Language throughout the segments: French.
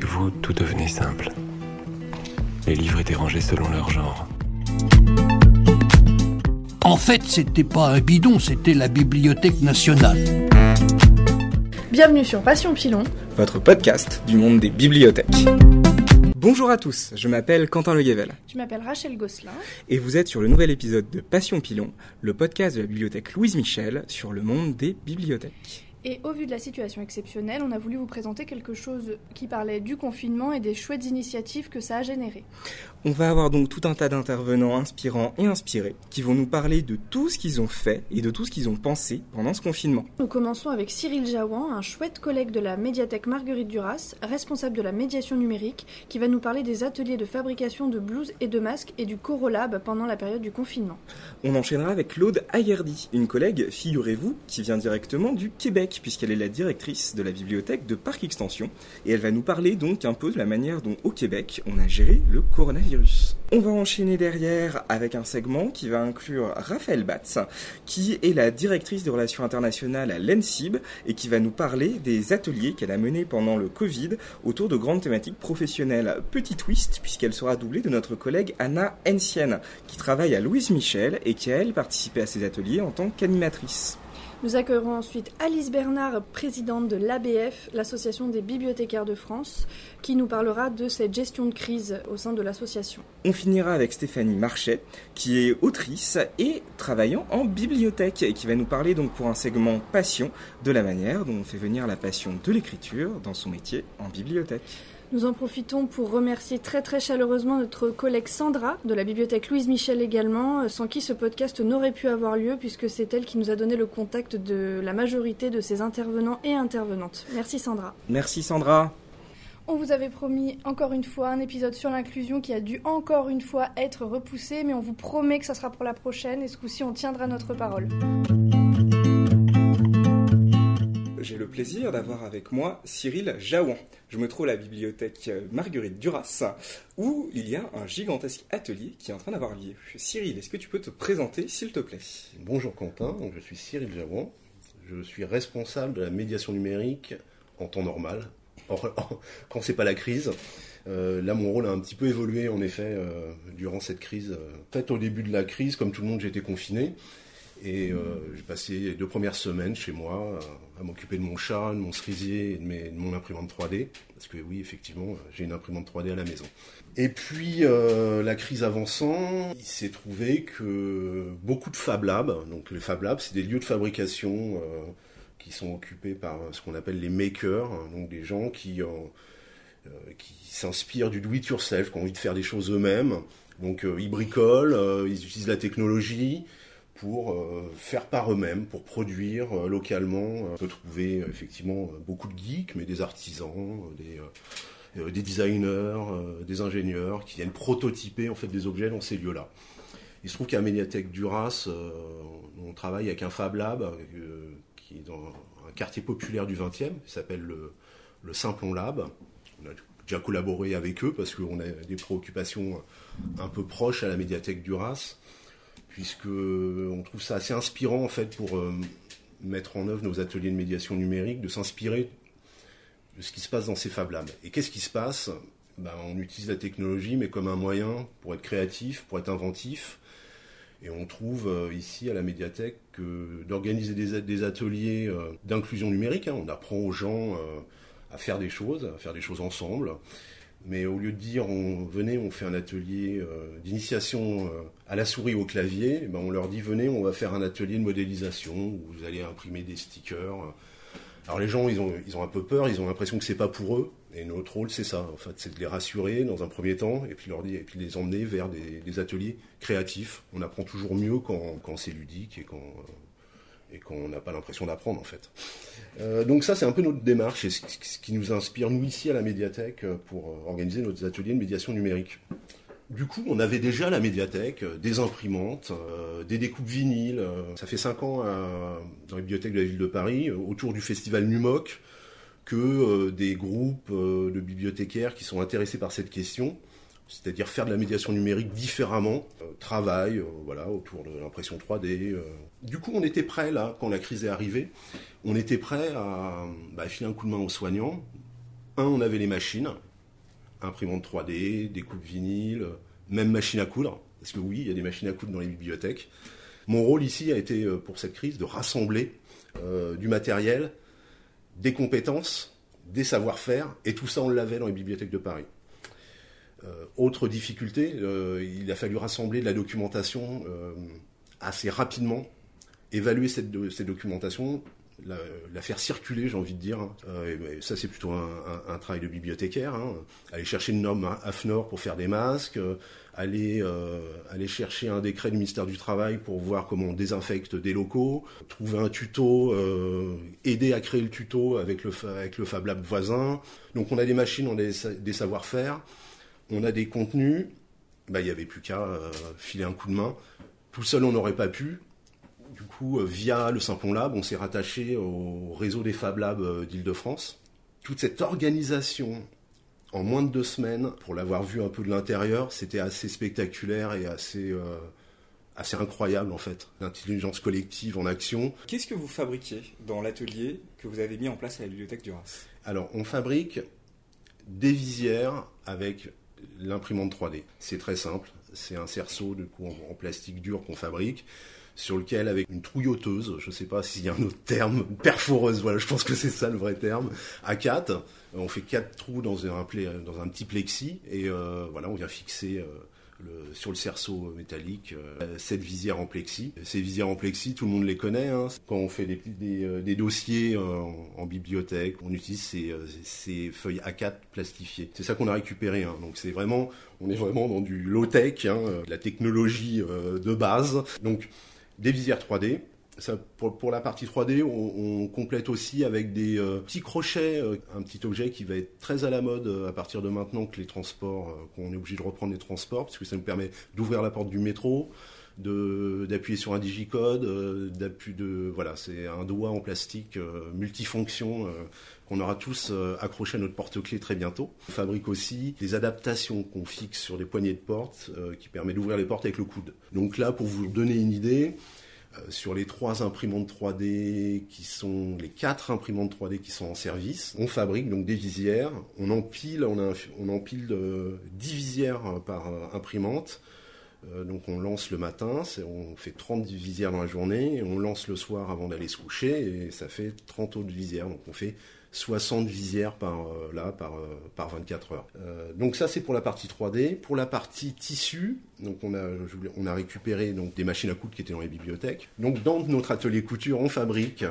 vous, tout devenait simple. Les livres étaient rangés selon leur genre. En fait, c'était pas un bidon, c'était la Bibliothèque nationale. Bienvenue sur Passion Pilon, votre podcast du monde des bibliothèques. Bonjour à tous, je m'appelle Quentin Le Guével. Je m'appelle Rachel Gosselin. Et vous êtes sur le nouvel épisode de Passion Pilon, le podcast de la bibliothèque Louise Michel sur le monde des bibliothèques. Et au vu de la situation exceptionnelle, on a voulu vous présenter quelque chose qui parlait du confinement et des chouettes initiatives que ça a générées. On va avoir donc tout un tas d'intervenants inspirants et inspirés qui vont nous parler de tout ce qu'ils ont fait et de tout ce qu'ils ont pensé pendant ce confinement. Nous commençons avec Cyril Jaouan, un chouette collègue de la médiathèque Marguerite Duras, responsable de la médiation numérique, qui va nous parler des ateliers de fabrication de blouses et de masques et du Corolab pendant la période du confinement. On enchaînera avec Claude Ayerdi, une collègue, figurez-vous, qui vient directement du Québec, puisqu'elle est la directrice de la bibliothèque de Parc Extension, et elle va nous parler donc un peu de la manière dont au Québec on a géré le coronavirus. On va enchaîner derrière avec un segment qui va inclure Raphaël Batz, qui est la directrice des relations internationales à l'ENSIB et qui va nous parler des ateliers qu'elle a menés pendant le Covid autour de grandes thématiques professionnelles. Petit twist, puisqu'elle sera doublée de notre collègue Anna Hensienne, qui travaille à Louise Michel et qui a elle participé à ces ateliers en tant qu'animatrice. Nous accueillerons ensuite Alice Bernard, présidente de l'ABF, l'Association des bibliothécaires de France, qui nous parlera de cette gestion de crise au sein de l'association. On finira avec Stéphanie Marchais, qui est autrice et travaillant en bibliothèque, et qui va nous parler donc pour un segment passion de la manière dont on fait venir la passion de l'écriture dans son métier en bibliothèque. Nous en profitons pour remercier très très chaleureusement notre collègue Sandra de la bibliothèque Louise Michel également, sans qui ce podcast n'aurait pu avoir lieu puisque c'est elle qui nous a donné le contact de la majorité de ses intervenants et intervenantes. Merci Sandra. Merci Sandra. On vous avait promis encore une fois un épisode sur l'inclusion qui a dû encore une fois être repoussé, mais on vous promet que ça sera pour la prochaine et ce coup-ci on tiendra notre parole. J'ai le plaisir d'avoir avec moi Cyril Jaouan. Je me trouve à la bibliothèque Marguerite Duras, où il y a un gigantesque atelier qui est en train d'avoir lieu. Cyril, est-ce que tu peux te présenter, s'il te plaît ? Bonjour Quentin, je suis Cyril Jaouan. Je suis responsable de la médiation numérique en temps normal, quand c'est pas la crise. Là, mon rôle a un petit peu évolué, en effet, durant cette crise. En fait, au début de la crise, comme tout le monde, j'étais confiné. Et j'ai passé les 2 premières semaines chez moi à m'occuper de mon chat, de mon cerisier et de mon imprimante 3D. Parce que oui, effectivement, j'ai une imprimante 3D à la maison. Et puis, la crise avançant, il s'est trouvé que beaucoup de Fab Labs, donc les Fab Labs, c'est des lieux de fabrication qui sont occupés par ce qu'on appelle les makers, donc des gens qui s'inspirent du do-it-yourself, qui ont envie de faire des choses eux-mêmes. Donc ils bricolent, ils utilisent la technologie pour faire par eux-mêmes, pour produire localement. On peut trouver effectivement beaucoup de geeks, mais des artisans, des designers, des ingénieurs qui viennent prototyper en fait des objets dans ces lieux-là. Il se trouve qu'à la médiathèque Duras, on travaille avec un Fab Lab qui est dans un quartier populaire du 20e, qui s'appelle le Simplon Lab. On a déjà collaboré avec eux parce qu'on a des préoccupations un peu proches à la médiathèque Duras, puisque on trouve ça assez inspirant en fait pour mettre en œuvre nos ateliers de médiation numérique, de s'inspirer de ce qui se passe dans ces Fab Labs. Et qu'est-ce qui se passe ? On utilise la technologie, mais comme un moyen pour être créatif, pour être inventif. Et on trouve ici à la médiathèque d'organiser des ateliers d'inclusion numérique. On apprend aux gens à faire des choses ensemble. Mais au lieu de dire venez, on fait un atelier d'initiation à la souris au clavier, on leur dit venez, on va faire un atelier de modélisation où vous allez imprimer des stickers. Alors les gens ils ont un peu peur, ils ont l'impression que c'est pas pour eux. Et notre rôle c'est ça, en fait, c'est de les rassurer dans un premier temps et puis les emmener vers des ateliers créatifs. On apprend toujours mieux quand c'est ludique et quand on n'a pas l'impression d'apprendre en fait. Donc ça c'est un peu notre démarche et ce qui nous inspire nous ici à la médiathèque pour organiser nos ateliers de médiation numérique. Du coup on avait déjà à la médiathèque des imprimantes, des découpes vinyles. Ça fait 5 ans dans les bibliothèques de la ville de Paris, autour du festival NUMOC, que des groupes de bibliothécaires qui sont intéressés par cette question, c'est-à-dire faire de la médiation numérique différemment, travail autour de l'impression 3D. Du coup, on était prêts, là, quand la crise est arrivée, on était prêts à filer un coup de main aux soignants. On avait les machines, imprimante 3D, découpe vinyle, même machine à coudre, parce que oui, il y a des machines à coudre dans les bibliothèques. Mon rôle ici a été, pour cette crise, de rassembler du matériel, des compétences, des savoir-faire, et tout ça on l'avait dans les bibliothèques de Paris. Autre difficulté, il a fallu rassembler de la documentation assez rapidement, évaluer cette documentation, la faire circuler, j'ai envie de dire. Et ça, c'est plutôt un travail de bibliothécaire. Aller chercher une norme AFNOR pour faire des masques, aller chercher un décret du ministère du Travail pour voir comment on désinfecte des locaux, trouver un tuto, aider à créer le tuto avec le Fab Lab voisin. Donc on a des machines, on a des savoir-faire, on a des contenus. Il n'y avait plus qu'à filer un coup de main. Tout seul, on n'aurait pas pu. Du coup, via le Simplon Lab, on s'est rattaché au réseau des Fab Labs d'Île-de-France. Toute cette organisation, en moins de 2 semaines, pour l'avoir vu un peu de l'intérieur, c'était assez spectaculaire et assez incroyable en fait. L'intelligence collective en action. Qu'est-ce que vous fabriquez dans l'atelier que vous avez mis en place à la bibliothèque du RAS ? Alors, on fabrique des visières avec l'imprimante 3D. C'est très simple. C'est un cerceau en plastique dur qu'on fabrique, sur lequel, avec une trouilloteuse, je ne sais pas s'il y a un autre terme, une perforeuse, voilà, je pense que c'est ça le vrai terme, A4, on fait 4 trous dans un petit plexi, et voilà, on vient fixer sur le cerceau métallique cette visière en plexi. Ces visières en plexi, tout le monde les connaît, Quand on fait des dossiers en bibliothèque, on utilise ces feuilles A4 plastifiées. C'est ça qu'on a récupéré, donc on est vraiment dans du low-tech, la technologie de base. Donc, des visières 3D. Ça, pour la partie 3D, on complète aussi avec des petits crochets, un petit objet qui va être très à la mode à partir de maintenant que les transports, qu'on est obligé de reprendre les transports, parce que ça nous permet d'ouvrir la porte du métro, d'appuyer sur un digicode, voilà, c'est un doigt en plastique multifonction qu'on aura tous accroché à notre porte-clés très bientôt. On fabrique aussi des adaptations qu'on fixe sur des poignées de porte qui permettent d'ouvrir les portes avec le coude. Donc là, pour vous donner une idée, sur les 4 imprimantes 3D qui sont en service, on fabrique donc des visières, on empile 10 visières par imprimante. Donc on lance le matin, on fait 30 visières dans la journée, et on lance le soir avant d'aller se coucher, et ça fait 30 autres visières. Donc on fait 60 visières par 24 heures. Donc ça, c'est pour la partie 3D. Pour la partie tissu, donc on a récupéré donc des machines à coudre qui étaient dans les bibliothèques. Donc dans notre atelier couture, on fabrique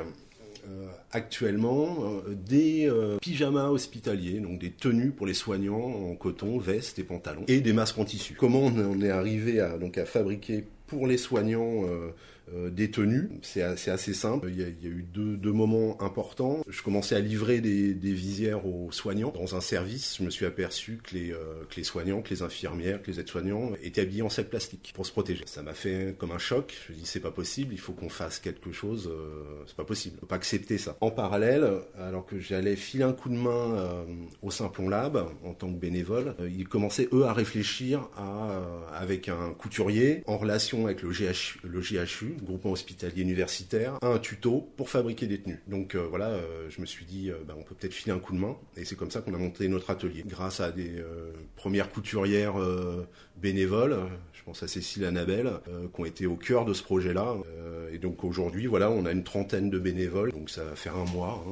actuellement des pyjamas hospitaliers, donc des tenues pour les soignants en coton, vestes et pantalons, et des masques en tissu. Comment on est arrivé à fabriquer pour les soignants des tenues? C'est assez simple. Il y a eu deux moments importants. Je commençais à livrer des visières aux soignants. Dans un service, je me suis aperçu que les soignants, que les infirmières, que les aides-soignants étaient habillés en sac plastique pour se protéger. Ça m'a fait comme un choc. Je me dis, c'est pas possible, il faut qu'on fasse quelque chose. C'est pas possible. On peut pas accepter ça. En parallèle, alors que j'allais filer un coup de main au Simplon Lab en tant que bénévole, ils commençaient eux à réfléchir avec un couturier en relation avec le GHU, groupement hospitalier universitaire, un tuto pour fabriquer des tenues. Donc voilà, je me suis dit, on peut peut-être filer un coup de main, et c'est comme ça qu'on a monté notre atelier. Grâce à des premières couturières bénévoles, je pense à Cécile et Annabelle, qui ont été au cœur de ce projet-là. Et donc aujourd'hui, voilà, on a une 30aine de bénévoles, donc ça va faire un mois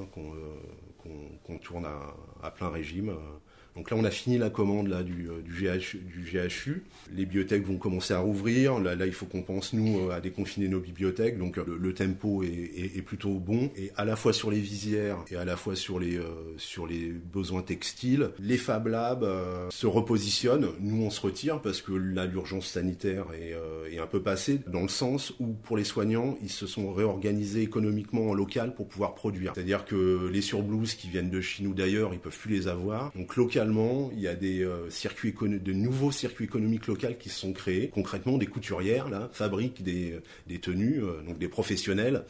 qu'on tourne à plein régime. Donc là, on a fini la commande là, du GHU. Les bibliothèques vont commencer à rouvrir. Là, il faut qu'on pense, nous, à déconfiner nos bibliothèques. Donc le tempo est plutôt bon. Et à la fois sur les visières et à la fois sur les besoins textiles, les Fab Labs se repositionnent. Nous, on se retire parce que là, l'urgence sanitaire est un peu passée, dans le sens où, pour les soignants, ils se sont réorganisés économiquement en local pour pouvoir produire. C'est-à-dire que les surblouses qui viennent de Chine ou d'ailleurs, ils peuvent plus les avoir. Donc localement, il y a de nouveaux circuits économiques locaux qui se sont créés. Concrètement, des couturières là, fabriquent des tenues, donc des professionnels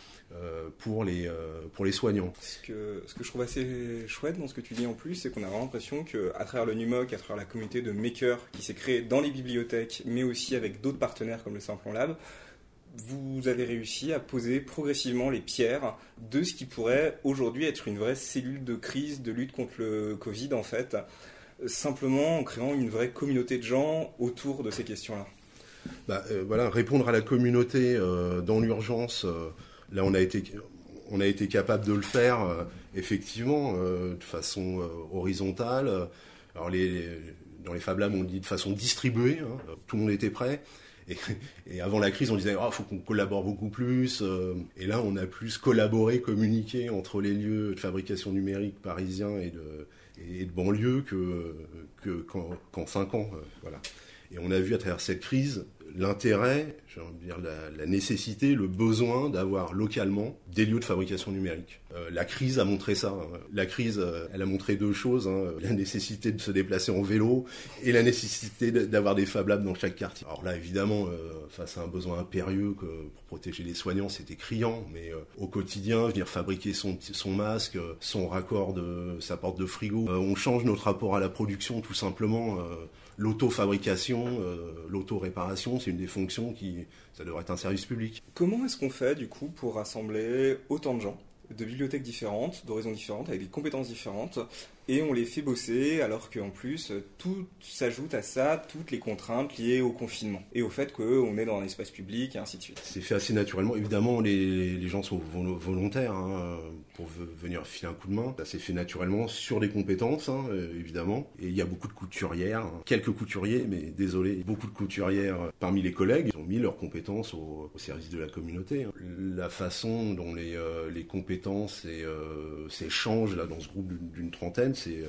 pour les soignants. Ce que je trouve assez chouette dans ce que tu dis en plus, c'est qu'on a vraiment l'impression qu'à travers le NUMOC, à travers la communauté de makers qui s'est créée dans les bibliothèques, mais aussi avec d'autres partenaires comme le Simplon Lab, vous avez réussi à poser progressivement les pierres de ce qui pourrait aujourd'hui être une vraie cellule de crise, de lutte contre le Covid en fait. simplement en créant une vraie communauté de gens autour de ces questions-là? Voilà, répondre à la communauté dans l'urgence, là on a été capable de le faire effectivement de façon horizontale. Alors dans les Fab Labs on dit de façon distribuée, tout le monde était prêt. Et avant la crise, on disait faut qu'on collabore beaucoup plus. Et là, on a plus collaboré, communiqué entre les lieux de fabrication numérique parisiens et de banlieue qu'en 5 ans. Voilà. Et on a vu à travers cette crise l'intérêt, j'ai envie de dire la nécessité, le besoin d'avoir localement des lieux de fabrication numérique. La crise a montré ça. La crise, elle a montré 2 choses, la nécessité de se déplacer en vélo et la nécessité d'avoir des Fab Labs dans chaque quartier. Alors là, évidemment, face à un besoin impérieux pour protéger les soignants, c'était criant, mais au quotidien, venir fabriquer son masque, son raccord sa porte de frigo, on change notre rapport à la production tout simplement. L'auto-fabrication, l'auto-réparation, c'est une des fonctions ça devrait être un service public. Comment est-ce qu'on fait du coup pour rassembler autant de gens, de bibliothèques différentes, d'horizons différentes, avec des compétences différentes, et on les fait bosser alors qu'en plus tout s'ajoute à ça, toutes les contraintes liées au confinement et au fait qu'on est dans un espace public et ainsi de suite? C'est fait assez naturellement. Évidemment, les gens sont volontaires pour venir filer un coup de main. Ça s'est fait naturellement sur les compétences, évidemment. Et il y a beaucoup de couturières, quelques couturiers, mais désolé, beaucoup de couturières parmi les collègues. Ils ont mis leurs compétences au service de la communauté. La façon dont les compétences s'échangent là dans ce groupe d'une trentaine,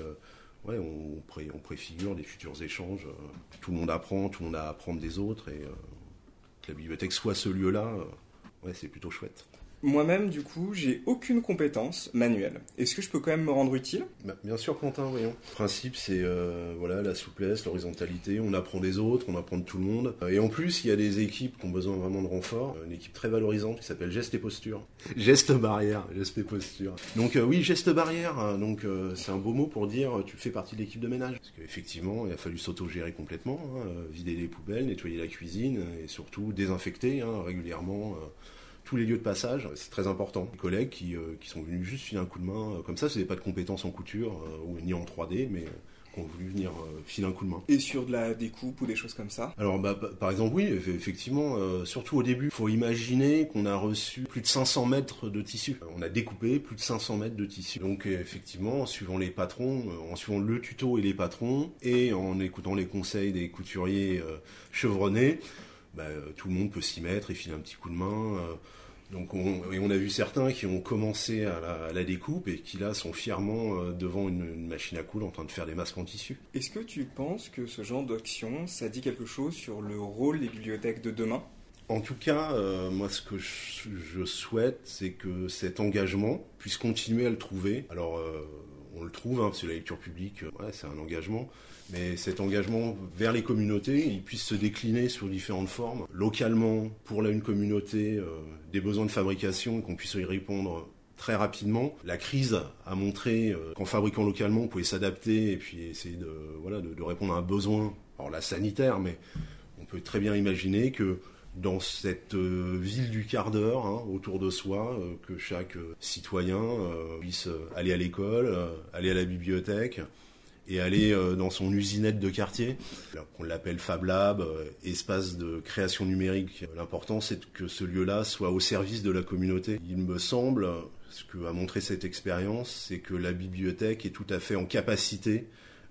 on préfigure des futurs échanges. Tout le monde apprend, tout le monde a à apprendre des autres, et que la bibliothèque soit ce lieu-là, c'est plutôt chouette. Moi-même, du coup, j'ai aucune compétence manuelle. Est-ce que je peux quand même me rendre utile ? Bien sûr, Quentin, voyons. Le principe, c'est la souplesse, l'horizontalité. On apprend des autres, on apprend de tout le monde. Et en plus, il y a des équipes qui ont besoin vraiment de renfort. Une équipe très valorisante qui s'appelle Geste et Posture. Geste barrière, geste et posture. Donc oui, geste barrière. Donc c'est un beau mot pour dire tu fais partie de l'équipe de ménage. Parce qu'effectivement, il a fallu s'auto-gérer complètement, vider les poubelles, nettoyer la cuisine et surtout désinfecter régulièrement. Tous les lieux de passage, c'est très important. Les collègues qui sont venus juste filer un coup de main, comme ça, c'est pas de compétences en couture ni en 3D, mais qui ont voulu venir filer un coup de main. Et sur de la découpe ou des choses comme ça ? Alors, par exemple, oui, effectivement, surtout au début, il faut imaginer qu'on a reçu plus de 500 mètres de tissu. On a découpé plus de 500 mètres de tissu. Donc, effectivement, en suivant les patrons, en suivant le tuto et les patrons, et en écoutant les conseils des couturiers chevronnés, tout le monde peut s'y mettre et filer un petit coup de main. Donc on a vu certains qui ont commencé à la découpe et qui là sont fièrement devant une machine à coudre en train de faire des masques en tissu. Est-ce que tu penses que ce genre d'action, ça dit quelque chose sur le rôle des bibliothèques de demain ? En tout cas, moi ce que je souhaite, c'est que cet engagement puisse continuer à le trouver. Alors on le trouve, parce que la lecture publique, c'est un engagement. Mais cet engagement vers les communautés, il puisse se décliner sur différentes formes. Localement, pour une communauté, des besoins de fabrication et qu'on puisse y répondre très rapidement. La crise a montré qu'en fabriquant localement, on pouvait s'adapter et puis essayer de répondre à un besoin, alors là sanitaire, mais on peut très bien imaginer que dans cette ville du quart d'heure, autour de soi, que chaque citoyen puisse aller à l'école, aller à la bibliothèque, et aller dans son usinette de quartier, qu'on l'appelle Fab Lab, espace de création numérique. L'important, c'est que ce lieu-là soit au service de la communauté. Il me semble, ce que a montré cette expérience, c'est que la bibliothèque est tout à fait en capacité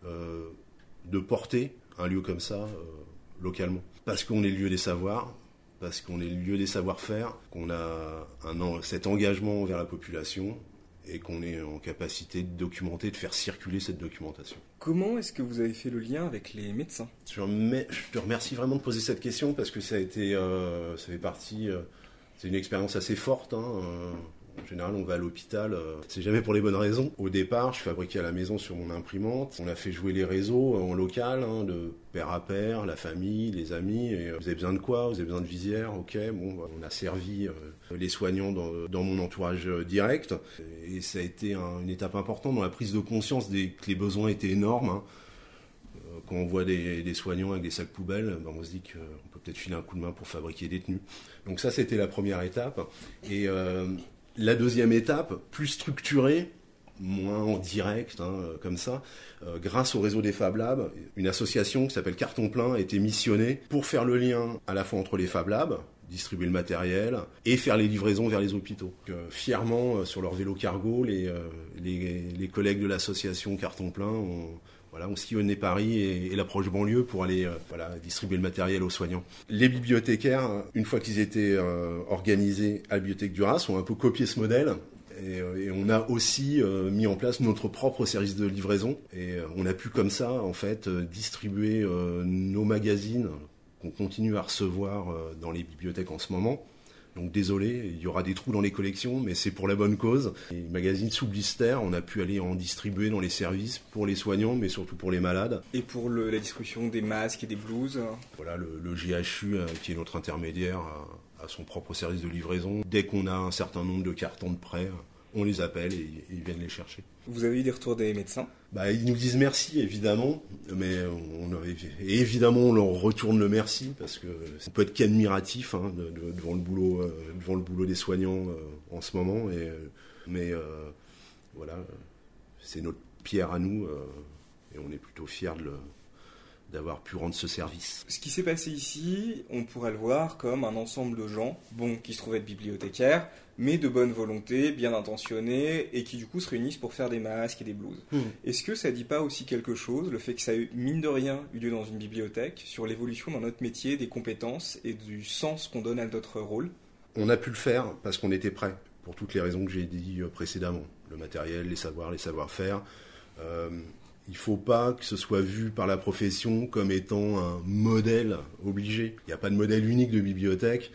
de porter un lieu comme ça localement. Parce qu'on est le lieu des savoirs, parce qu'on est le lieu des savoir-faire, qu'on a cet engagement envers la population, et qu'on est en capacité de documenter, de faire circuler cette documentation. Comment est-ce que vous avez fait le lien avec les médecins ? Je te remercie vraiment de poser cette question parce que ça fait partie, c'est une expérience assez forte. En général, on va à l'hôpital, c'est jamais pour les bonnes raisons. Au départ, je fabriquais à la maison sur mon imprimante. On a fait jouer les réseaux en local, de pair à pair, la famille, les amis. Et, vous avez besoin de quoi ? Vous avez besoin de visière ? Ok, bon, on a servi les soignants dans mon entourage direct. Et ça a été une étape importante dans la prise de conscience que les besoins étaient énormes. Quand on voit des soignants avec des sacs poubelles, on se dit qu'on peut peut-être filer un coup de main pour fabriquer des tenues. Donc ça, c'était la première étape. Et la deuxième étape, plus structurée, moins en direct, comme ça. Grâce au réseau des Fab Labs, une association qui s'appelle Carton Plein a été missionnée pour faire le lien à la fois entre les Fab Labs, distribuer le matériel et faire les livraisons vers les hôpitaux. Fièrement, sur leur vélo cargo, les collègues de l'association Carton Plein ont sillonné Paris et la proche banlieue pour aller distribuer le matériel aux soignants. Les bibliothécaires, une fois qu'ils étaient organisés à la bibliothèque du RAS, ont un peu copié ce modèle. Et on a aussi mis en place notre propre service de livraison. Et on a pu comme ça, en fait, distribuer nos magazines qu'on continue à recevoir dans les bibliothèques en ce moment. Donc désolé, il y aura des trous dans les collections, mais c'est pour la bonne cause. Les magazines sous blister, on a pu aller en distribuer dans les services pour les soignants, mais surtout pour les malades. Et pour la distribution des masques et des blouses. Voilà, le GHU, qui est notre intermédiaire, a son propre service de livraison. Dès qu'on a un certain nombre de cartons de prêt, on les appelle et ils viennent les chercher. Vous avez eu des retours des médecins ? Ils nous disent merci, évidemment, mais évidemment on leur retourne le merci, parce que on peut être qu'admiratif devant le boulot des soignants en ce moment, mais voilà, c'est notre pierre à nous, et on est plutôt fiers d'avoir pu rendre ce service. Ce qui s'est passé ici, on pourrait le voir comme un ensemble de gens, qui se trouvaient être bibliothécaires, mais de bonne volonté, bien intentionnés, et qui du coup se réunissent pour faire des masques et des blouses. Est-ce que ça dit pas aussi quelque chose, le fait que ça ait mine de rien eu lieu dans une bibliothèque, sur l'évolution dans notre métier, des compétences et du sens qu'on donne à notre rôle ? On a pu le faire parce qu'on était prêts, pour toutes les raisons que j'ai dit précédemment. Le matériel, les savoirs, les savoir-faire. Il ne faut pas que ce soit vu par la profession comme étant un modèle obligé. Il n'y a pas de modèle unique de bibliothèque.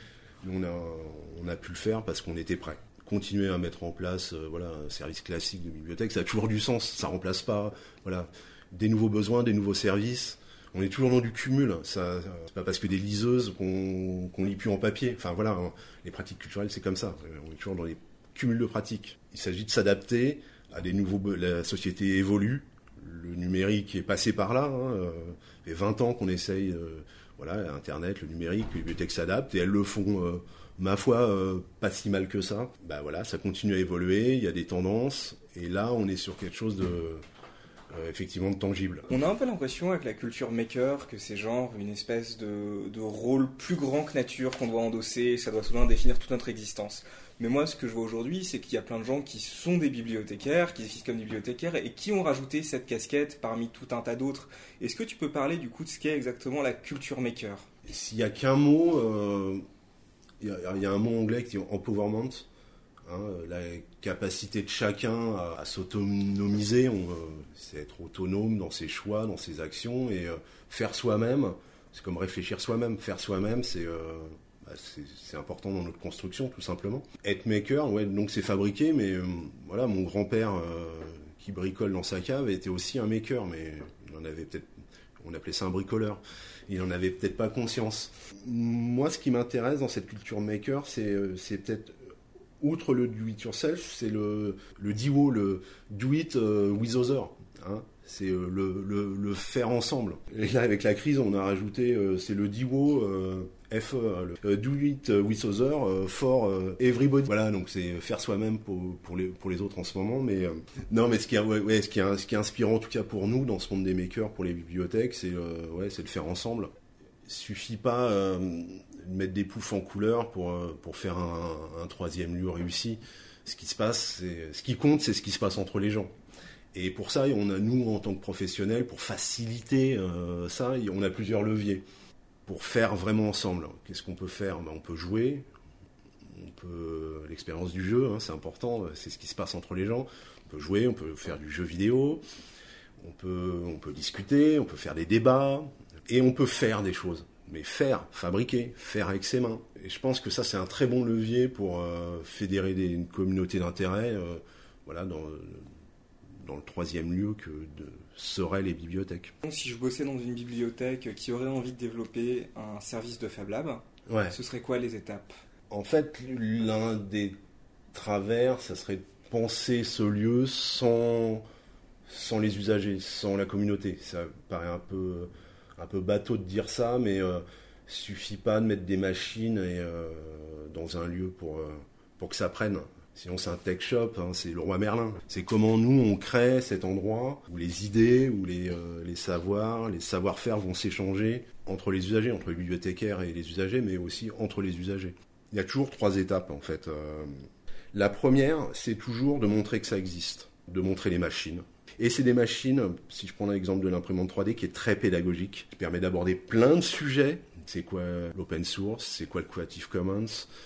On a pu le faire parce qu'on était prêt. Continuer à mettre en place un service classique de bibliothèque, ça a toujours du sens. Ça ne remplace pas des nouveaux besoins, des nouveaux services. On est toujours dans du cumul. C'est pas parce que des liseuses qu'on lit plus en papier. Enfin voilà, les pratiques culturelles, c'est comme ça. On est toujours dans les cumuls de pratiques. Il s'agit de s'adapter à des nouveaux... La société évolue. Le numérique est passé par là. Ça fait 20 ans qu'on essaye... Internet, le numérique, les bibliothèques s'adaptent et elles le font, ma foi, pas si mal que ça. Ça continue à évoluer, il y a des tendances, et là, on est sur quelque chose effectivement de tangible. On a un peu l'impression avec la culture maker que c'est genre une espèce de rôle plus grand que nature qu'on doit endosser, ça doit soudain définir toute notre existence. Mais moi, ce que je vois aujourd'hui, c'est qu'il y a plein de gens qui sont des bibliothécaires, qui existent comme des bibliothécaires et qui ont rajouté cette casquette parmi tout un tas d'autres. Est-ce que tu peux parler du coup de ce qu'est exactement la culture maker ? S'il n'y a qu'un mot, il y a un mot anglais qui est empowerment, la capacité de chacun à s'autonomiser, c'est être autonome dans ses choix, dans ses actions, et faire soi-même, c'est comme réfléchir soi-même. Faire soi-même, c'est important dans notre construction, tout simplement. Être maker, donc c'est fabriquer, mais mon grand-père qui bricole dans sa cave était aussi un maker, mais il en avait peut-être, on appelait ça un bricoleur. Il n'en avait peut-être pas conscience. Moi, ce qui m'intéresse dans cette culture maker, c'est peut-être, outre le do-it-yourself, c'est le DIWO, le do-it with other. C'est le faire ensemble. Et là, avec la crise, on a rajouté, c'est le DIWO, FE, le do it with other for everybody. Voilà, donc c'est faire soi-même pour les autres en ce moment. Mais ce qui est inspirant en tout cas pour nous dans ce monde des makers, pour les bibliothèques, c'est le faire ensemble. Il suffit pas de mettre des poufs en couleur pour faire un troisième lieu réussi. Ce qui compte, c'est ce qui se passe entre les gens. Et pour ça, on a, nous, en tant que professionnels, pour faciliter ça, on a plusieurs leviers. Pour faire vraiment ensemble, qu'est-ce qu'on peut faire ? On peut jouer, l'expérience du jeu, c'est important, c'est ce qui se passe entre les gens. On peut jouer, on peut faire du jeu vidéo, on peut discuter, on peut faire des débats, et on peut faire des choses. Mais fabriquer, faire avec ses mains. Et je pense que ça, c'est un très bon levier pour fédérer une communauté d'intérêt dans le troisième lieu que seraient les bibliothèques. Si je bossais dans une bibliothèque qui aurait envie de développer un service de Fab Lab, ce serait quoi les étapes ? En fait, l'un des travers, ça serait de penser ce lieu sans les usagers, sans la communauté. Ça paraît un peu bateau de dire ça, mais suffit pas de mettre des machines dans un lieu pour que ça prenne. Sinon, c'est un tech shop, hein, c'est le roi Merlin. C'est comment nous, on crée cet endroit où les idées, où les savoirs, les savoir-faire vont s'échanger entre les usagers, entre les bibliothécaires et les usagers, mais aussi entre les usagers. Il y a toujours 3 étapes, en fait. La première, c'est toujours de montrer que ça existe, de montrer les machines. Et c'est des machines, si je prends l'exemple de l'imprimante 3D, qui est très pédagogique, qui permet d'aborder plein de sujets. C'est quoi l'open source, c'est quoi le Creative Commons,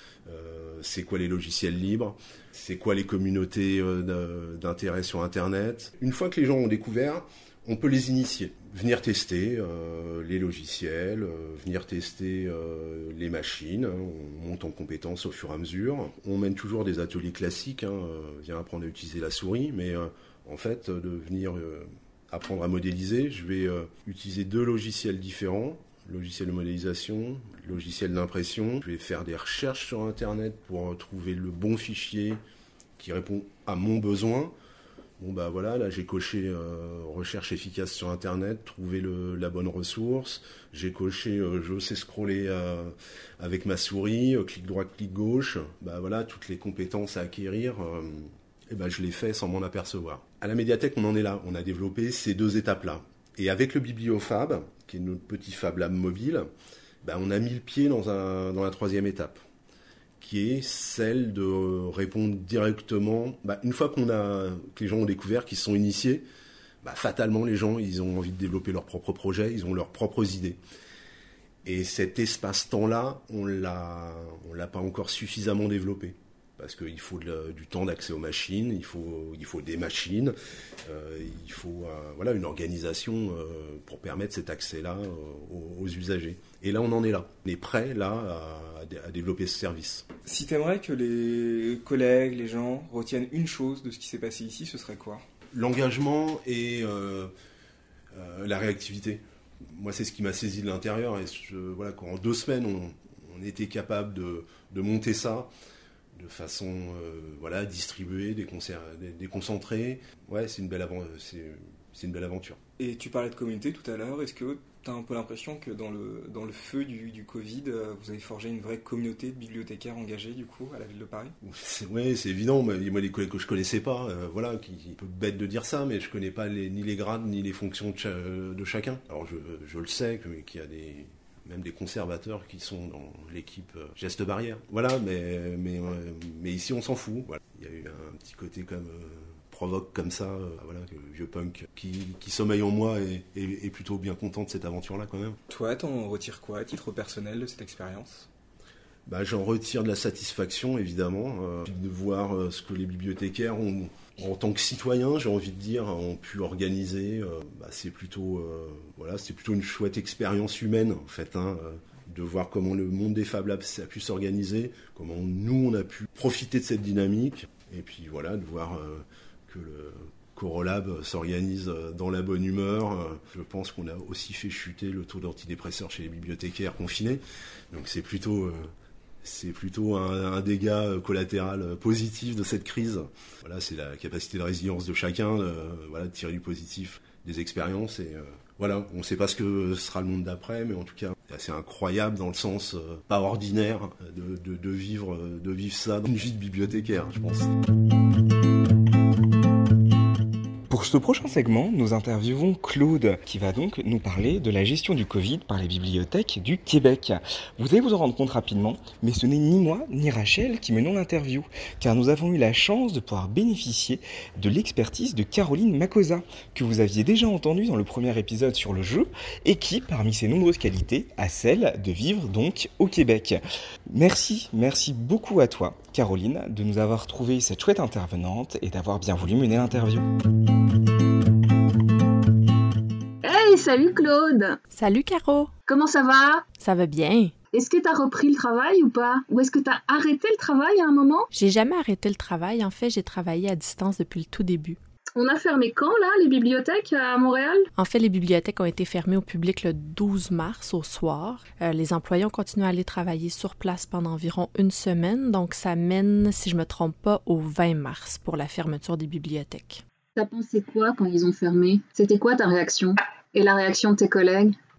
c'est quoi les logiciels libres, c'est quoi les communautés d'intérêt sur Internet. Une fois que les gens ont découvert, on peut les initier, venir tester les logiciels, venir tester les machines. On monte en compétences au fur et à mesure. On mène toujours des ateliers classiques, viens apprendre à utiliser la souris, mais en fait, de venir apprendre à modéliser, je vais utiliser 2 logiciels différents. Logiciel de modélisation, logiciel d'impression. Je vais faire des recherches sur Internet pour trouver le bon fichier qui répond à mon besoin. Bon bah voilà, là j'ai coché recherche efficace sur Internet, trouver la bonne ressource. J'ai coché je sais scroller avec ma souris, clic droit, clic gauche. Bah voilà, toutes les compétences à acquérir, et bah je les fais sans m'en apercevoir. À la médiathèque, on en est là. On a développé ces 2 étapes-là. Et avec le BiblioFab, qui est notre petit Fab Lab mobile, ben on a mis le pied dans la 3e étape, qui est celle de répondre directement. Ben une fois que les gens ont découvert, qu'ils se sont initiés, ben fatalement les gens ils ont envie de développer leurs propres projets, ils ont leurs propres idées. Et cet espace-temps-là, on l'a pas encore suffisamment développé. Parce qu'il faut du temps d'accès aux machines, il faut des machines, il faut une organisation pour permettre cet accès-là aux usagers. Et là, on en est là. On est prêt là à développer ce service. Si tu aimerais que les collègues, les gens retiennent une chose de ce qui s'est passé ici, ce serait quoi ? L'engagement et la réactivité. Moi, c'est ce qui m'a saisi de l'intérieur. Et quand en 2 semaines, on était capable de monter ça, de façon distribuée, déconcentrée. Ouais, c'est une belle aventure. Et tu parlais de communauté tout à l'heure. Est-ce que tu as un peu l'impression que dans le feu du Covid, vous avez forgé une vraie communauté de bibliothécaires engagés du coup à la ville de Paris ? Oui, c'est évident. Moi, les collègues que je connaissais pas, qui peut être bête de dire ça, mais je connais pas ni les grades ni les fonctions de chacun. Alors je le sais qu'il y a même des conservateurs qui sont dans l'équipe Geste Barrière. Voilà, mais ici on s'en fout. Voilà. Il y a eu un petit côté comme provoque comme ça, le vieux punk qui sommeille en moi et plutôt bien content de cette aventure-là quand même. Toi, t'en retires quoi à titre personnel de cette expérience ? J'en retire de la satisfaction évidemment, de voir ce que les bibliothécaires ont, en tant que citoyens, j'ai envie de dire, ont pu organiser. C'est plutôt une chouette expérience humaine en fait, de voir comment le monde des Fab Labs a pu s'organiser, comment nous on a pu profiter de cette dynamique, et puis voilà, de voir que le Corolab s'organise dans la bonne humeur. Je pense qu'on a aussi fait chuter le taux d'antidépresseurs chez les bibliothécaires confinés, donc c'est plutôt un dégât collatéral positif de cette crise. Voilà, c'est la capacité de résilience de chacun, de tirer du positif des expériences. Et on ne sait pas ce que sera le monde d'après, mais en tout cas, c'est assez incroyable dans le sens pas ordinaire de vivre ça dans une vie de bibliothécaire, je pense. Pour ce prochain segment, nous interviewons Claude, qui va donc nous parler de la gestion du Covid par les bibliothèques du Québec. Vous allez vous en rendre compte rapidement, mais ce n'est ni moi ni Rachel qui menons l'interview, car nous avons eu la chance de pouvoir bénéficier de l'expertise de Caroline Makosa, que vous aviez déjà entendue dans le premier épisode sur le jeu, et qui, parmi ses nombreuses qualités, a celle de vivre donc au Québec. Merci beaucoup à toi, Caroline, de nous avoir trouvé cette chouette intervenante et d'avoir bien voulu mener l'interview. Hey, salut Claude! Salut Caro! Comment ça va? Ça va bien. Est-ce que t'as repris le travail ou pas? Ou est-ce que t'as arrêté le travail à un moment? J'ai jamais arrêté le travail. En fait, j'ai travaillé à distance depuis le tout début. On a fermé quand, là, les bibliothèques à Montréal? En fait, les bibliothèques ont été fermées au public le 12 mars au soir. Les employés ont continué à aller travailler sur place pendant environ une semaine. Donc, ça mène, si je me trompe pas, au 20 mars pour la fermeture des bibliothèques. T'as pensé quoi quand ils ont fermé? C'était quoi ta réaction? Et la réaction de tes collègues?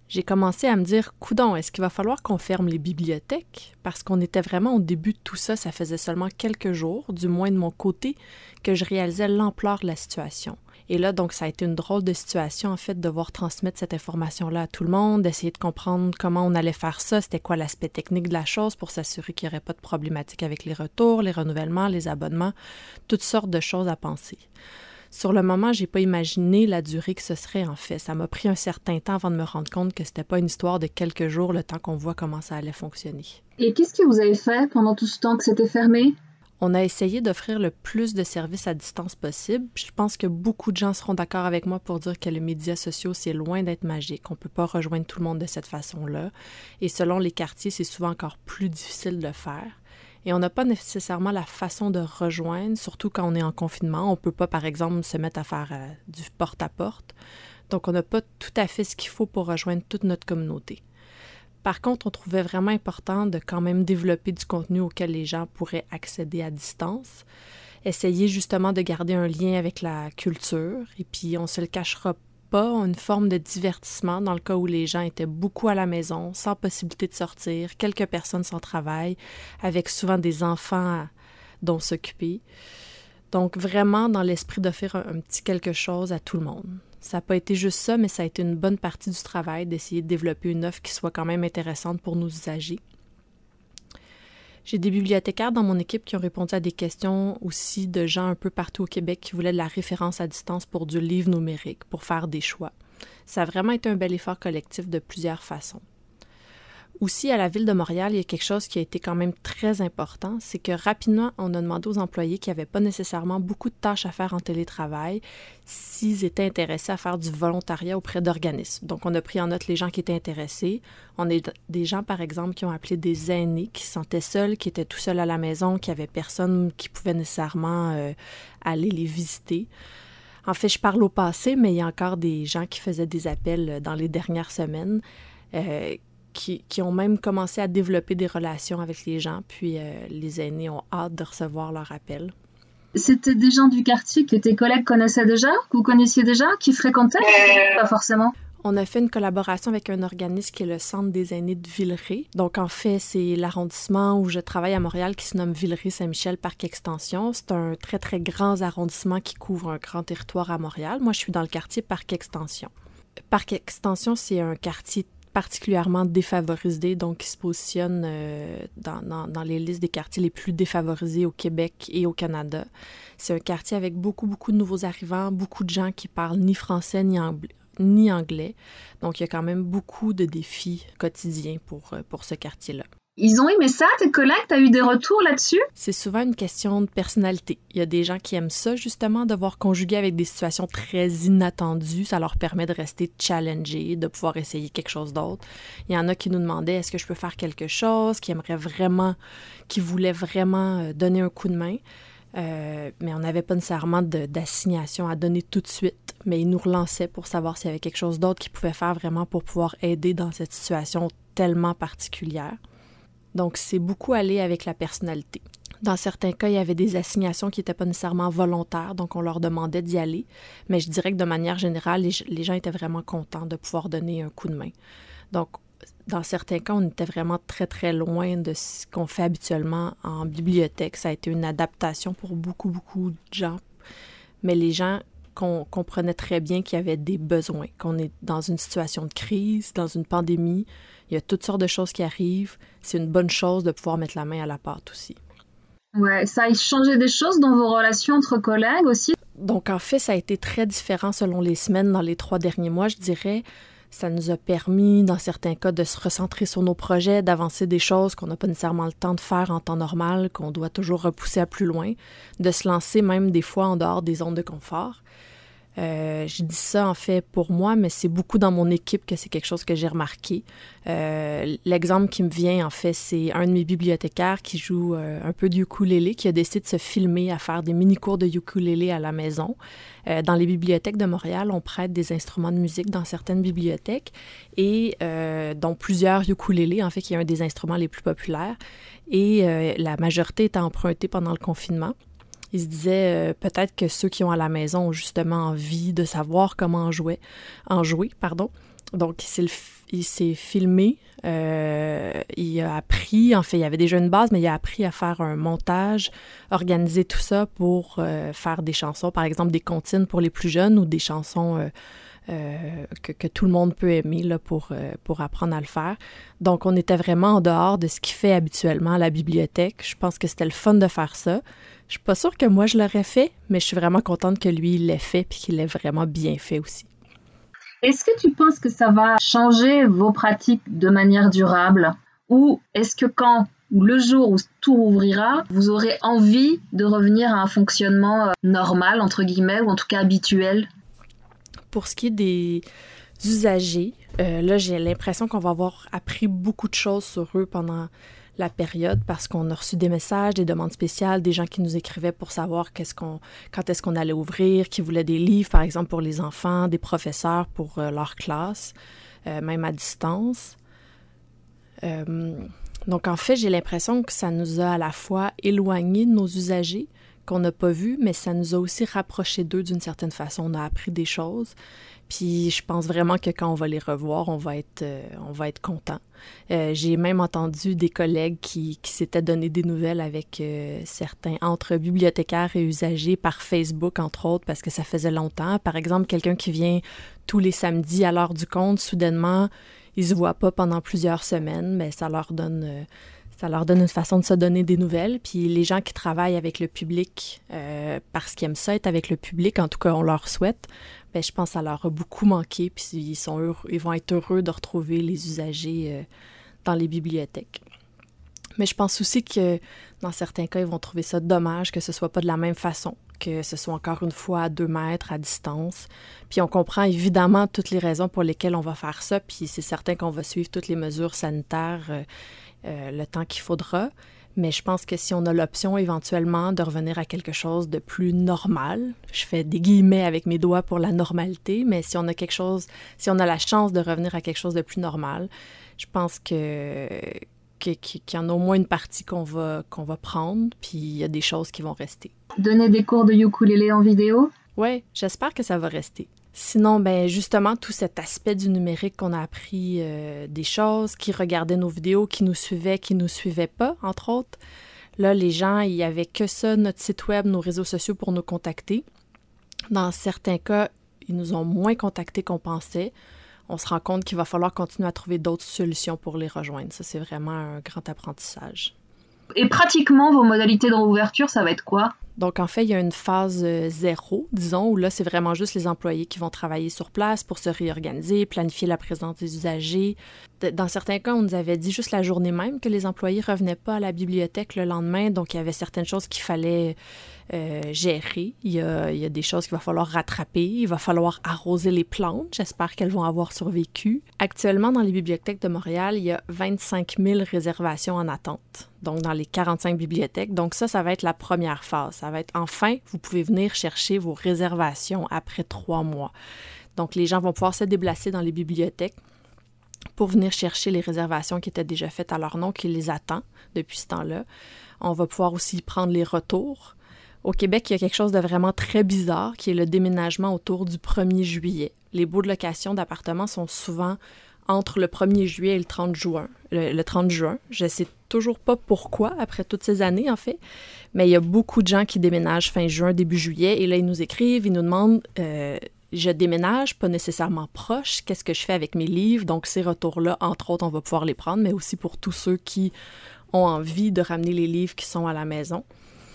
J'ai commencé à me dire, coudonc, est-ce qu'il va falloir qu'on ferme les bibliothèques? Parce qu'on était vraiment au début de tout ça, ça faisait seulement quelques jours, du moins de mon côté, que je réalisais l'ampleur de la situation. Et là, donc, ça a été une drôle de situation, en fait, de devoir transmettre cette information-là à tout le monde, d'essayer de comprendre comment on allait faire ça, c'était quoi l'aspect technique de la chose pour s'assurer qu'il n'y aurait pas de problématique avec les retours, les renouvellements, les abonnements, toutes sortes de choses à penser. Sur le moment, j'ai pas imaginé la durée que ce serait, en fait. Ça m'a pris un certain temps avant de me rendre compte que c'était pas une histoire de quelques jours, le temps qu'on voit comment ça allait fonctionner. Et qu'est-ce que vous avez fait pendant tout ce temps que c'était fermé? On a essayé d'offrir le plus de services à distance possible. Je pense que beaucoup de gens seront d'accord avec moi pour dire que les médias sociaux, c'est loin d'être magique. On peut pas rejoindre tout le monde de cette façon-là. Et selon les quartiers, c'est souvent encore plus difficile de le faire. Et on n'a pas nécessairement la façon de rejoindre, surtout quand on est en confinement. On ne peut pas, par exemple, se mettre à faire du porte-à-porte. Donc, on n'a pas tout à fait ce qu'il faut pour rejoindre toute notre communauté. Par contre, on trouvait vraiment important de quand même développer du contenu auquel les gens pourraient accéder à distance. Essayer justement de garder un lien avec la culture. Et puis, on ne se le cachera pas, une forme de divertissement dans le cas où les gens étaient beaucoup à la maison, sans possibilité de sortir, quelques personnes sans travail, avec souvent des enfants dont s'occuper. Donc vraiment dans l'esprit d'offrir un petit quelque chose à tout le monde. Ça n'a pas été juste ça, mais ça a été une bonne partie du travail d'essayer de développer une offre qui soit quand même intéressante pour nos usagers. J'ai des bibliothécaires dans mon équipe qui ont répondu à des questions aussi de gens un peu partout au Québec qui voulaient de la référence à distance pour du livre numérique, pour faire des choix. Ça a vraiment été un bel effort collectif de plusieurs façons. Aussi, à la Ville de Montréal, il y a quelque chose qui a été quand même très important, c'est que rapidement, on a demandé aux employés qui n'avaient pas nécessairement beaucoup de tâches à faire en télétravail s'ils étaient intéressés à faire du volontariat auprès d'organismes. Donc, on a pris en note les gens qui étaient intéressés. On a des gens, par exemple, qui ont appelé des aînés, qui se sentaient seuls, qui étaient tout seuls à la maison, qui n'avaient personne qui pouvait nécessairement aller les visiter. En fait, je parle au passé, mais il y a encore des gens qui faisaient des appels dans les dernières semaines, qui ont même commencé à développer des relations avec les gens, puis les aînés ont hâte de recevoir leur appel. C'était des gens du quartier que tes collègues connaissaient déjà, que vous connaissiez déjà, qui fréquentaient? Pas forcément. On a fait une collaboration avec un organisme qui est le Centre des aînés de Villeray. Donc, en fait, c'est l'arrondissement où je travaille à Montréal qui se nomme Villeray-Saint-Michel-Parc-Extension. C'est un très, très grand arrondissement qui couvre un grand territoire à Montréal. Moi, je suis dans le quartier Parc-Extension. Parc-Extension, c'est un quartier particulièrement défavorisé, donc qui se positionne dans les listes des quartiers les plus défavorisés au Québec et au Canada. C'est un quartier avec beaucoup, beaucoup de nouveaux arrivants, beaucoup de gens qui parlent ni français ni anglais. Donc, il y a quand même beaucoup de défis quotidiens pour ce quartier-là. Ils ont aimé ça, tes collègues? T'as eu des retours là-dessus? C'est souvent une question de personnalité. Il y a des gens qui aiment ça, justement, devoir conjuguer avec des situations très inattendues. Ça leur permet de rester challengés, de pouvoir essayer quelque chose d'autre. Il y en a qui nous demandaient, est-ce que je peux faire quelque chose, qui voulaient vraiment donner un coup de main. Mais on n'avait pas nécessairement d'assignation à donner tout de suite. Mais ils nous relançaient pour savoir s'il y avait quelque chose d'autre qu'ils pouvaient faire vraiment pour pouvoir aider dans cette situation tellement particulière. Donc, c'est beaucoup aller avec la personnalité. Dans certains cas, il y avait des assignations qui n'étaient pas nécessairement volontaires, donc on leur demandait d'y aller. Mais je dirais que de manière générale, les gens étaient vraiment contents de pouvoir donner un coup de main. Donc, dans certains cas, on était vraiment très, très loin de ce qu'on fait habituellement en bibliothèque. Ça a été une adaptation pour beaucoup, beaucoup de gens. Mais les gens comprenaient très bien qu'il y avait des besoins, qu'on est dans une situation de crise, dans une pandémie. Il y a toutes sortes de choses qui arrivent. C'est une bonne chose de pouvoir mettre la main à la pâte aussi. Ouais, ça a changé des choses dans vos relations entre collègues aussi? Donc, en fait, ça a été très différent selon les semaines. Dans les 3 derniers mois, je dirais, ça nous a permis, dans certains cas, de se recentrer sur nos projets, d'avancer des choses qu'on n'a pas nécessairement le temps de faire en temps normal, qu'on doit toujours repousser à plus loin, de se lancer même des fois en dehors des zones de confort. Je dis ça en fait pour moi, mais c'est beaucoup dans mon équipe que c'est quelque chose que j'ai remarqué. L'exemple qui me vient en fait, c'est un de mes bibliothécaires qui joue un peu de ukulélé, qui a décidé de se filmer à faire des mini-cours de ukulélé à la maison. Dans les bibliothèques de Montréal, on prête des instruments de musique dans certaines bibliothèques et dont plusieurs ukulélés, en fait, qui est un des instruments les plus populaires. Et la majorité est empruntée pendant le confinement. Il se disait peut-être que ceux qui ont à la maison ont justement envie de savoir comment en jouer. Donc, il s'est filmé, il a appris, en fait, il y avait déjà une base, mais il a appris à faire un montage, organiser tout ça pour faire des chansons, par exemple des comptines pour les plus jeunes ou des chansons que tout le monde peut aimer là, pour apprendre à le faire. Donc, on était vraiment en dehors de ce qu'il fait habituellement à la bibliothèque. Je pense que c'était le fun de faire ça. Je suis pas sûre que moi, je l'aurais fait, mais je suis vraiment contente que lui, il l'ait fait et qu'il l'ait vraiment bien fait aussi. Est-ce que tu penses que ça va changer vos pratiques de manière durable? Ou est-ce que le jour où tout rouvrira, vous aurez envie de revenir à un fonctionnement normal, entre guillemets, ou en tout cas habituel? Pour ce qui est des usagers, là, j'ai l'impression qu'on va avoir appris beaucoup de choses sur eux pendant la période parce qu'on a reçu des messages, des demandes spéciales, des gens qui nous écrivaient pour savoir quand est-ce qu'on allait ouvrir, qui voulaient des livres, par exemple, pour les enfants, des professeurs pour leur classe, même à distance. Donc, en fait, j'ai l'impression que ça nous a à la fois éloignés de nos usagers, qu'on n'a pas vus, mais ça nous a aussi rapprochés d'eux d'une certaine façon. On a appris des choses. Puis je pense vraiment que quand on va les revoir, on va être content. J'ai même entendu des collègues qui s'étaient donné des nouvelles avec certains entre bibliothécaires et usagers par Facebook, entre autres, parce que ça faisait longtemps. Par exemple, quelqu'un qui vient tous les samedis à l'heure du compte, soudainement, ils se voient pas pendant plusieurs semaines, mais ça leur donne une façon de se donner des nouvelles. Puis les gens qui travaillent avec le public, parce qu'ils aiment ça, être avec le public, en tout cas, on leur souhaite, bien, je pense que ça leur a beaucoup manqué. Puis ils vont être heureux de retrouver les usagers dans les bibliothèques. Mais je pense aussi que dans certains cas, ils vont trouver ça dommage que ce soit pas de la même façon, que ce soit encore une fois à 2 mètres à distance. Puis on comprend évidemment toutes les raisons pour lesquelles on va faire ça, puis c'est certain qu'on va suivre toutes les mesures sanitaires le temps qu'il faudra. Mais je pense que si on a l'option éventuellement de revenir à quelque chose de plus normal, je fais des guillemets avec mes doigts pour la normalité, mais si on a la chance de revenir à quelque chose de plus normal, je pense qu'il y en a au moins une partie qu'on va prendre, puis il y a des choses qui vont rester. Donner des cours de ukulélé en vidéo? Oui, j'espère que ça va rester. Sinon, ben justement, tout cet aspect du numérique qu'on a appris des choses, qui regardaient nos vidéos, qui nous suivaient pas, entre autres. Là, les gens, il n'y avait que ça, notre site web, nos réseaux sociaux pour nous contacter. Dans certains cas, ils nous ont moins contactés qu'on pensait. On se rend compte qu'il va falloir continuer à trouver d'autres solutions pour les rejoindre. Ça, c'est vraiment un grand apprentissage. Et pratiquement, vos modalités de réouverture, ça va être quoi? Donc, en fait, il y a une phase 0, disons, où là, c'est vraiment juste les employés qui vont travailler sur place pour se réorganiser, planifier la présence des usagers. Dans certains cas, on nous avait dit juste la journée même que les employés ne revenaient pas à la bibliothèque le lendemain, donc il y avait certaines choses qu'il fallait gérer. Il y a des choses qu'il va falloir rattraper. Il va falloir arroser les plantes. J'espère qu'elles vont avoir survécu. Actuellement, dans les bibliothèques de Montréal, il y a 25 000 réservations en attente, donc dans les 45 bibliothèques. Donc ça va être la première phase. Ça va être enfin, vous pouvez venir chercher vos réservations après 3 mois. Donc les gens vont pouvoir se déplacer dans les bibliothèques pour venir chercher les réservations qui étaient déjà faites à leur nom, qui les attend depuis ce temps-là. On va pouvoir aussi prendre les retours. Au Québec, il y a quelque chose de vraiment très bizarre, qui est le déménagement autour du 1er juillet. Les baux de location d'appartements sont souvent entre le 1er juillet et le 30 juin. Le 30 juin. Je ne sais toujours pas pourquoi, après toutes ces années, en fait, mais il y a beaucoup de gens qui déménagent fin juin, début juillet, et là, ils nous écrivent, ils nous demandent je déménage, pas nécessairement proche, qu'est-ce que je fais avec mes livres? Donc, ces retours-là, entre autres, on va pouvoir les prendre, mais aussi pour tous ceux qui ont envie de ramener les livres qui sont à la maison.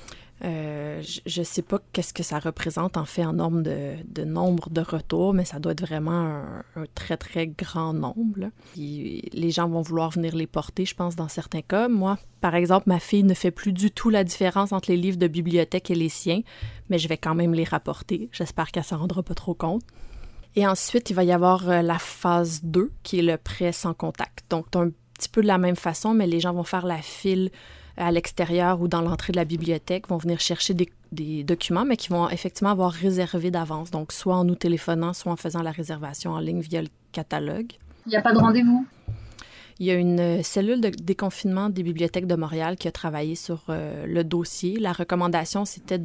Je ne sais pas qu'est-ce que ça représente en fait en nombre de nombre de retours, mais ça doit être vraiment un très, très grand nombre. Puis, les gens vont vouloir venir les porter, je pense, dans certains cas. Moi, par exemple, ma fille ne fait plus du tout la différence entre les livres de bibliothèque et les siens, mais je vais quand même les rapporter. J'espère qu'elle ne s'en rendra pas trop compte. Et ensuite, il va y avoir la phase 2, qui est le prêt sans contact. Donc, un petit peu de la même façon, mais les gens vont faire la file à l'extérieur ou dans l'entrée de la bibliothèque, vont venir chercher des documents, mais qui vont effectivement avoir réservé d'avance. Donc, soit en nous téléphonant, soit en faisant la réservation en ligne via le catalogue. Il n'y a pas de rendez-vous? Il y a une cellule de déconfinement des bibliothèques de Montréal qui a travaillé sur le dossier. La recommandation, c'était de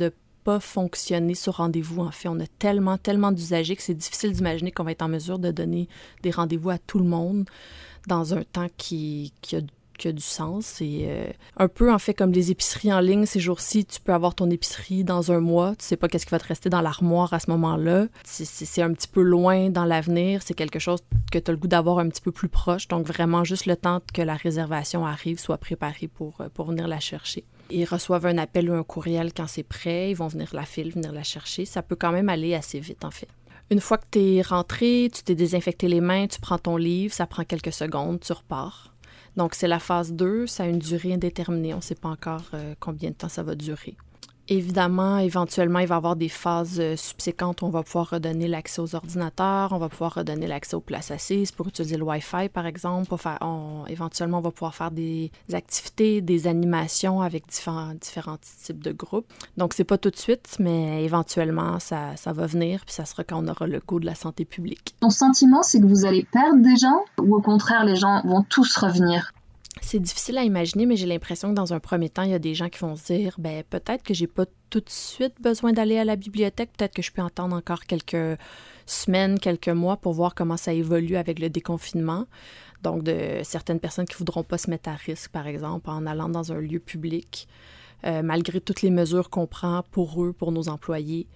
pas fonctionner sur rendez-vous, en fait. On a tellement d'usagers que c'est difficile d'imaginer qu'on va être en mesure de donner des rendez-vous à tout le monde dans un temps qui a du sens. C'est un peu, en fait, comme les épiceries en ligne. Ces jours-ci, tu peux avoir ton épicerie dans un mois. Tu sais pas qu'est-ce qui va te rester dans l'armoire à ce moment-là. C'est un petit peu loin dans l'avenir. C'est quelque chose que tu as le goût d'avoir un petit peu plus proche. Donc, vraiment, juste le temps que la réservation arrive, soit préparée pour venir la chercher. Ils reçoivent un appel ou un courriel quand c'est prêt. Ils vont venir la chercher. Ça peut quand même aller assez vite, en fait. Une fois que tu es rentré, tu t'es désinfecté les mains, tu prends ton livre, ça prend quelques secondes, tu repars. Donc, c'est la phase 2, ça a une durée indéterminée. On ne sait pas encore combien de temps ça va durer. Évidemment, éventuellement, il va y avoir des phases subséquentes où on va pouvoir redonner l'accès aux ordinateurs, on va pouvoir redonner l'accès aux places assises pour utiliser le Wi-Fi, par exemple. Éventuellement, on va pouvoir faire des activités, des animations avec différents types de groupes. Donc, c'est pas tout de suite, mais éventuellement, ça va venir, puis ça sera quand on aura le goût de la santé publique. Ton sentiment, c'est que vous allez perdre des gens ou au contraire, les gens vont tous revenir? C'est difficile à imaginer, mais j'ai l'impression que dans un premier temps, il y a des gens qui vont se dire « peut-être que j'ai pas tout de suite besoin d'aller à la bibliothèque, peut-être que je peux attendre encore quelques semaines, quelques mois pour voir comment ça évolue avec le déconfinement. » Donc, de certaines personnes qui voudront pas se mettre à risque, par exemple, en allant dans un lieu public, malgré toutes les mesures qu'on prend pour eux, pour nos employés.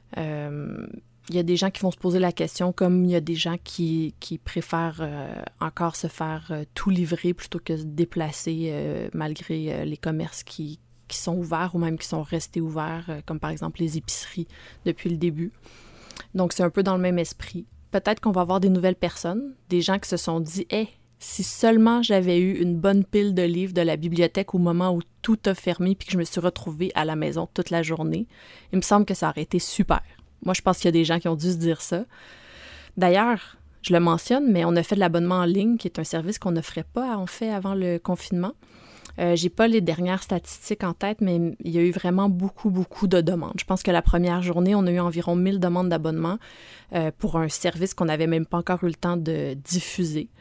Il y a des gens qui vont se poser la question, comme il y a des gens qui préfèrent encore se faire tout livrer plutôt que se déplacer malgré les commerces qui sont ouverts ou même qui sont restés ouverts, comme par exemple les épiceries depuis le début. Donc, c'est un peu dans le même esprit. Peut-être qu'on va avoir des nouvelles personnes, des gens qui se sont dit « Hey, si seulement j'avais eu une bonne pile de livres de la bibliothèque au moment où tout a fermé puis que je me suis retrouvée à la maison toute la journée, il me semble que ça aurait été super. » Moi, je pense qu'il y a des gens qui ont dû se dire ça. D'ailleurs, je le mentionne, mais on a fait de l'abonnement en ligne, qui est un service qu'on n'offrait pas, en fait, avant le confinement. J'ai pas les dernières statistiques en tête, mais il y a eu vraiment beaucoup de demandes. Je pense que la première journée, on a eu environ 1000 demandes d'abonnement pour un service qu'on n'avait même pas encore eu le temps de diffuser.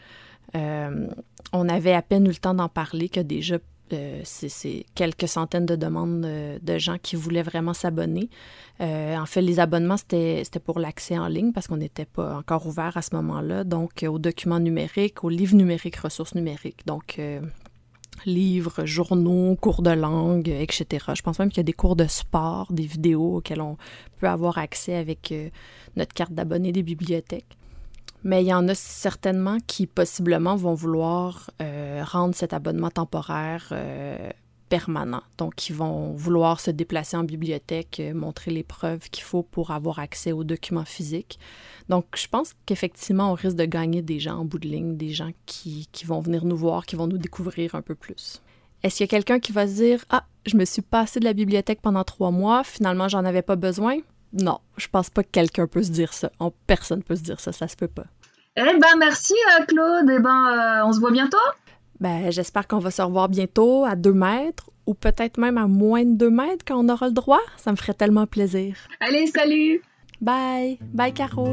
On avait à peine eu le temps d'en parler que déjà c'est quelques centaines de demandes de gens qui voulaient vraiment s'abonner. En fait, les abonnements, c'était pour l'accès en ligne parce qu'on n'était pas encore ouvert à ce moment-là. Donc, aux documents numériques, aux livres numériques, ressources numériques. Donc, livres, journaux, cours de langue, etc. Je pense même qu'il y a des cours de sport, des vidéos auxquelles on peut avoir accès avec notre carte d'abonné des bibliothèques. Mais il y en a certainement qui, possiblement, vont vouloir rendre cet abonnement temporaire permanent. Donc, ils vont vouloir se déplacer en bibliothèque, montrer les preuves qu'il faut pour avoir accès aux documents physiques. Donc, je pense qu'effectivement, on risque de gagner des gens en bout de ligne, des gens qui vont venir nous voir, qui vont nous découvrir un peu plus. Est-ce qu'il y a quelqu'un qui va se dire « Ah, je me suis passé de la bibliothèque pendant 3 mois, finalement, j'en avais pas besoin ». Non, je pense pas que quelqu'un peut se dire ça. Personne peut se dire ça se peut pas. Merci Claude, on se voit bientôt. J'espère qu'on va se revoir bientôt à 2 mètres ou peut-être même à moins de 2 mètres quand on aura le droit. Ça me ferait tellement plaisir. Allez, salut! Bye! Bye Caro!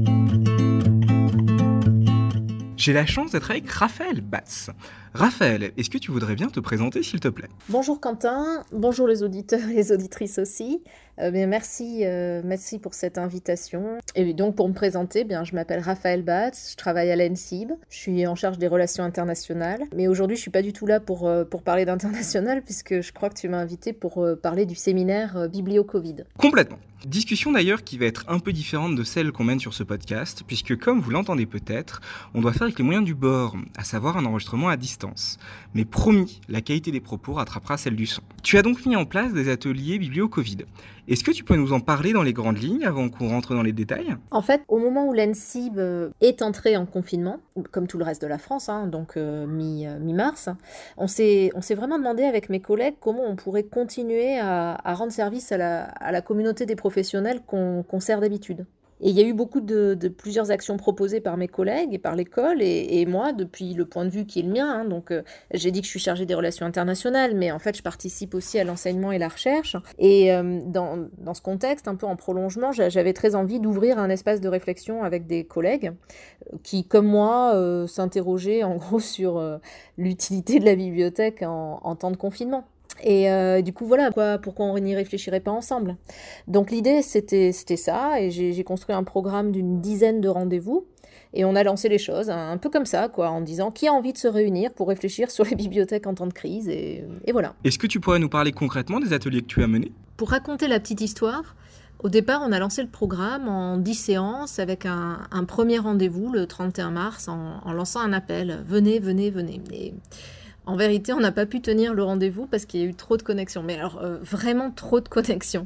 J'ai la chance d'être avec Raphaël Batz. Raphaël, est-ce que tu voudrais bien te présenter, s'il te plaît ? Bonjour Quentin, bonjour les auditeurs et les auditrices aussi. Merci pour cette invitation. Et donc pour me présenter, je m'appelle Raphaël Batz, je travaille à l'ENSIB, je suis en charge des relations internationales. Mais aujourd'hui, je suis pas du tout là pour parler d'international, puisque je crois que tu m'as invité pour parler du séminaire Biblio-Covid. Complètement. Discussion d'ailleurs qui va être un peu différente de celle qu'on mène sur ce podcast, puisque comme vous l'entendez peut-être, on doit faire avec les moyens du bord, à savoir un enregistrement à distance. Mais promis, la qualité des propos rattrapera celle du son. Tu as donc mis en place des ateliers Biblio-Covid. Est-ce que tu peux nous en parler dans les grandes lignes avant qu'on rentre dans les détails ? En fait, au moment où l'ENSIB est entrée en confinement, comme tout le reste de la France, donc mi-mars, on s'est vraiment demandé avec mes collègues comment on pourrait continuer à rendre service à la communauté des professionnels qu'on sert d'habitude. Et il y a eu beaucoup de plusieurs actions proposées par mes collègues et par l'école et moi, depuis le point de vue qui est le mien. Donc, j'ai dit que je suis chargée des relations internationales, mais en fait, je participe aussi à l'enseignement et la recherche. Et dans ce contexte, un peu en prolongement, j'avais très envie d'ouvrir un espace de réflexion avec des collègues qui, comme moi, s'interrogeaient en gros sur l'utilité de la bibliothèque en temps de confinement. Et du coup, voilà, pourquoi on n'y réfléchirait pas ensemble. Donc l'idée, c'était ça, et j'ai construit un programme d'une dizaine de rendez-vous, et on a lancé les choses, un peu comme ça, quoi, en disant qui a envie de se réunir pour réfléchir sur les bibliothèques en temps de crise, et voilà. Est-ce que tu pourrais nous parler concrètement des ateliers que tu as menés ? Pour raconter la petite histoire, au départ, on a lancé le programme en 10 séances avec un premier rendez-vous le 31 mars en lançant un appel. Venez, venez, venez. Et en vérité, on n'a pas pu tenir le rendez-vous parce qu'il y a eu trop de connexions. Mais alors, vraiment trop de connexions.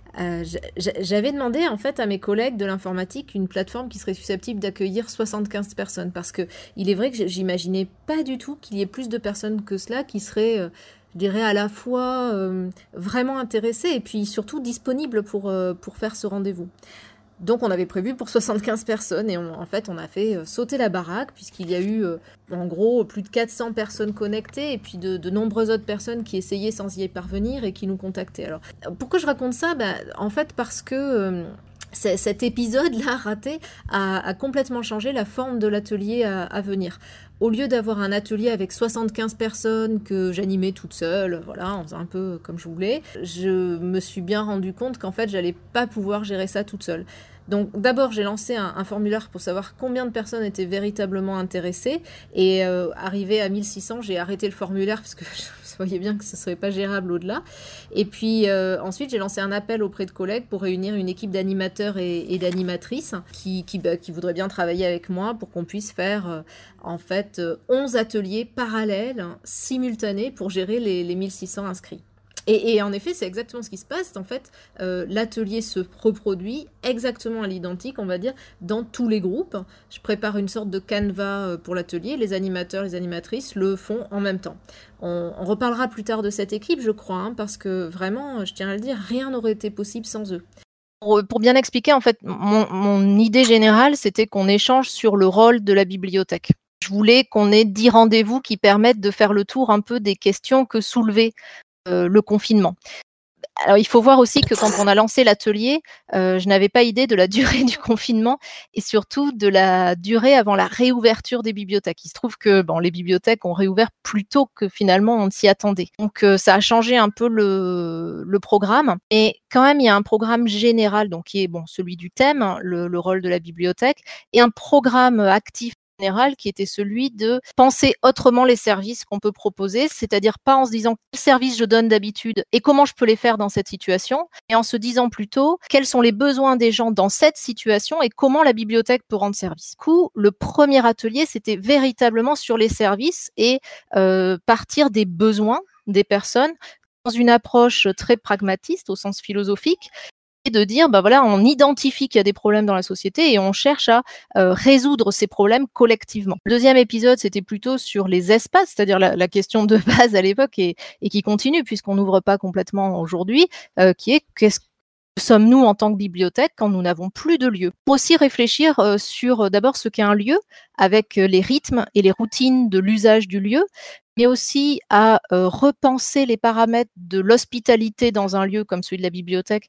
J'avais demandé en fait à mes collègues de l'informatique une plateforme qui serait susceptible d'accueillir 75 personnes. Parce qu'il est vrai que j'imaginais pas du tout qu'il y ait plus de personnes que cela qui seraient... je dirais à la fois vraiment intéressés et puis surtout disponibles pour faire ce rendez-vous. Donc on avait prévu pour 75 personnes et en fait on a fait sauter la baraque puisqu'il y a eu en gros plus de 400 personnes connectées et puis de nombreuses autres personnes qui essayaient sans y parvenir et qui nous contactaient. Alors pourquoi je raconte ça ? En fait parce que... cet épisode-là raté a complètement changé la forme de l'atelier à venir. Au lieu d'avoir un atelier avec 75 personnes que j'animais toute seule, voilà, en faisant un peu comme je voulais, je me suis bien rendu compte qu'en fait, j'allais pas pouvoir gérer ça toute seule. Donc d'abord, j'ai lancé un formulaire pour savoir combien de personnes étaient véritablement intéressées et arrivé à 1600, j'ai arrêté le formulaire parce que je voyais bien que ce ne serait pas gérable au-delà. Et puis ensuite, j'ai lancé un appel auprès de collègues pour réunir une équipe d'animateurs et d'animatrices qui voudraient bien travailler avec moi pour qu'on puisse faire en fait 11 ateliers parallèles, simultanés pour gérer les 1600 inscrits. Et en effet, c'est exactement ce qui se passe. En fait, l'atelier se reproduit exactement à l'identique, on va dire, dans tous les groupes. Je prépare une sorte de canevas pour l'atelier. Les animateurs, les animatrices le font en même temps. On reparlera plus tard de cette équipe, je crois, parce que vraiment, je tiens à le dire, rien n'aurait été possible sans eux. Pour bien expliquer, en fait, mon idée générale, c'était qu'on échange sur le rôle de la bibliothèque. Je voulais qu'on ait 10 rendez-vous qui permettent de faire le tour un peu des questions que soulevait le confinement. Alors, il faut voir aussi que quand on a lancé l'atelier, je n'avais pas idée de la durée du confinement et surtout de la durée avant la réouverture des bibliothèques. Il se trouve que les bibliothèques ont réouvert plus tôt que finalement on ne s'y attendait. Donc, ça a changé un peu le programme. Et quand même, il y a un programme général, donc qui est celui du thème, le rôle de la bibliothèque, et un programme actif général qui était celui de penser autrement les services qu'on peut proposer, c'est-à-dire pas en se disant quels services je donne d'habitude et comment je peux les faire dans cette situation, et en se disant plutôt quels sont les besoins des gens dans cette situation et comment la bibliothèque peut rendre service. Du coup, le premier atelier, c'était véritablement sur les services et partir des besoins des personnes dans une approche très pragmatiste au sens philosophique, et de dire, on identifie qu'il y a des problèmes dans la société et on cherche à résoudre ces problèmes collectivement. Le deuxième épisode, c'était plutôt sur les espaces, c'est-à-dire la question de base à l'époque et qui continue puisqu'on n'ouvre pas complètement aujourd'hui, qui est qu'est-ce que sommes-nous en tant que bibliothèque quand nous n'avons plus de lieu. Pour aussi réfléchir sur d'abord ce qu'est un lieu, avec les rythmes et les routines de l'usage du lieu, mais aussi à repenser les paramètres de l'hospitalité dans un lieu comme celui de la bibliothèque,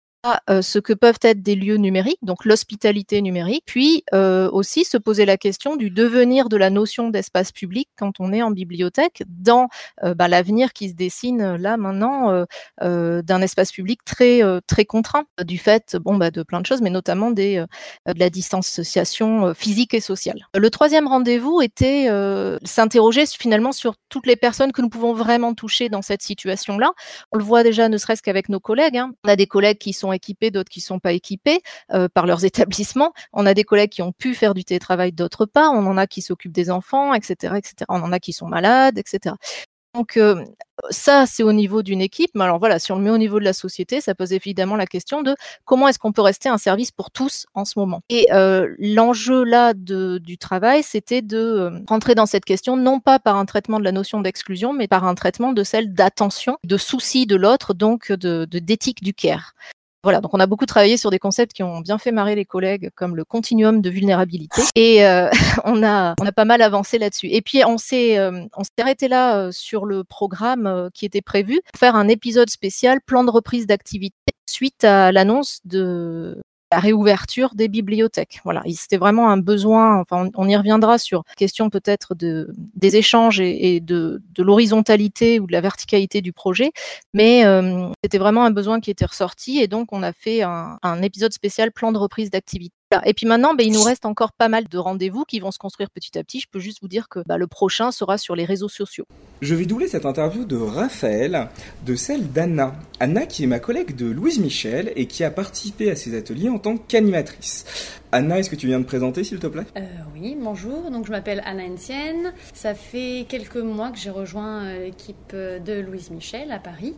ce que peuvent être des lieux numériques, donc l'hospitalité numérique, puis aussi se poser la question du devenir de la notion d'espace public quand on est en bibliothèque dans l'avenir qui se dessine là maintenant d'un espace public très, très contraint du fait de plein de choses, mais notamment de la distanciation physique et sociale. Le troisième rendez-vous était s'interroger finalement sur toutes les personnes que nous pouvons vraiment toucher dans cette situation-là. On le voit déjà ne serait-ce qu'avec nos collègues. On a des collègues qui sont équipés, d'autres qui ne sont pas équipés par leurs établissements. On a des collègues qui ont pu faire du télétravail, d'autres pas. On en a qui s'occupent des enfants, etc., etc. On en a qui sont malades, etc. Donc ça, c'est au niveau d'une équipe. Mais alors voilà, si on le met au niveau de la société, ça pose évidemment la question de comment est-ce qu'on peut rester un service pour tous en ce moment. Et l'enjeu là du travail, c'était de rentrer dans cette question, non pas par un traitement de la notion d'exclusion, mais par un traitement de celle d'attention, de souci de l'autre, donc d'éthique du care. Voilà, donc on a beaucoup travaillé sur des concepts qui ont bien fait marrer les collègues, comme le continuum de vulnérabilité, et on a pas mal avancé là-dessus. Et puis on s'est arrêté là sur le programme qui était prévu pour faire un épisode spécial plan de reprise d'activité suite à l'annonce la réouverture des bibliothèques. Voilà, c'était vraiment un besoin, enfin on y reviendra sur la question peut-être des échanges et de l'horizontalité ou de la verticalité du projet, mais c'était vraiment un besoin qui était ressorti et donc on a fait un épisode spécial plan de reprise d'activité. Et puis maintenant, il nous reste encore pas mal de rendez-vous qui vont se construire petit à petit. Je peux juste vous dire que le prochain sera sur les réseaux sociaux. Je vais doubler cette interview de Raphaël de celle d'Anna. Anna qui est ma collègue de Louise Michel et qui a participé à ces ateliers en tant qu'animatrice. Anna, est-ce que tu viens de présenter s'il te plaît ? Oui, bonjour, donc je m'appelle Anna Entienne. Ça fait quelques mois que j'ai rejoint l'équipe de Louise Michel à Paris.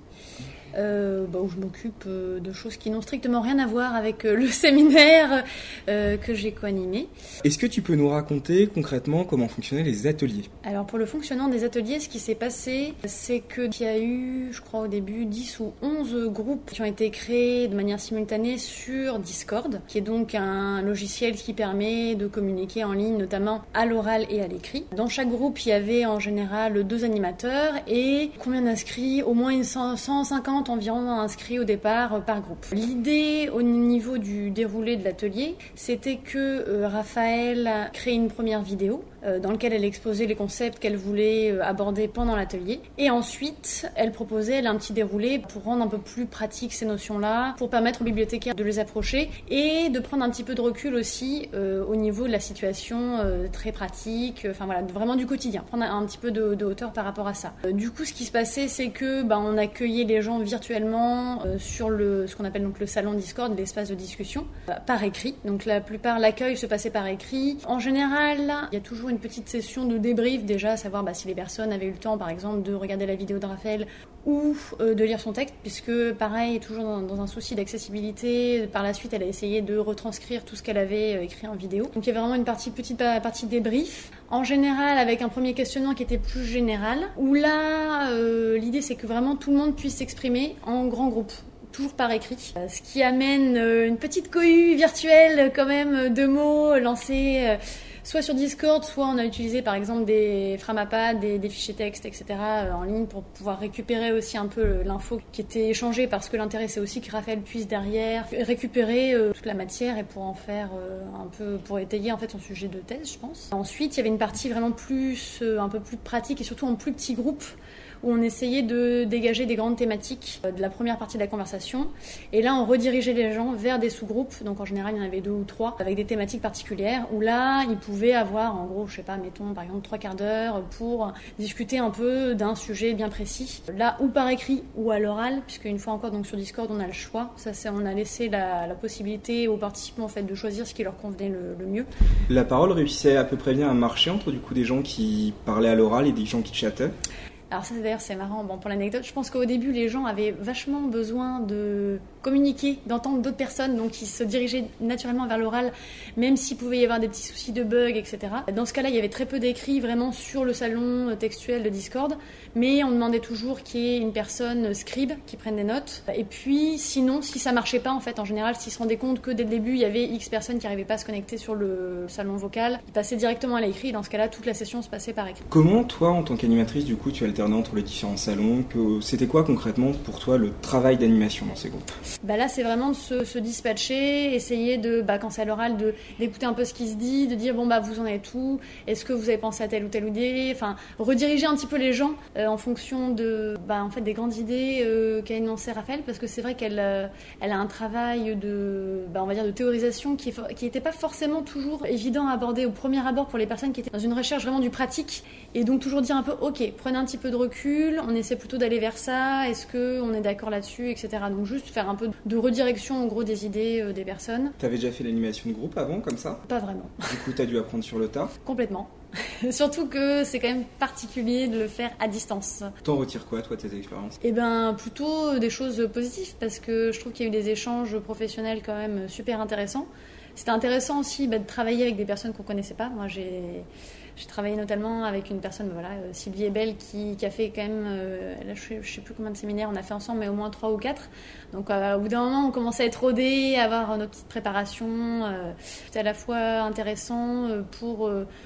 Où je m'occupe de choses qui n'ont strictement rien à voir avec le séminaire que j'ai co-animé. Est-ce que tu peux nous raconter concrètement comment fonctionnaient les ateliers ? Alors pour le fonctionnement des ateliers, ce qui s'est passé, c'est qu'il y a eu, je crois au début, 10 ou 11 groupes qui ont été créés de manière simultanée sur Discord, qui est donc un logiciel qui permet de communiquer en ligne, notamment à l'oral et à l'écrit. Dans chaque groupe, il y avait en général 2 animateurs et combien d'inscrits ? Au moins 150 environ inscrits au départ par groupe. L'idée au niveau du déroulé de l'atelier, c'était que Raphaël crée une première vidéo dans laquelle elle exposait les concepts qu'elle voulait aborder pendant l'atelier. Et ensuite, elle proposait un petit déroulé pour rendre un peu plus pratique ces notions-là, pour permettre aux bibliothécaires de les approcher et de prendre un petit peu de recul aussi au niveau de la situation très pratique, vraiment du quotidien, prendre un petit peu de hauteur par rapport à ça. Du coup, ce qui se passait, c'est que on accueillait les gens virtuellement sur ce qu'on appelle donc le salon Discord, l'espace de discussion, par écrit. Donc l'accueil se passait par écrit. En général, il y a toujours une petite session de débrief déjà, à savoir si les personnes avaient eu le temps, par exemple, de regarder la vidéo de Raphaël ou de lire son texte, puisque pareil, toujours dans un souci d'accessibilité, par la suite, elle a essayé de retranscrire tout ce qu'elle avait écrit en vidéo. Donc il y avait vraiment une petite partie débrief. En général, avec un premier questionnement qui était plus général, où là, l'idée c'est que vraiment tout le monde puisse s'exprimer en grand groupe. Toujours par écrit, ce qui amène une petite cohue virtuelle quand même de mots lancés soit sur Discord, soit on a utilisé par exemple des Framapads, des fichiers texte, etc. En ligne pour pouvoir récupérer aussi un peu l'info qui était échangée, parce que l'intérêt c'est aussi que Raphaël puisse derrière récupérer toute la matière et pour en faire un peu, pour étayer en fait son sujet de thèse, je pense. Ensuite, il y avait une partie vraiment un peu plus pratique et surtout en plus petits groupes, où on essayait de dégager des grandes thématiques de la première partie de la conversation. Et là, on redirigeait les gens vers des sous-groupes. Donc, en général, il y en avait 2 ou 3 avec des thématiques particulières, où là, ils pouvaient avoir, en gros, je sais pas, mettons, par exemple, 3 quarts d'heure pour discuter un peu d'un sujet bien précis. Là, ou par écrit, ou à l'oral, puisque une fois encore, donc sur Discord, on a le choix. On a laissé la possibilité aux participants, en fait, de choisir ce qui leur convenait le mieux. La parole réussissait à peu près bien à marcher entre, du coup, des gens qui parlaient à l'oral et des gens qui chattaient. Alors ça d'ailleurs c'est marrant, pour l'anecdote, je pense qu'au début les gens avaient vachement besoin de communiquer, d'entendre d'autres personnes, donc ils se dirigeaient naturellement vers l'oral, même s'il pouvait y avoir des petits soucis de bugs, etc. Dans ce cas-là, il y avait très peu d'écrits vraiment sur le salon textuel de Discord, mais on demandait toujours qu'il y ait une personne scribe qui prenne des notes. Et puis sinon, si ça marchait pas, en fait, en général, s'ils se rendaient compte que dès le début, il y avait X personnes qui n'arrivaient pas à se connecter sur le salon vocal, ils passaient directement à l'écrit, et dans ce cas-là, toute la session se passait par écrit. Comment, toi, en tant qu'animatrice, du coup, tu alternais entre les différents salons, c'était quoi concrètement pour toi le travail d'animation dans ces groupes ? Là, c'est vraiment de se dispatcher, essayer de, quand c'est à l'oral, d'écouter un peu ce qui se dit, de dire vous en êtes où ? Est-ce que vous avez pensé à telle ou telle idée ? Enfin, rediriger un petit peu les gens en fonction de, en fait, des grandes idées qu'a énoncé Raphaël, parce que c'est vrai qu'elle a un travail on va dire de théorisation qui n'était pas forcément toujours évident à aborder au premier abord pour les personnes qui étaient dans une recherche vraiment du pratique, et donc toujours dire un peu, ok, prenez un petit peu de recul, on essaie plutôt d'aller vers ça, est-ce qu'on est d'accord là-dessus, etc. Donc juste faire un peu de redirection en gros des idées des personnes. T'avais déjà fait l'animation de groupe avant, comme ça ? Pas vraiment. Du coup, t'as dû apprendre sur le tas ? Complètement. Surtout que c'est quand même particulier de le faire à distance. T'en retires quoi, toi, tes expériences ? Plutôt des choses positives, parce que je trouve qu'il y a eu des échanges professionnels quand même super intéressants. C'était intéressant aussi de travailler avec des personnes qu'on connaissait pas. Moi, j'ai travaillé notamment avec une personne, Sylvie Ebel, qui a fait quand même, là, je sais plus combien de séminaires on a fait ensemble, mais au moins 3 ou 4. Donc au bout d'un moment, on commençait à être rodés, à avoir nos petites préparations. C'était à la fois intéressant pour le sujet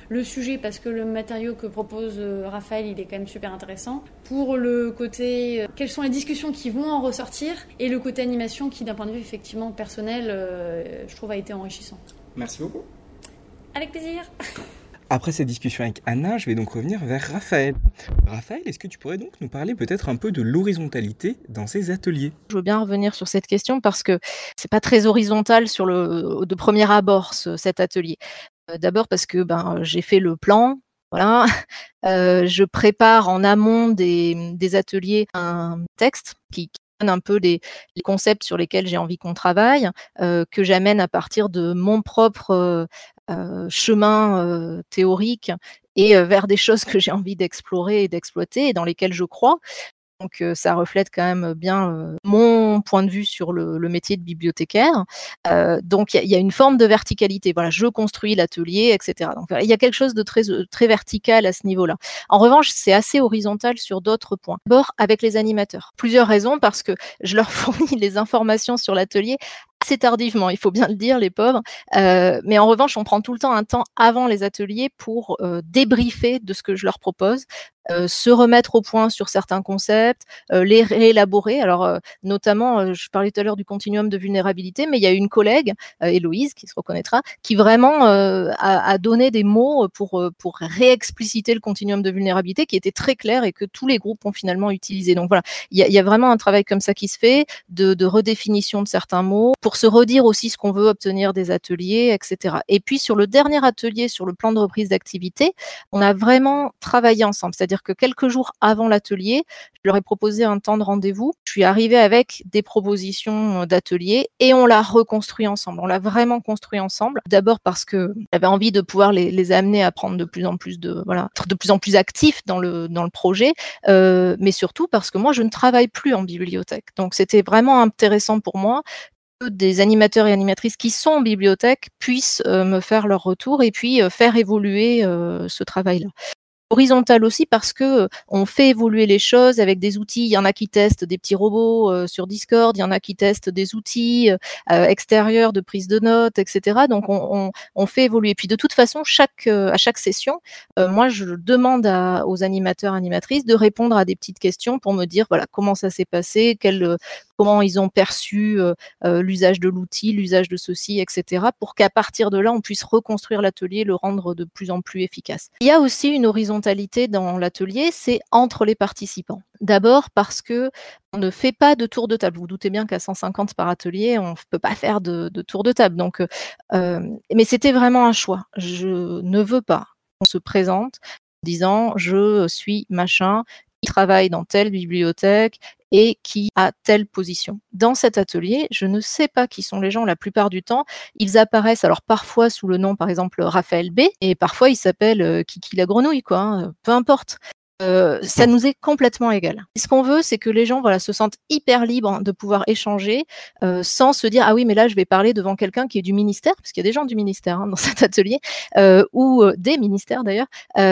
bouger parce que le matériau que propose Raphaël, il est quand même super intéressant. Pour le côté, quelles sont les discussions qui vont en ressortir, et le côté animation qui, d'un point de vue effectivement personnel, je trouve a été enrichissant. Merci beaucoup. Avec plaisir. Après cette discussion avec Anna, je vais donc revenir vers Raphaël. Raphaël, est-ce que tu pourrais donc nous parler peut-être un peu de l'horizontalité dans ces ateliers ? Je veux bien revenir sur cette question parce que c'est pas très horizontal de premier abord cet atelier. D'abord parce que j'ai fait le plan, voilà. Je prépare en amont des ateliers un texte qui donne un peu les concepts sur lesquels j'ai envie qu'on travaille, que j'amène à partir de mon propre chemin théorique et vers des choses que j'ai envie d'explorer et d'exploiter et dans lesquelles je crois. Donc ça reflète quand même bien mon point de vue sur le métier de bibliothécaire. Donc il y a une forme de verticalité. Voilà, je construis l'atelier, etc. Donc il y a quelque chose de très vertical à ce niveau-là. En revanche, c'est assez horizontal sur d'autres points. D'abord avec les animateurs. Plusieurs raisons, parce que je leur fournis les informations sur l'atelier assez tardivement, il faut bien le dire, les pauvres. Mais en revanche, on prend tout le temps un temps avant les ateliers pour débriefer de ce que je leur propose, se remettre au point sur certains concepts, les réélaborer. Alors, notamment, je parlais tout à l'heure du continuum de vulnérabilité, mais il y a une collègue, Héloïse, qui se reconnaîtra, qui vraiment a donné des mots pour réexpliciter le continuum de vulnérabilité, qui était très clair et que tous les groupes ont finalement utilisé. Donc voilà, il y a vraiment un travail comme ça qui se fait, de redéfinition de certains mots, pour se redire aussi ce qu'on veut obtenir des ateliers, etc. Et puis sur le dernier atelier, sur le plan de reprise d'activité, on a vraiment travaillé ensemble. C'est-à-dire que quelques jours avant l'atelier, je leur ai proposé un temps de rendez-vous. Je suis arrivée avec des propositions d'atelier et on l'a reconstruit ensemble. On l'a vraiment construit ensemble. D'abord parce que j'avais envie de pouvoir les amener à prendre de plus en plus être de plus en plus actifs dans le projet, mais surtout parce que moi, je ne travaille plus en bibliothèque. Donc, c'était vraiment intéressant pour moi que des animateurs et animatrices qui sont en bibliothèque puissent me faire leur retour et puis faire évoluer ce travail-là. Horizontal aussi parce que on fait évoluer les choses avec des outils. Il y en a qui testent des petits robots sur Discord, il y en a qui testent des outils extérieurs de prise de notes, etc. Donc on fait évoluer. Puis de toute façon, à chaque session, moi je demande aux animateurs, animatrices de répondre à des petites questions pour me dire voilà comment ça s'est passé, comment ils ont perçu l'usage de l'outil, l'usage de ceci, etc. pour qu'à partir de là, on puisse reconstruire l'atelier, le rendre de plus en plus efficace. Il y a aussi une horizontalité dans l'atelier, c'est entre les participants. D'abord parce que on ne fait pas de tour de table. Vous, vous doutez bien qu'à 150 par atelier, on ne peut pas faire de tour de table. Donc, mais c'était vraiment un choix. Je ne veux pas qu'on se présente en disant « je suis machin », qui travaille dans telle bibliothèque et qui a telle position. Dans cet atelier, je ne sais pas qui sont les gens la plupart du temps. Ils apparaissent alors parfois sous le nom, par exemple, Raphaël B, et parfois ils s'appellent Kiki la grenouille, quoi. Peu importe. Ça nous est complètement égal. Et ce qu'on veut, c'est que les gens se sentent hyper libres de pouvoir échanger sans se dire « Ah oui, mais là, je vais parler devant quelqu'un qui est du ministère », parce qu'il y a des gens du ministère dans cet atelier, ou des ministères d'ailleurs,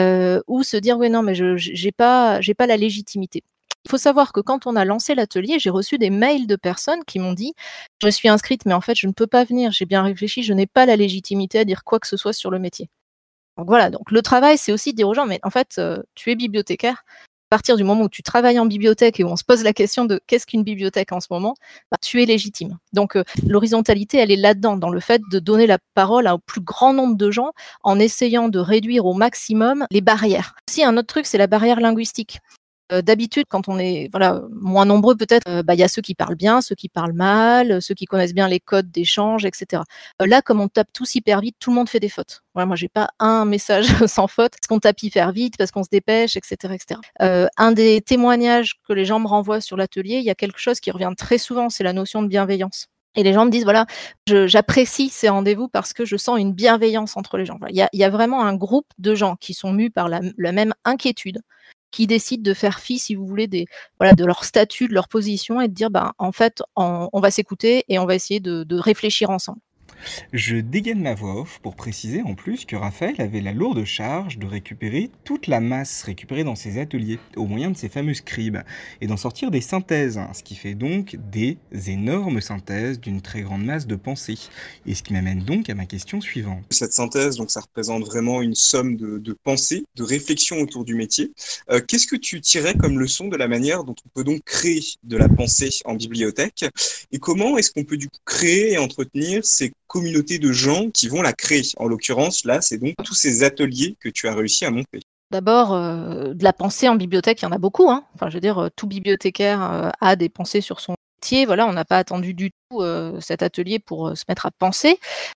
ou se dire « Oui, non, mais j'ai pas la légitimité ». Il faut savoir que quand on a lancé l'atelier, j'ai reçu des mails de personnes qui m'ont dit « Je me suis inscrite, mais en fait, je ne peux pas venir. J'ai bien réfléchi, je n'ai pas la légitimité à dire quoi que ce soit sur le métier. » Donc voilà, donc le travail, c'est aussi de dire aux gens, mais en fait, tu es bibliothécaire. À partir du moment où tu travailles en bibliothèque et où on se pose la question de qu'est-ce qu'une bibliothèque en ce moment, tu es légitime. Donc l'horizontalité, elle est là-dedans, dans le fait de donner la parole au plus grand nombre de gens en essayant de réduire au maximum les barrières. Aussi, un autre truc, c'est la barrière linguistique. D'habitude, quand on est moins nombreux, peut-être, y a ceux qui parlent bien, ceux qui parlent mal, ceux qui connaissent bien les codes d'échange, etc. Là, comme on tape tous hyper vite, tout le monde fait des fautes. Voilà, moi, j'ai pas un message sans faute, parce qu'on tape hyper vite, parce qu'on se dépêche, etc., etc. Un des témoignages que les gens me renvoient sur l'atelier, il y a quelque chose qui revient très souvent, c'est la notion de bienveillance. Et les gens me disent, voilà, j'apprécie ces rendez-vous parce que je sens une bienveillance entre les gens. Voilà, il y a vraiment un groupe de gens qui sont mus par la même inquiétude, qui décident de faire fi, si vous voulez, de leur statut, de leur position, et de dire, en fait, on va s'écouter et on va essayer de réfléchir ensemble. Je dégaine ma voix off pour préciser en plus que Raphaël avait la lourde charge de récupérer toute la masse récupérée dans ses ateliers au moyen de ses fameux scribes et d'en sortir des synthèses, ce qui fait donc des énormes synthèses d'une très grande masse de pensées. Et ce qui m'amène donc à ma question suivante. Cette synthèse, donc ça représente vraiment une somme de pensées, de réflexions autour du métier. Qu'est-ce que tu tirais comme leçon de la manière dont on peut donc créer de la pensée en bibliothèque et comment est-ce qu'on peut du coup créer et entretenir ces communautés de gens qui vont la créer? En l'occurrence, là, c'est donc tous ces ateliers que tu as réussi à monter. D'abord, de la pensée en bibliothèque, il y en a beaucoup, hein. Enfin, je veux dire, tout bibliothécaire a des pensées sur son métier. Voilà, on n'a pas attendu du tout cet atelier pour se mettre à penser.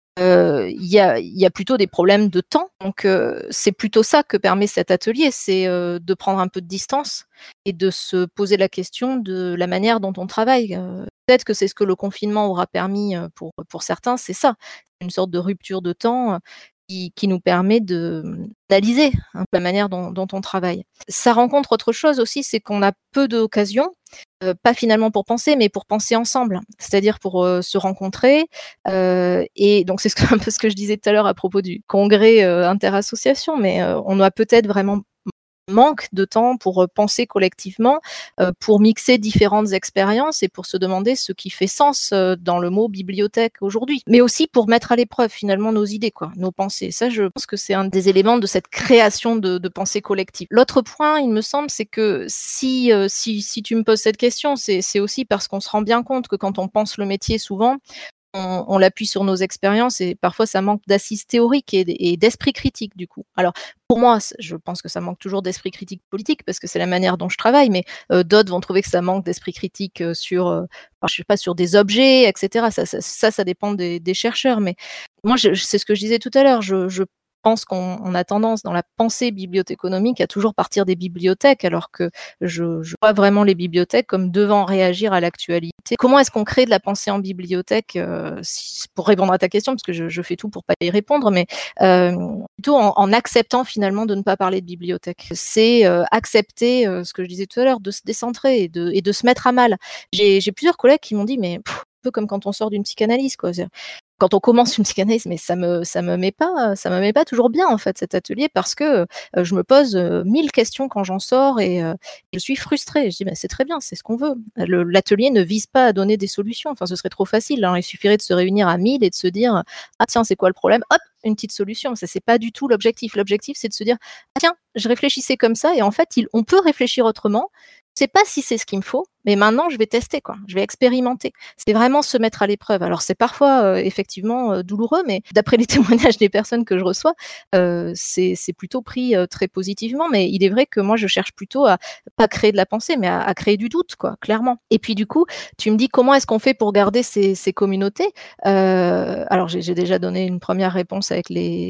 Il y a plutôt des problèmes de temps. Donc, c'est plutôt ça que permet cet atelier, c'est de prendre un peu de distance et de se poser la question de la manière dont on travaille. Peut-être que c'est ce que le confinement aura permis pour certains, c'est ça, une sorte de rupture de temps qui nous permet d'analyser un peu la manière dont on travaille. Ça rencontre autre chose aussi, c'est qu'on a peu d'occasions, pas finalement pour penser, mais pour penser ensemble, c'est-à-dire pour se rencontrer. Et donc c'est un peu ce que je disais tout à l'heure à propos du congrès interassociation, mais on a peut-être vraiment manque de temps pour penser collectivement, pour mixer différentes expériences et pour se demander ce qui fait sens dans le mot bibliothèque aujourd'hui. Mais aussi pour mettre à l'épreuve finalement nos idées, nos pensées. Ça, je pense que c'est un des éléments de cette création de pensée collective. L'autre point, il me semble, c'est que si tu me poses cette question, c'est aussi parce qu'on se rend bien compte que quand on pense le métier, souvent, on l'appuie sur nos expériences et parfois ça manque d'assises théoriques et d'esprit critique du coup. Alors pour moi, je pense que ça manque toujours d'esprit critique politique parce que c'est la manière dont je travaille, mais d'autres vont trouver que ça manque d'esprit critique sur des objets, etc. Ça dépend des chercheurs, mais moi c'est ce que je disais tout à l'heure, je pense qu'on a tendance dans la pensée bibliothéconomique à toujours partir des bibliothèques, alors que je vois vraiment les bibliothèques comme devant réagir à l'actualité. Comment est-ce qu'on crée de la pensée en bibliothèque pour répondre à ta question, parce que je fais tout pour pas y répondre, mais plutôt en acceptant finalement de ne pas parler de bibliothèque. C'est accepter ce que je disais tout à l'heure, de se décentrer et de se mettre à mal. J'ai plusieurs collègues qui m'ont dit, mais un peu comme quand on sort d'une psychanalyse, quoi. Quand on commence une psychanalyse, mais ça me met pas toujours bien en fait cet atelier parce que je me pose 1000 questions quand j'en sors et je suis frustrée. Je dis c'est très bien, c'est ce qu'on veut. L'atelier ne vise pas à donner des solutions. Enfin, ce serait trop facile. Hein. Il suffirait de se réunir à 1000 et de se dire ah tiens, c'est quoi le problème? Hop, une petite solution. Ça, c'est pas du tout l'objectif. L'objectif, c'est de se dire ah tiens, je réfléchissais comme ça et en fait, on peut réfléchir autrement. Je sais pas si c'est ce qu'il me faut, mais maintenant je vais tester, je vais expérimenter. C'est vraiment se mettre à l'épreuve. Alors c'est parfois effectivement douloureux, mais d'après les témoignages des personnes que je reçois, c'est plutôt pris très positivement. Mais il est vrai que moi je cherche plutôt à pas créer de la pensée, mais à créer du doute, clairement. Et puis du coup, tu me dis comment est-ce qu'on fait pour garder ces communautés? Alors j'ai déjà donné une première réponse avec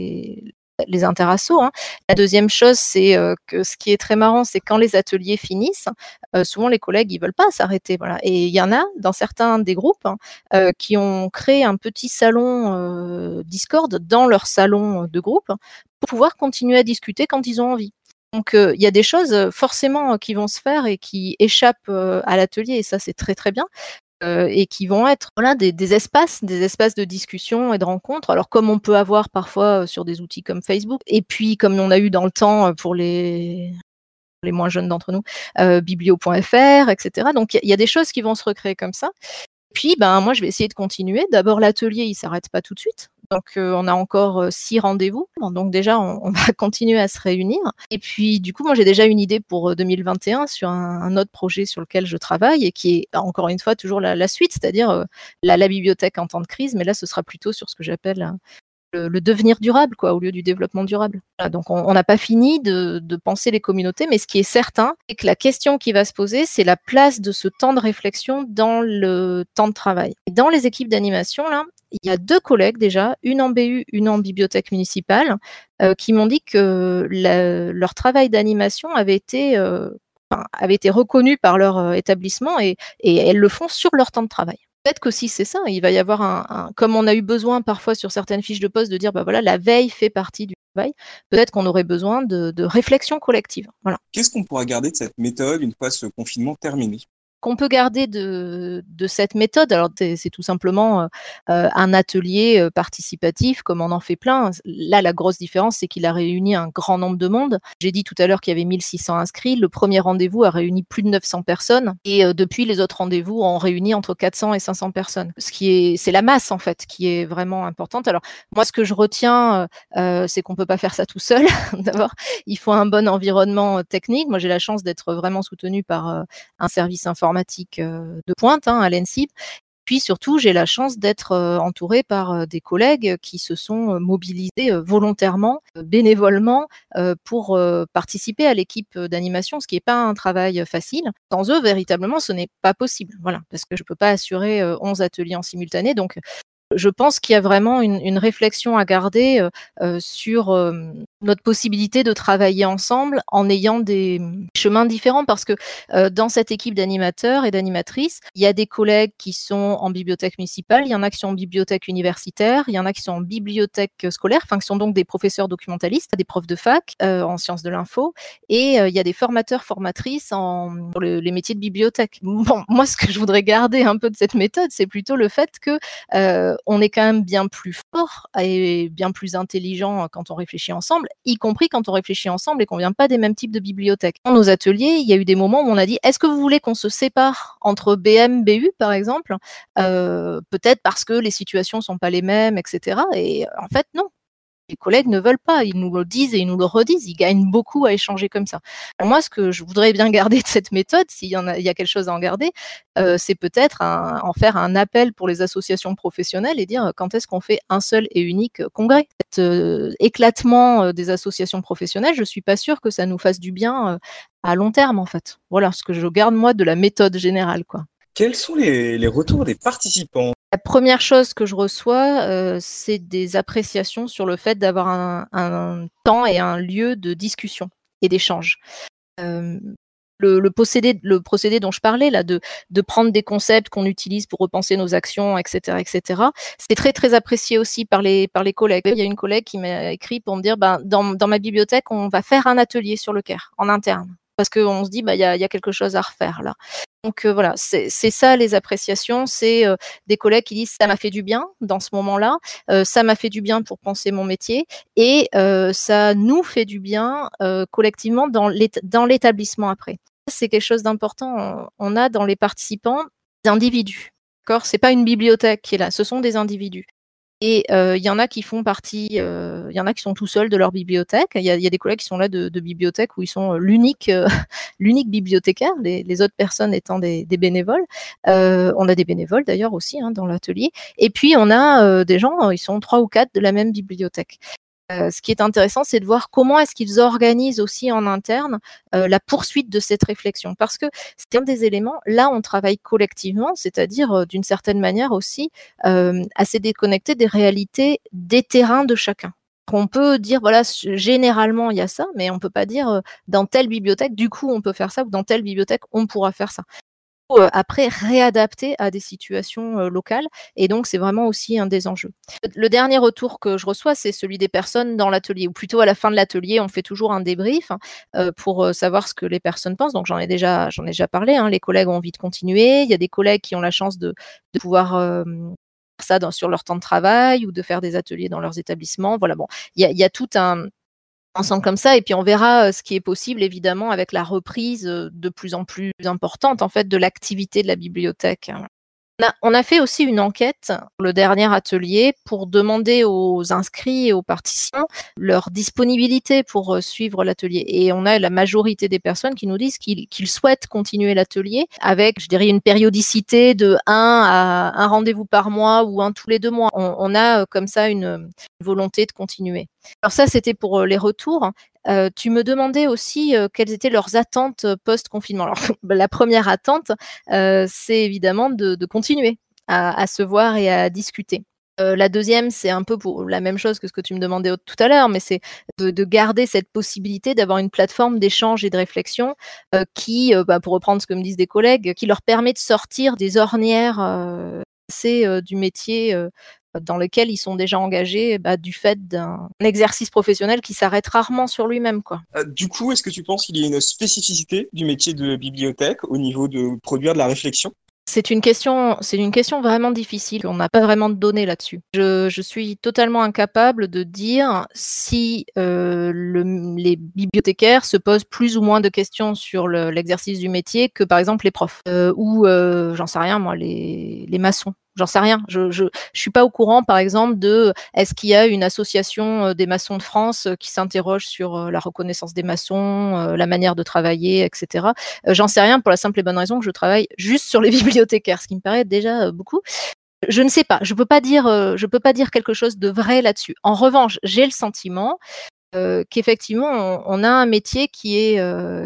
les intersassos. Hein. La deuxième chose, c'est que ce qui est très marrant, c'est quand les ateliers finissent, souvent les collègues ils veulent pas s'arrêter. Voilà. Et il y en a dans certains des groupes qui ont créé un petit salon Discord dans leur salon de groupe pour pouvoir continuer à discuter quand ils ont envie. Donc il y a des choses forcément qui vont se faire et qui échappent à l'atelier et ça c'est très très bien. Et qui vont être des espaces de discussion et de rencontre. Alors comme on peut avoir parfois sur des outils comme Facebook, et puis comme on a eu dans le temps pour les moins jeunes d'entre nous, biblio.fr, etc. Donc il y a des choses qui vont se recréer comme ça. Puis moi je vais essayer de continuer. D'abord l'atelier il s'arrête pas tout de suite. Donc on a encore 6 rendez-vous. Donc déjà on va continuer à se réunir. Et puis du coup moi j'ai déjà une idée pour 2021 sur un autre projet sur lequel je travaille et qui est encore une fois toujours la suite, c'est-à-dire la bibliothèque en temps de crise. Mais là ce sera plutôt sur ce que j'appelle le devenir durable, au lieu du développement durable. Voilà, donc on n'a pas fini de penser les communautés, mais ce qui est certain, c'est que la question qui va se poser, c'est la place de ce temps de réflexion dans le temps de travail. Et dans les équipes d'animation, là, il y a 2 collègues déjà, une en BU, une en bibliothèque municipale, qui m'ont dit que leur travail d'animation avait été reconnu par leur établissement et elles le font sur leur temps de travail. Peut-être qu'aussi c'est ça, il va y avoir comme on a eu besoin parfois sur certaines fiches de poste de dire la veille fait partie du travail, peut-être qu'on aurait besoin de réflexion collective. Voilà. Qu'est-ce qu'on pourra garder de cette méthode une fois ce confinement terminé? qu'on peut garder de cette méthode, alors c'est tout simplement un atelier participatif, comme on en fait plein. Là, la grosse différence, c'est qu'il a réuni un grand nombre de monde. J'ai dit tout à l'heure qu'il y avait 1600 inscrits. Le premier rendez-vous a réuni plus de 900 personnes. Et depuis, les autres rendez-vous ont réuni entre 400 et 500 personnes. C'est la masse, en fait, qui est vraiment importante. Alors, moi, ce que je retiens, c'est qu'on peut pas faire ça tout seul. D'abord, il faut un bon environnement technique. Moi, j'ai la chance d'être vraiment soutenue par un service informatique de pointe à l'ENSIB. Puis surtout, j'ai la chance d'être entourée par des collègues qui se sont mobilisés volontairement, bénévolement, pour participer à l'équipe d'animation, ce qui n'est pas un travail facile. Sans eux, véritablement, ce n'est pas possible. Voilà, parce que je ne peux pas assurer 11 ateliers en simultané. Donc, je pense qu'il y a vraiment une réflexion à garder sur notre possibilité de travailler ensemble en ayant des chemins différents, parce que dans cette équipe d'animateurs et d'animatrices, il y a des collègues qui sont en bibliothèque municipale, il y en a qui sont en bibliothèque universitaire, il y en a qui sont en bibliothèque scolaire, enfin qui sont donc des professeurs documentalistes, des profs de fac en sciences de l'info, et il y a des formateurs, formatrices pour les métiers de bibliothèque. Bon, moi, ce que je voudrais garder un peu de cette méthode, c'est plutôt le fait que on est quand même bien plus fort et bien plus intelligent quand on réfléchit ensemble, y compris quand on réfléchit ensemble et qu'on vient pas des mêmes types de bibliothèques. Dans nos ateliers, il y a eu des moments où on a dit, est-ce que vous voulez qu'on se sépare entre BM, BU, par exemple, peut-être parce que les situations sont pas les mêmes, etc. Et en fait, non. Les collègues ne veulent pas, ils nous le disent et ils nous le redisent, ils gagnent beaucoup à échanger comme ça. Alors moi, ce que je voudrais bien garder de cette méthode, il y a quelque chose à en garder, c'est peut-être en faire un appel pour les associations professionnelles et dire quand est-ce qu'on fait un seul et unique congrès. Cet éclatement des associations professionnelles, je ne suis pas sûre que ça nous fasse du bien à long terme, en fait. Voilà ce que je garde, moi, de la méthode générale, quoi. Quels sont les retours des participants? La première chose que je reçois, c'est des appréciations sur le fait d'avoir un temps et un lieu de discussion et d'échange. Le procédé dont je parlais, là, de prendre des concepts qu'on utilise pour repenser nos actions, etc., c'est très, très apprécié aussi par les collègues. Il y a une collègue qui m'a écrit pour me dire, dans ma bibliothèque, on va faire un atelier sur le Caire, en interne. Parce qu'on se dit, il y a quelque chose à refaire là. Donc voilà, c'est ça les appréciations, c'est des collègues qui disent ça m'a fait du bien dans ce moment-là, ça m'a fait du bien pour penser mon métier et ça nous fait du bien collectivement dans l'établissement après. C'est quelque chose d'important, on a dans les participants des individus, d'accord ? C'est pas une bibliothèque qui est là, ce sont des individus. Et il y en a qui font partie, il y en a qui sont tout seuls de leur bibliothèque. Il y a des collègues qui sont là de bibliothèques où ils sont l'unique bibliothécaire, les autres personnes étant des bénévoles. On a des bénévoles d'ailleurs aussi dans l'atelier. Et puis on a des gens, ils sont 3 ou 4 de la même bibliothèque. Ce qui est intéressant, c'est de voir comment est-ce qu'ils organisent aussi en interne la poursuite de cette réflexion. Parce que c'est un des éléments, là on travaille collectivement, c'est-à-dire d'une certaine manière aussi assez déconnecté des réalités des terrains de chacun. On peut dire, voilà, généralement il y a ça, mais on ne peut pas dire dans telle bibliothèque, du coup on peut faire ça, ou dans telle bibliothèque on pourra faire ça. Après réadapter à des situations locales, et donc c'est vraiment aussi un des enjeux. Le dernier retour que je reçois, c'est celui des personnes dans l'atelier, ou plutôt à la fin de l'atelier, on fait toujours un débrief pour savoir ce que les personnes pensent. Donc j'en ai déjà parlé, les collègues ont envie de continuer, il y a des collègues qui ont la chance de pouvoir faire ça sur leur temps de travail ou de faire des ateliers dans leurs établissements. Voilà, bon, il y a tout un ensemble comme ça, et puis on verra ce qui est possible évidemment avec la reprise de plus en plus importante en fait de l'activité de la bibliothèque. On a fait aussi une enquête pour le dernier atelier pour demander aux inscrits et aux participants leur disponibilité pour suivre l'atelier. Et on a la majorité des personnes qui nous disent qu'ils souhaitent continuer l'atelier avec, je dirais, une périodicité de un rendez-vous par mois ou un tous les 2 mois. On a comme ça une volonté de continuer. Alors ça, c'était pour les retours. Tu me demandais aussi quelles étaient leurs attentes post-confinement. Alors, la première attente, c'est évidemment de continuer à se voir et à discuter. La deuxième, c'est un peu pour la même chose que ce que tu me demandais tout à l'heure, mais c'est de garder cette possibilité d'avoir une plateforme d'échange et de réflexion qui, pour reprendre ce que me disent des collègues, qui leur permet de sortir des ornières du métier dans lesquels ils sont déjà engagés du fait d'un exercice professionnel qui s'arrête rarement sur lui-même, quoi. Du coup, est-ce que tu penses qu'il y a une spécificité du métier de bibliothèque au niveau de produire de la réflexion? C'est une question vraiment difficile. On n'a pas vraiment de données là-dessus. Je suis totalement incapable de dire si les bibliothécaires se posent plus ou moins de questions sur l'exercice du métier que par exemple les profs ou j'en sais rien moi, les maçons. J'en sais rien. Je suis pas au courant, par exemple, de est-ce qu'il y a une association des maçons de France qui s'interroge sur la reconnaissance des maçons, la manière de travailler, etc. J'en sais rien pour la simple et bonne raison que je travaille juste sur les bibliothécaires, ce qui me paraît déjà beaucoup. Je ne sais pas. Je peux pas dire quelque chose de vrai là-dessus. En revanche, j'ai le sentiment qu'effectivement, on a un métier qui est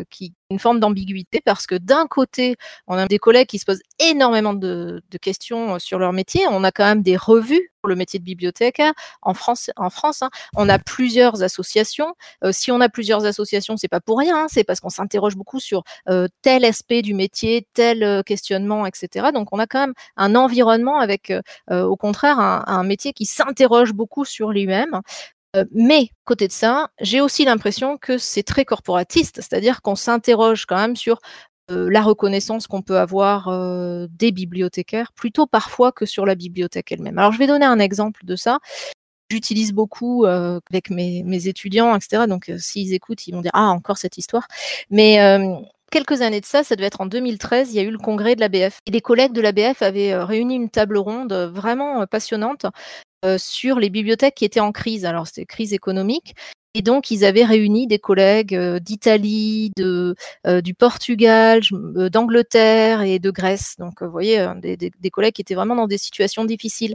une forme d'ambiguïté parce que d'un côté, on a des collègues qui se posent énormément de questions sur leur métier. On a quand même des revues pour le métier de bibliothécaire en France. Hein. On a plusieurs associations. Si on a plusieurs associations, c'est pas pour rien. Hein. C'est parce qu'on s'interroge beaucoup sur tel aspect du métier, tel questionnement, etc. Donc, on a quand même un environnement avec, au contraire, un métier qui s'interroge beaucoup sur lui-même. Mais, côté de ça, j'ai aussi l'impression que c'est très corporatiste, c'est-à-dire qu'on s'interroge quand même sur la reconnaissance qu'on peut avoir des bibliothécaires, plutôt parfois que sur la bibliothèque elle-même. Alors, je vais donner un exemple de ça. J'utilise beaucoup avec mes étudiants, etc. Donc, s'ils écoutent, ils vont dire « Ah, encore cette histoire ». Mais quelques années de ça devait être en 2013, il y a eu le congrès de l'ABF. Et des collègues de l'ABF avaient réuni une table ronde vraiment passionnante sur les bibliothèques qui étaient en crise. Alors, c'était crise économique. Et donc, ils avaient réuni des collègues d'Italie, du Portugal, d'Angleterre et de Grèce. Donc, vous voyez, des collègues qui étaient vraiment dans des situations difficiles.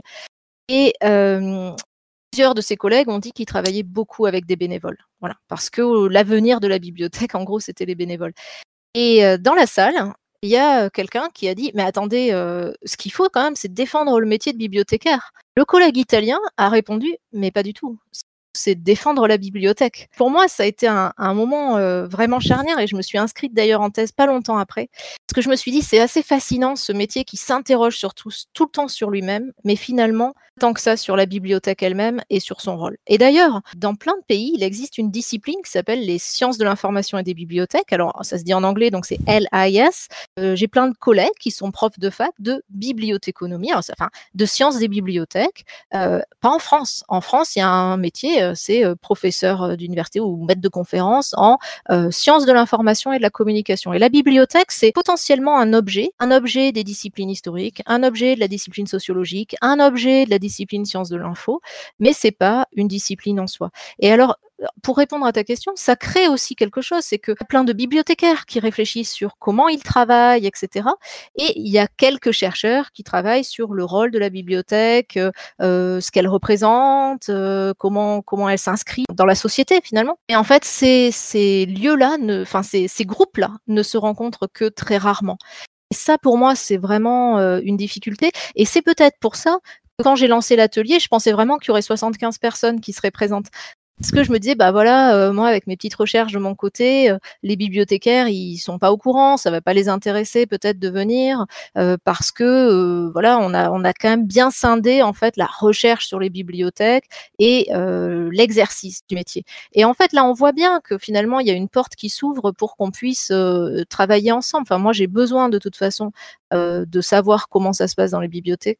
Et plusieurs de ces collègues ont dit qu'ils travaillaient beaucoup avec des bénévoles. Voilà, parce que l'avenir de la bibliothèque, en gros, c'était les bénévoles. Et dans la salle, il y a quelqu'un qui a dit « Mais attendez, ce qu'il faut quand même, c'est défendre le métier de bibliothécaire ». Le collègue italien a répondu « Mais pas du tout, c'est défendre la bibliothèque ». Pour moi, ça a été un moment vraiment charnière et je me suis inscrite d'ailleurs en thèse pas longtemps après. Parce que je me suis dit, c'est assez fascinant ce métier qui s'interroge sur tout le temps sur lui-même, mais finalement, tant que ça sur la bibliothèque elle-même et sur son rôle. Et d'ailleurs, dans plein de pays, il existe une discipline qui s'appelle les sciences de l'information et des bibliothèques. Alors, ça se dit en anglais, donc c'est LIS. J'ai plein de collègues qui sont profs de fac de bibliothéconomie, enfin, de sciences des bibliothèques, pas en France. En France, il y a un métier, c'est professeur d'université ou maître de conférence en sciences de l'information et de la communication. Et la bibliothèque, c'est potentiellement un objet des disciplines historiques, un objet de la discipline sociologique, un objet de la discipline sciences de l'info, mais c'est pas une discipline en soi. Et alors, pour répondre à ta question, ça crée aussi quelque chose, c'est qu'il y a plein de bibliothécaires qui réfléchissent sur comment ils travaillent, etc. Et il y a quelques chercheurs qui travaillent sur le rôle de la bibliothèque, ce qu'elle représente, comment elle s'inscrit dans la société finalement. Et en fait, ces lieux-là, ces groupes-là ne se rencontrent que très rarement. Et ça, pour moi, c'est vraiment une difficulté. Et c'est peut-être pour ça que quand j'ai lancé l'atelier, je pensais vraiment qu'il y aurait 75 personnes qui seraient présentes. Parce que je me disais, bah voilà, moi avec mes petites recherches de mon côté, les bibliothécaires, ils sont pas au courant, ça va pas les intéresser peut-être de venir, parce que voilà, on a quand même bien scindé en fait la recherche sur les bibliothèques et l'exercice du métier. Et en fait, là, on voit bien que finalement, il y a une porte qui s'ouvre pour qu'on puisse travailler ensemble. Enfin, moi, j'ai besoin de toute façon de savoir comment ça se passe dans les bibliothèques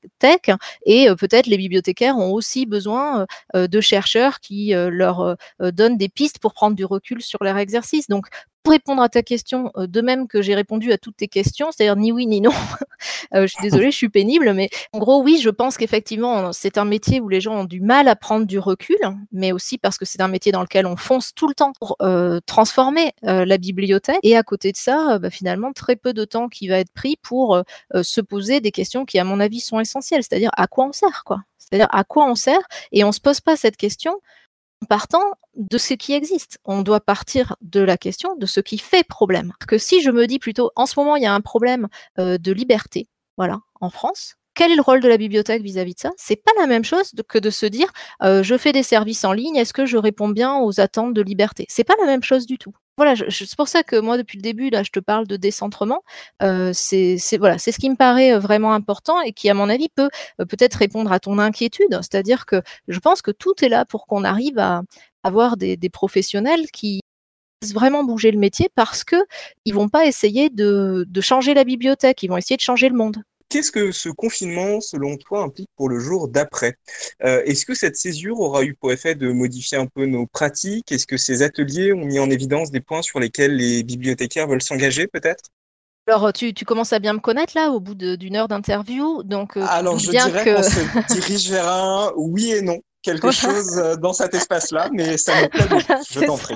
et peut-être les bibliothécaires ont aussi besoin de chercheurs qui leur donnent des pistes pour prendre du recul sur leur exercice. Donc, pour répondre à ta question, de même que j'ai répondu à toutes tes questions, c'est-à-dire ni oui ni non, je suis désolée, je suis pénible, mais en gros, oui, je pense qu'effectivement, c'est un métier où les gens ont du mal à prendre du recul, mais aussi parce que c'est un métier dans lequel on fonce tout le temps pour transformer la bibliothèque. Et à côté de ça, finalement, très peu de temps qui va être pris pour se poser des questions qui, à mon avis, sont essentielles, c'est-à-dire à quoi on sert, quoi. C'est-à-dire à quoi on sert, et on ne se pose pas cette question en partant de ce qui existe. On doit partir de la question de ce qui fait problème. Que si je me dis plutôt, en ce moment, il y a un problème de liberté, voilà, en France, Quel est le rôle de la bibliothèque vis-à-vis de ça? C'est pas la même chose que de se dire je fais des services en ligne, est-ce que je réponds bien aux attentes de liberté? C'est pas la même chose du tout. Voilà, c'est pour ça que moi depuis le début là, je te parle de décentrement. C'est ce qui me paraît vraiment important et qui à mon avis peut peut-être répondre à ton inquiétude. C'est-à-dire que je pense que tout est là pour qu'on arrive à avoir des professionnels qui fassent vraiment bouger le métier parce que ils vont pas essayer de changer la bibliothèque, ils vont essayer de changer le monde. Qu'est-ce que ce confinement, selon toi, implique pour le jour d'après? Est-ce que cette césure aura eu pour effet de modifier un peu nos pratiques? Est-ce que ces ateliers ont mis en évidence des points sur lesquels les bibliothécaires veulent s'engager, peut-être? Alors, tu commences à bien me connaître là, au bout d'une heure d'interview, donc Alors, je dirais qu'on se dirige vers un oui et non. Quelque chose dans cet espace-là, mais ça me plaît beaucoup, je t'en prie.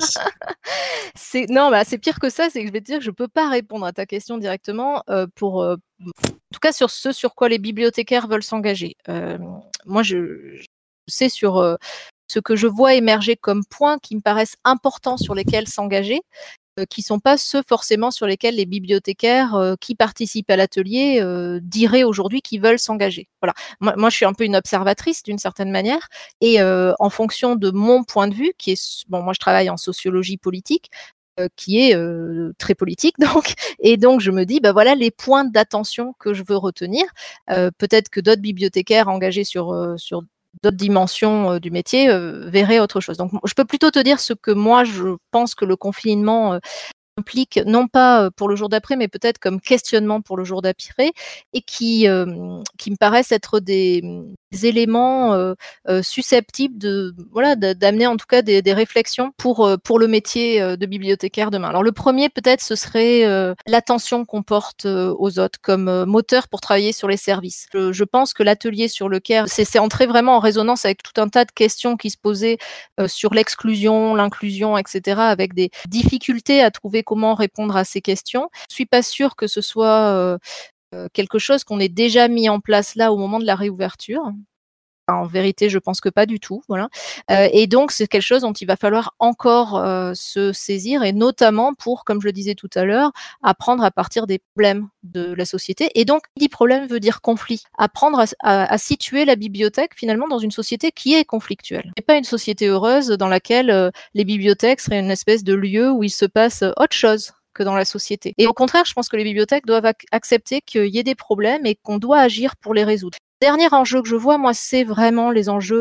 Non, c'est pire que ça, c'est que je vais te dire que je ne peux pas répondre à ta question directement en tout cas sur ce sur quoi les bibliothécaires veulent s'engager. Moi, je sais sur ce que je vois émerger comme points qui me paraissent importants sur lesquels s'engager, qui ne sont pas ceux forcément sur lesquels les bibliothécaires qui participent à l'atelier diraient aujourd'hui qu'ils veulent s'engager. Voilà. Moi, je suis un peu une observatrice d'une certaine manière et en fonction de mon point de vue, qui est moi je travaille en sociologie politique, qui est très politique donc, et donc je me dis voilà les points d'attention que je veux retenir. Peut-être que d'autres bibliothécaires engagés sur d'autres dimensions du métier verraient autre chose. Donc je peux plutôt te dire ce que moi je pense que le confinement implique, non pas pour le jour d'après, mais peut-être comme questionnement pour le jour d'après, et qui me paraissent être des éléments susceptibles d'amener en tout cas des réflexions pour le métier de bibliothécaire demain. Alors le premier peut-être ce serait l'attention qu'on porte aux autres comme moteur pour travailler sur les services. Je pense que l'atelier sur le CARE, c'est entré vraiment en résonance avec tout un tas de questions qui se posaient sur l'exclusion, l'inclusion, etc., avec des difficultés à trouver comment répondre à ces questions. Je ne suis pas sûre que ce soit quelque chose qu'on ait déjà mis en place là au moment de la réouverture. En vérité, je pense que pas du tout. Voilà. Et donc, c'est quelque chose dont il va falloir encore se saisir, et notamment pour, comme je le disais tout à l'heure, apprendre à partir des problèmes de la société. Et donc, qui dit problème veut dire conflit. Apprendre à situer la bibliothèque finalement dans une société qui est conflictuelle. Et pas une société heureuse dans laquelle les bibliothèques seraient une espèce de lieu où il se passe autre chose que dans la société. Et au contraire, je pense que les bibliothèques doivent accepter qu'il y ait des problèmes et qu'on doit agir pour les résoudre. Dernier enjeu que je vois, moi, c'est vraiment les enjeux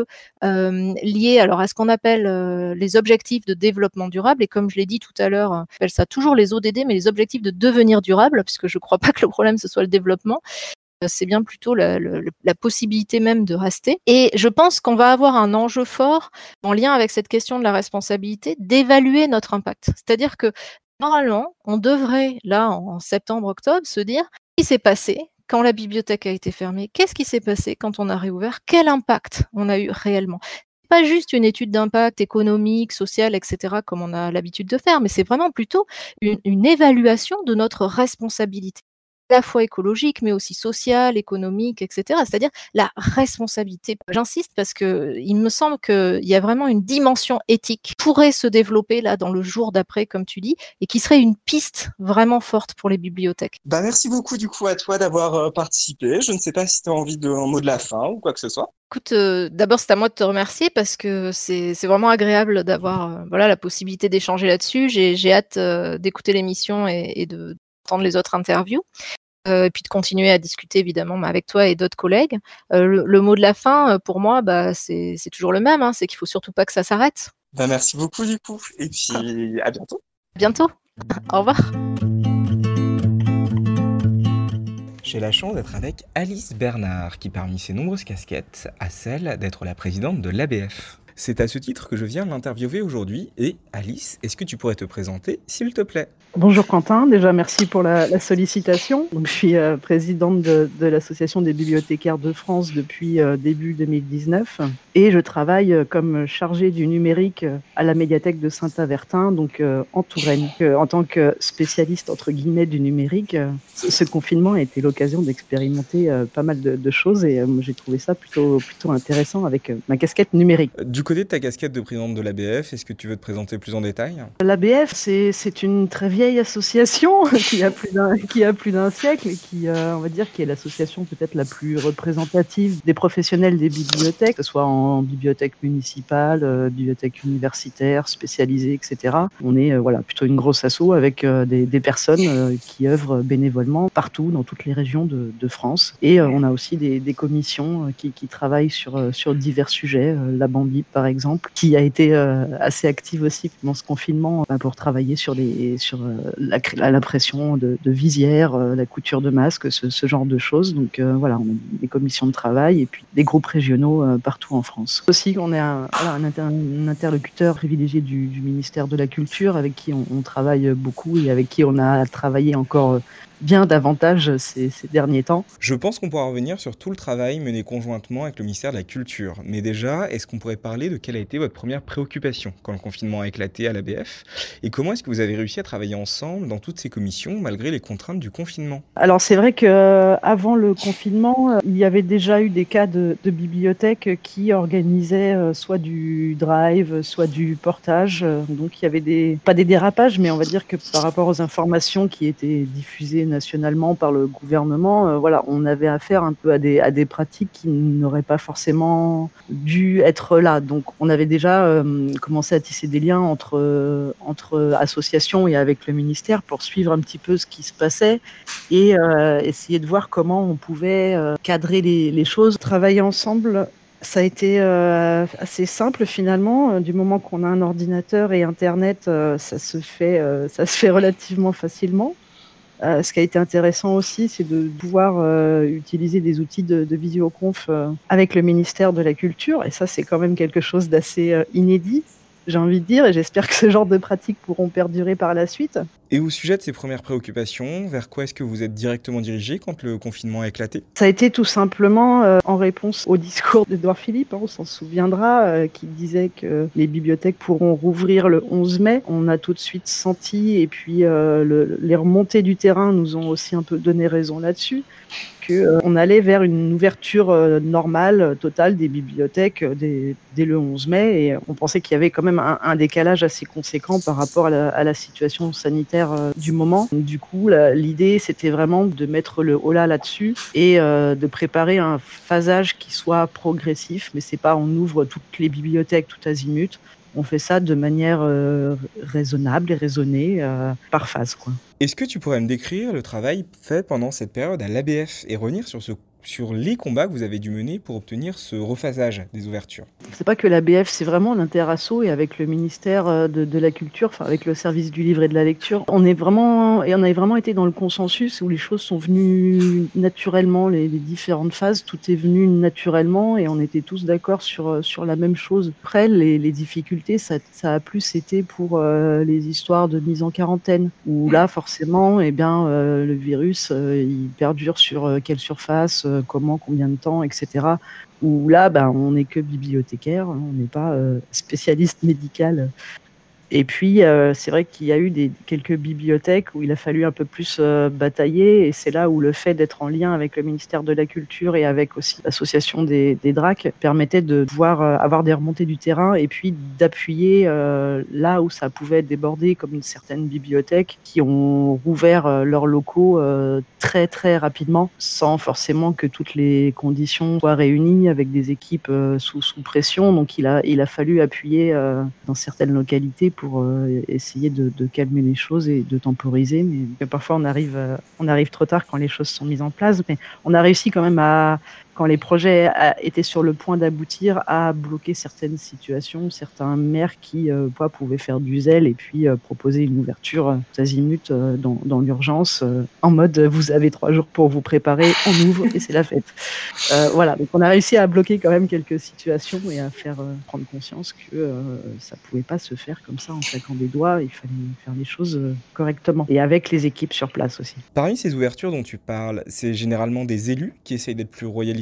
liés alors, à ce qu'on appelle les objectifs de développement durable. Et comme je l'ai dit tout à l'heure, on appelle ça toujours les ODD, mais les objectifs de devenir durable, puisque je ne crois pas que le problème, ce soit le développement. C'est bien plutôt la possibilité même de rester. Et je pense qu'on va avoir un enjeu fort en lien avec cette question de la responsabilité, d'évaluer notre impact. C'est-à-dire que normalement, on devrait, là, en septembre-octobre, se dire ce qui s'est passé quand la bibliothèque a été fermée, qu'est-ce qui s'est passé quand on a réouvert, quel impact on a eu réellement. Pas juste une étude d'impact économique, social, etc., comme on a l'habitude de faire, mais c'est vraiment plutôt une évaluation de notre responsabilité, à la fois écologique, mais aussi sociale, économique, etc. C'est-à-dire la responsabilité. J'insiste parce qu'il me semble qu'il y a vraiment une dimension éthique qui pourrait se développer là dans le jour d'après, comme tu dis, et qui serait une piste vraiment forte pour les bibliothèques. Merci beaucoup du coup à toi d'avoir participé. Je ne sais pas si tu as envie d'un mot de la fin ou quoi que ce soit. Écoute, d'abord c'est à moi de te remercier parce que c'est vraiment agréable d'avoir la possibilité d'échanger là-dessus. J'ai hâte d'écouter l'émission et d'entendre les autres interviews. Et puis de continuer à discuter évidemment avec toi et d'autres collègues. Le mot de la fin, pour moi, c'est toujours le même, c'est qu'il ne faut surtout pas que ça s'arrête. Merci beaucoup du coup, et puis à bientôt. À bientôt, au revoir. J'ai la chance d'être avec Alice Bernard, qui parmi ses nombreuses casquettes a celle d'être la présidente de l'ABF. C'est à ce titre que je viens l'interviewer aujourd'hui. Et Alice, est-ce que tu pourrais te présenter, s'il te plaît ? Bonjour Quentin, déjà merci pour la sollicitation. Donc, je suis présidente de l'association des bibliothécaires de France depuis début 2019 et je travaille comme chargée du numérique à la médiathèque de Saint-Avertin, donc en Touraine. En tant que spécialiste entre guillemets du numérique, ce confinement a été l'occasion d'expérimenter pas mal de choses et j'ai trouvé ça plutôt intéressant avec ma casquette numérique. Du côté de ta casquette de présidente de l'ABF, est-ce que tu veux te présenter plus en détail ? L'ABF, c'est une très vieille association qui a plus d'un siècle et qui, on va dire, qui est l'association peut-être la plus représentative des professionnels des bibliothèques, que ce soit en bibliothèque municipale, bibliothèque universitaire, spécialisée, etc. On est plutôt une grosse asso avec des personnes qui œuvrent bénévolement partout dans toutes les régions de France. Et on a aussi des commissions qui travaillent sur divers sujets. La Bambip, par exemple, qui a été assez active aussi pendant ce confinement pour travailler sur l'impression de visières, la couture de masques, ce genre de choses. Donc on a des commissions de travail et puis des groupes régionaux partout en France. Aussi, on est un interlocuteur privilégié du ministère de la Culture avec qui on travaille beaucoup et avec qui on a travaillé encore bien davantage ces derniers temps. Je pense qu'on pourra revenir sur tout le travail mené conjointement avec le ministère de la Culture. Mais déjà, est-ce qu'on pourrait parler de quelle a été votre première préoccupation quand le confinement a éclaté à l'ABF ? Et comment est-ce que vous avez réussi à travailler ensemble dans toutes ces commissions malgré les contraintes du confinement ? Alors c'est vrai qu'avant le confinement, il y avait déjà eu des cas de bibliothèques qui organisaient soit du drive, soit du portage. Donc il y avait pas des dérapages, mais on va dire que par rapport aux informations qui étaient diffusées nationalement par le gouvernement, on avait affaire un peu à des pratiques qui n'auraient pas forcément dû être là. Donc on avait déjà commencé à tisser des liens entre associations et avec le ministère pour suivre un petit peu ce qui se passait et essayer de voir comment on pouvait cadrer les choses. Travailler ensemble, ça a été assez simple finalement. Du moment qu'on a un ordinateur et Internet, ça se fait relativement facilement. Ce qui a été intéressant aussi, c'est de pouvoir utiliser des outils de visioconf avec le ministère de la Culture. Et ça, c'est quand même quelque chose d'assez inédit, j'ai envie de dire. Et j'espère que ce genre de pratiques pourront perdurer par la suite. Et au sujet de ces premières préoccupations, vers quoi est-ce que vous êtes directement dirigé quand le confinement a éclaté ? Ça a été tout simplement en réponse au discours d'Édouard Philippe, on s'en souviendra, qui disait que les bibliothèques pourront rouvrir le 11 mai. On a tout de suite senti, et puis les remontées du terrain nous ont aussi un peu donné raison là-dessus, qu'on allait vers une ouverture normale, totale des bibliothèques dès le 11 mai. Et on pensait qu'il y avait quand même un décalage assez conséquent par rapport à la situation sanitaire du moment. Du coup, l'idée, c'était vraiment de mettre le holà là-dessus et de préparer un phasage qui soit progressif. Mais c'est pas on ouvre toutes les bibliothèques tout azimut. On fait ça de manière raisonnable et raisonnée, par phase, quoi. Est-ce que tu pourrais me décrire le travail fait pendant cette période à l'ABF et revenir sur les combats que vous avez dû mener pour obtenir ce rephasage des ouvertures ? C'est pas que l'ABF, c'est vraiment l'interasso et avec le ministère de la Culture, enfin avec le service du livre et de la lecture. On avait vraiment été dans le consensus où les choses sont venues naturellement, les différentes phases, tout est venu naturellement et on était tous d'accord sur la même chose. Après, les difficultés, ça a plus été pour les histoires de mise en quarantaine, où là, forcément, le virus, il perdure sur quelle surface, comment, combien de temps, etc. Où là, on n'est que bibliothécaire, on n'est pas spécialiste médical. Et puis, c'est vrai qu'il y a eu quelques bibliothèques où il a fallu un peu plus batailler, et c'est là où le fait d'être en lien avec le ministère de la Culture et avec aussi l'association des DRAC permettait de pouvoir avoir des remontées du terrain et puis d'appuyer là où ça pouvait déborder, comme certaines bibliothèques qui ont rouvert leurs locaux très très rapidement, sans forcément que toutes les conditions soient réunies, avec des équipes sous pression. Donc il a fallu appuyer dans certaines localités pour essayer de calmer les choses et de temporiser. Mais parfois on arrive trop tard quand les choses sont mises en place. Mais on a réussi quand même quand les projets étaient sur le point d'aboutir, à bloquer certaines situations, certains maires qui pouvaient faire du zèle et puis proposer une ouverture azimut dans l'urgence, en mode vous avez 3 jours pour vous préparer, on ouvre et c'est la fête. Donc on a réussi à bloquer quand même quelques situations et à faire prendre conscience que ça pouvait pas se faire comme ça en claquant des doigts, il fallait faire les choses correctement et avec les équipes sur place aussi. Parmi ces ouvertures dont tu parles, c'est généralement des élus qui essayent d'être plus royalistes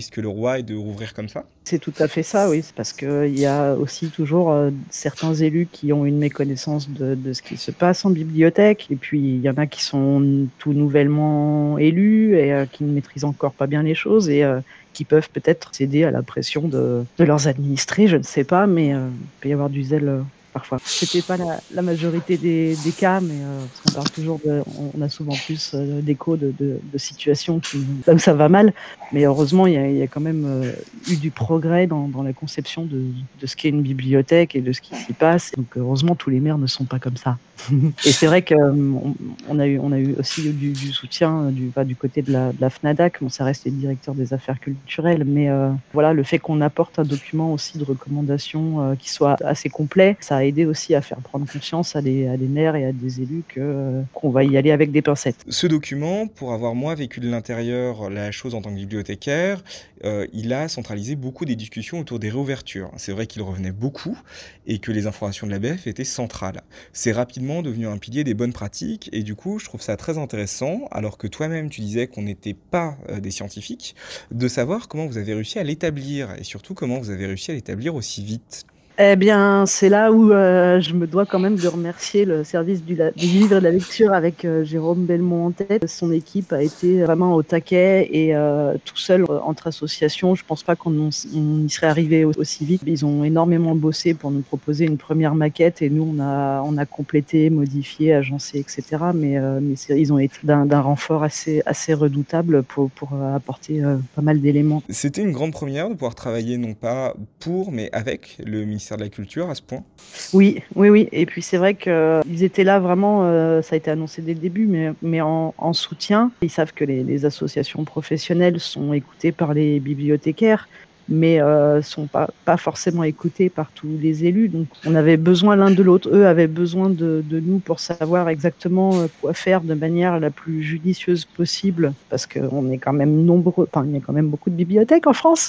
risque le roi est de rouvrir comme ça? C'est tout à fait ça, oui. C'est parce qu'il y a aussi toujours certains élus qui ont une méconnaissance de ce qui se passe en bibliothèque. Et puis, il y en a qui sont tout nouvellement élus et qui ne maîtrisent encore pas bien les choses et qui peuvent peut-être céder à la pression de leurs administrés, je ne sais pas, mais il peut y avoir du zèle parfois. C'était pas la majorité des cas, mais parce qu'on parle toujours on a souvent plus d'échos de situations où ça va mal. Mais heureusement, il y a quand même eu du progrès dans la conception de ce qu'est une bibliothèque et de ce qui s'y passe. Donc heureusement, tous les maires ne sont pas comme ça. Et c'est vrai qu'on a eu aussi du soutien du côté de la FNADAC. Bon, ça reste les directeurs des affaires culturelles, mais voilà, le fait qu'on apporte un document aussi de recommandations qui soit assez complet, ça a aidé aussi à faire prendre conscience à des maires et à des élus qu'on va y aller avec des pincettes. Ce document, pour avoir moi vécu de l'intérieur la chose en tant que bibliothécaire, il a centralisé beaucoup des discussions autour des réouvertures. C'est vrai qu'il revenait beaucoup et que les informations de l'ABF étaient centrales. C'est rapidement devenu un pilier des bonnes pratiques et du coup, je trouve ça très intéressant, alors que toi-même tu disais qu'on n'était pas des scientifiques, de savoir comment vous avez réussi à l'établir et surtout comment vous avez réussi à l'établir aussi vite. Eh bien, c'est là où je me dois quand même de remercier le service du livre et de la lecture avec Jérôme Belmont en tête. Son équipe a été vraiment au taquet et tout seul entre associations, je pense pas qu'on y serait arrivé aussi vite. Ils ont énormément bossé pour nous proposer une première maquette et nous on a complété, modifié, agencé, etc. Mais ils ont été d'un renfort assez redoutable pour apporter pas mal d'éléments. C'était une grande première de pouvoir travailler non pas pour mais avec le ministère de la Culture à ce point? Oui. Et puis c'est vrai qu'ils étaient là vraiment, ça a été annoncé dès le début, mais en soutien. Ils savent que les associations professionnelles sont écoutées par les bibliothécaires, mais sont pas forcément écoutés par tous les élus. Donc on avait besoin l'un de l'autre. Eux avaient besoin de nous pour savoir exactement quoi faire de manière la plus judicieuse possible, parce qu'on est quand même nombreux, enfin il y a quand même beaucoup de bibliothèques en France.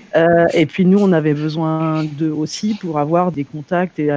Et puis nous, on avait besoin d'eux aussi pour avoir des contacts et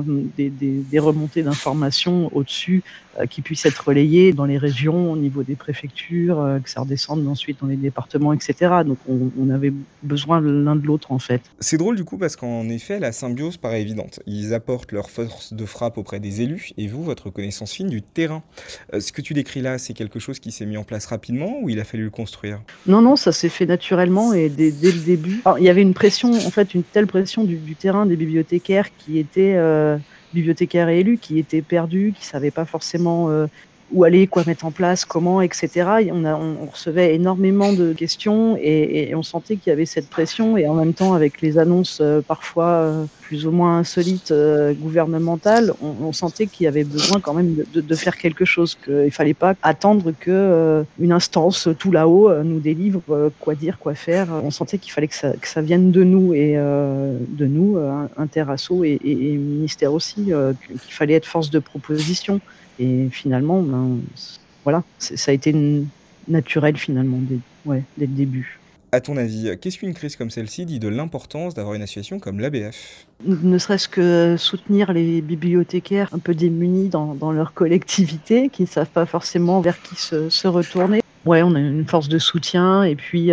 des remontées d'informations au-dessus qui puissent être relayées dans les régions, au niveau des préfectures, que ça redescende ensuite dans les départements, etc. Donc on avait besoin l'un de l'autre en fait. C'est drôle du coup parce qu'en effet la symbiose paraît évidente. Ils apportent leur force de frappe auprès des élus et vous, votre connaissance fine du terrain. Ce que tu décris là, c'est quelque chose qui s'est mis en place rapidement ou il a fallu le construire? Non, ça s'est fait naturellement et dès le début. Alors, il y avait une pression, en fait une telle pression du terrain des bibliothécaires qui étaient bibliothécaires et élus qui étaient perdus, qui savaient pas forcément où aller, quoi mettre en place, comment, etc. On recevait énormément de questions et on sentait qu'il y avait cette pression et en même temps avec les annonces parfois plus ou moins insolites gouvernementales, on sentait qu'il y avait besoin quand même de faire quelque chose, qu'il fallait pas attendre que une instance tout là-haut nous délivre quoi dire, quoi faire. On sentait qu'il fallait que ça vienne de nous et de nous, Interasso et ministère aussi, qu'il fallait être force de proposition. Et finalement, voilà, ça a été naturel finalement dès le début. À ton avis, qu'est-ce qu'une crise comme celle-ci dit de l'importance d'avoir une association comme l'ABF? Ne serait-ce que soutenir les bibliothécaires un peu démunis dans leur collectivité, qui ne savent pas forcément vers qui se retourner. Ouais, on a une force de soutien et puis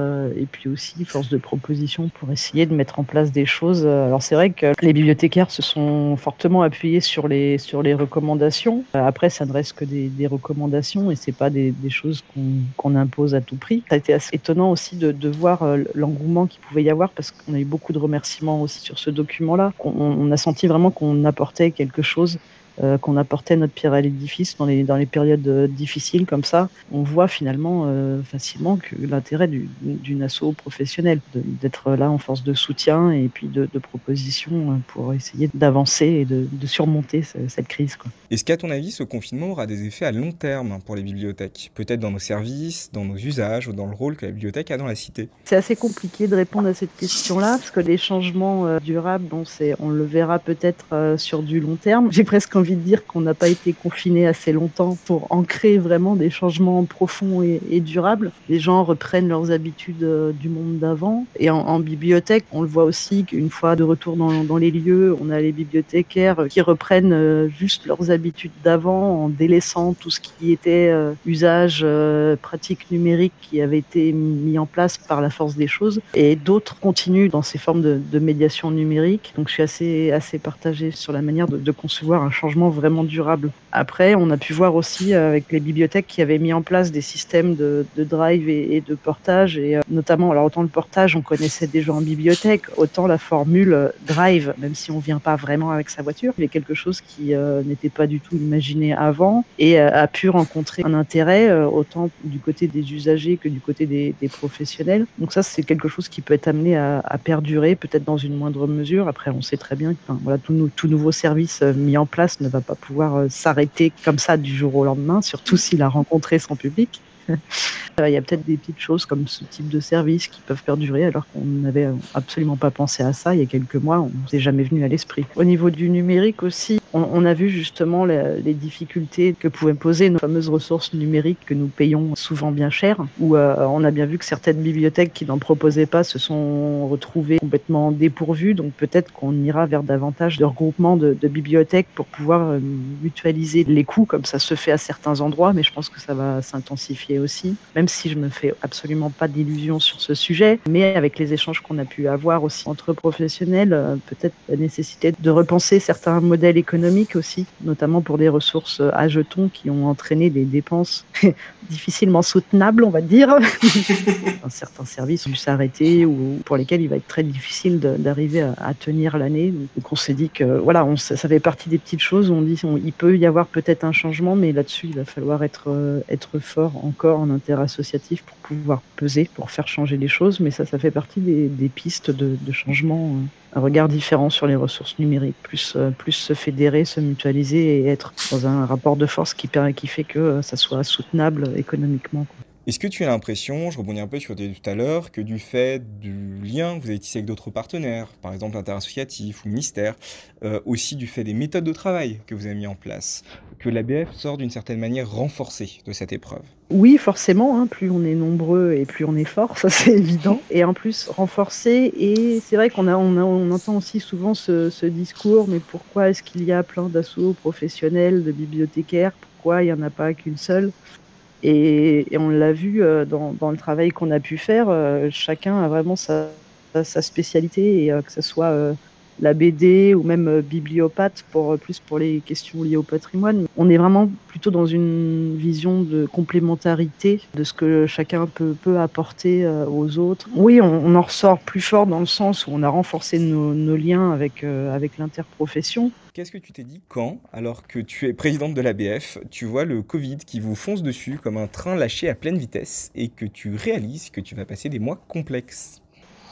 aussi force de proposition pour essayer de mettre en place des choses. Alors c'est vrai que les bibliothécaires se sont fortement appuyés sur les recommandations. Après, ça ne reste que des recommandations et c'est pas des choses qu'on impose à tout prix. Ça a été assez étonnant aussi de voir l'engouement qu'il pouvait y avoir parce qu'on a eu beaucoup de remerciements aussi sur ce document-là. On a senti vraiment qu'on apportait quelque chose. Qu'on apportait notre pierre à l'édifice dans les périodes difficiles comme ça. On voit finalement facilement que l'intérêt d'une asso professionnelle, d'être là en force de soutien et puis de proposition pour essayer d'avancer et de surmonter cette crise, quoi. Est-ce qu'à ton avis, ce confinement aura des effets à long terme pour les bibliothèques? Peut-être dans nos services, dans nos usages ou dans le rôle que la bibliothèque a dans la cité? C'est assez compliqué de répondre à cette question-là parce que les changements durables, on le verra peut-être sur du long terme. J'ai presque envie envie de dire qu'on n'a pas été confinés assez longtemps pour ancrer vraiment des changements profonds et durables. Les gens reprennent leurs habitudes du monde d'avant. Et en bibliothèque, on le voit aussi qu'une fois de retour dans les lieux, on a les bibliothécaires qui reprennent juste leurs habitudes d'avant en délaissant tout ce qui était usage, pratique numérique qui avait été mis en place par la force des choses. Et d'autres continuent dans ces formes de médiation numérique. Donc je suis assez partagée sur la manière de concevoir un changement vraiment durable. Après, on a pu voir aussi avec les bibliothèques qui avaient mis en place des systèmes de drive et de portage, et notamment, alors autant le portage, on connaissait déjà en bibliothèque, autant la formule drive, même si on vient pas vraiment avec sa voiture, il y a quelque chose qui n'était pas du tout imaginé avant et a pu rencontrer un intérêt autant du côté des usagers que du côté des professionnels. Donc ça, c'est quelque chose qui peut être amené à perdurer, peut-être dans une moindre mesure. Après, on sait très bien que voilà, tout nouveau service mis en place ne va pas pouvoir s'arrêter comme ça du jour au lendemain, surtout s'il a rencontré son public. Il y a peut-être des petites choses comme ce type de service qui peuvent perdurer alors qu'on n'avait absolument pas pensé à ça il y a quelques mois, on ne s'est jamais venu à l'esprit. Au niveau du numérique aussi, on a vu justement les difficultés que pouvaient poser nos fameuses ressources numériques que nous payons souvent bien cher, où on a bien vu que certaines bibliothèques qui n'en proposaient pas se sont retrouvées complètement dépourvues, donc peut-être qu'on ira vers davantage de regroupements de bibliothèques pour pouvoir mutualiser les coûts comme ça se fait à certains endroits, mais je pense que ça va s'intensifier aussi, même si je me fais absolument pas d'illusions sur ce sujet, mais avec les échanges qu'on a pu avoir aussi entre professionnels, peut-être la nécessité de repenser certains modèles économiques aussi, notamment pour des ressources à jetons qui ont entraîné des dépenses difficilement soutenables, on va dire. Certains services ont dû s'arrêter ou pour lesquels il va être très difficile d'arriver à tenir l'année. Donc on s'est dit que voilà, ça fait partie des petites choses où on dit il peut y avoir peut-être un changement, mais là-dessus il va falloir être fort encore en interassociatif pour pouvoir peser, pour faire changer les choses, mais ça fait partie des pistes de changement. Un regard différent sur les ressources numériques, plus se fédérer, se mutualiser et être dans un rapport de force qui fait que ça soit soutenable économiquement. Est-ce que tu as l'impression, je rebondis un peu sur ce que tu as dit tout à l'heure, que du fait du lien que vous avez tissé avec d'autres partenaires, par exemple interassociatifs ou ministères, aussi du fait des méthodes de travail que vous avez mis en place, que l'ABF sort d'une certaine manière renforcée de cette épreuve? Oui, forcément, plus on est nombreux et plus on est fort, ça c'est évident. Et en plus, renforcé, et c'est vrai qu'on entend aussi souvent ce discours, mais pourquoi est-ce qu'il y a plein d'assauts professionnels, de bibliothécaires, pourquoi il n'y en a pas qu'une seule ? Et on l'a vu dans le travail qu'on a pu faire, chacun a vraiment sa spécialité, et que ce soit la BD ou même bibliopathe plus pour les questions liées au patrimoine. On est vraiment plutôt dans une vision de complémentarité de ce que chacun peut apporter aux autres. Oui, on en ressort plus fort dans le sens où on a renforcé nos liens avec l'interprofession. Qu'est-ce que tu t'es dit quand, alors que tu es présidente de l'ABF, tu vois le Covid qui vous fonce dessus comme un train lâché à pleine vitesse et que tu réalises que tu vas passer des mois complexes?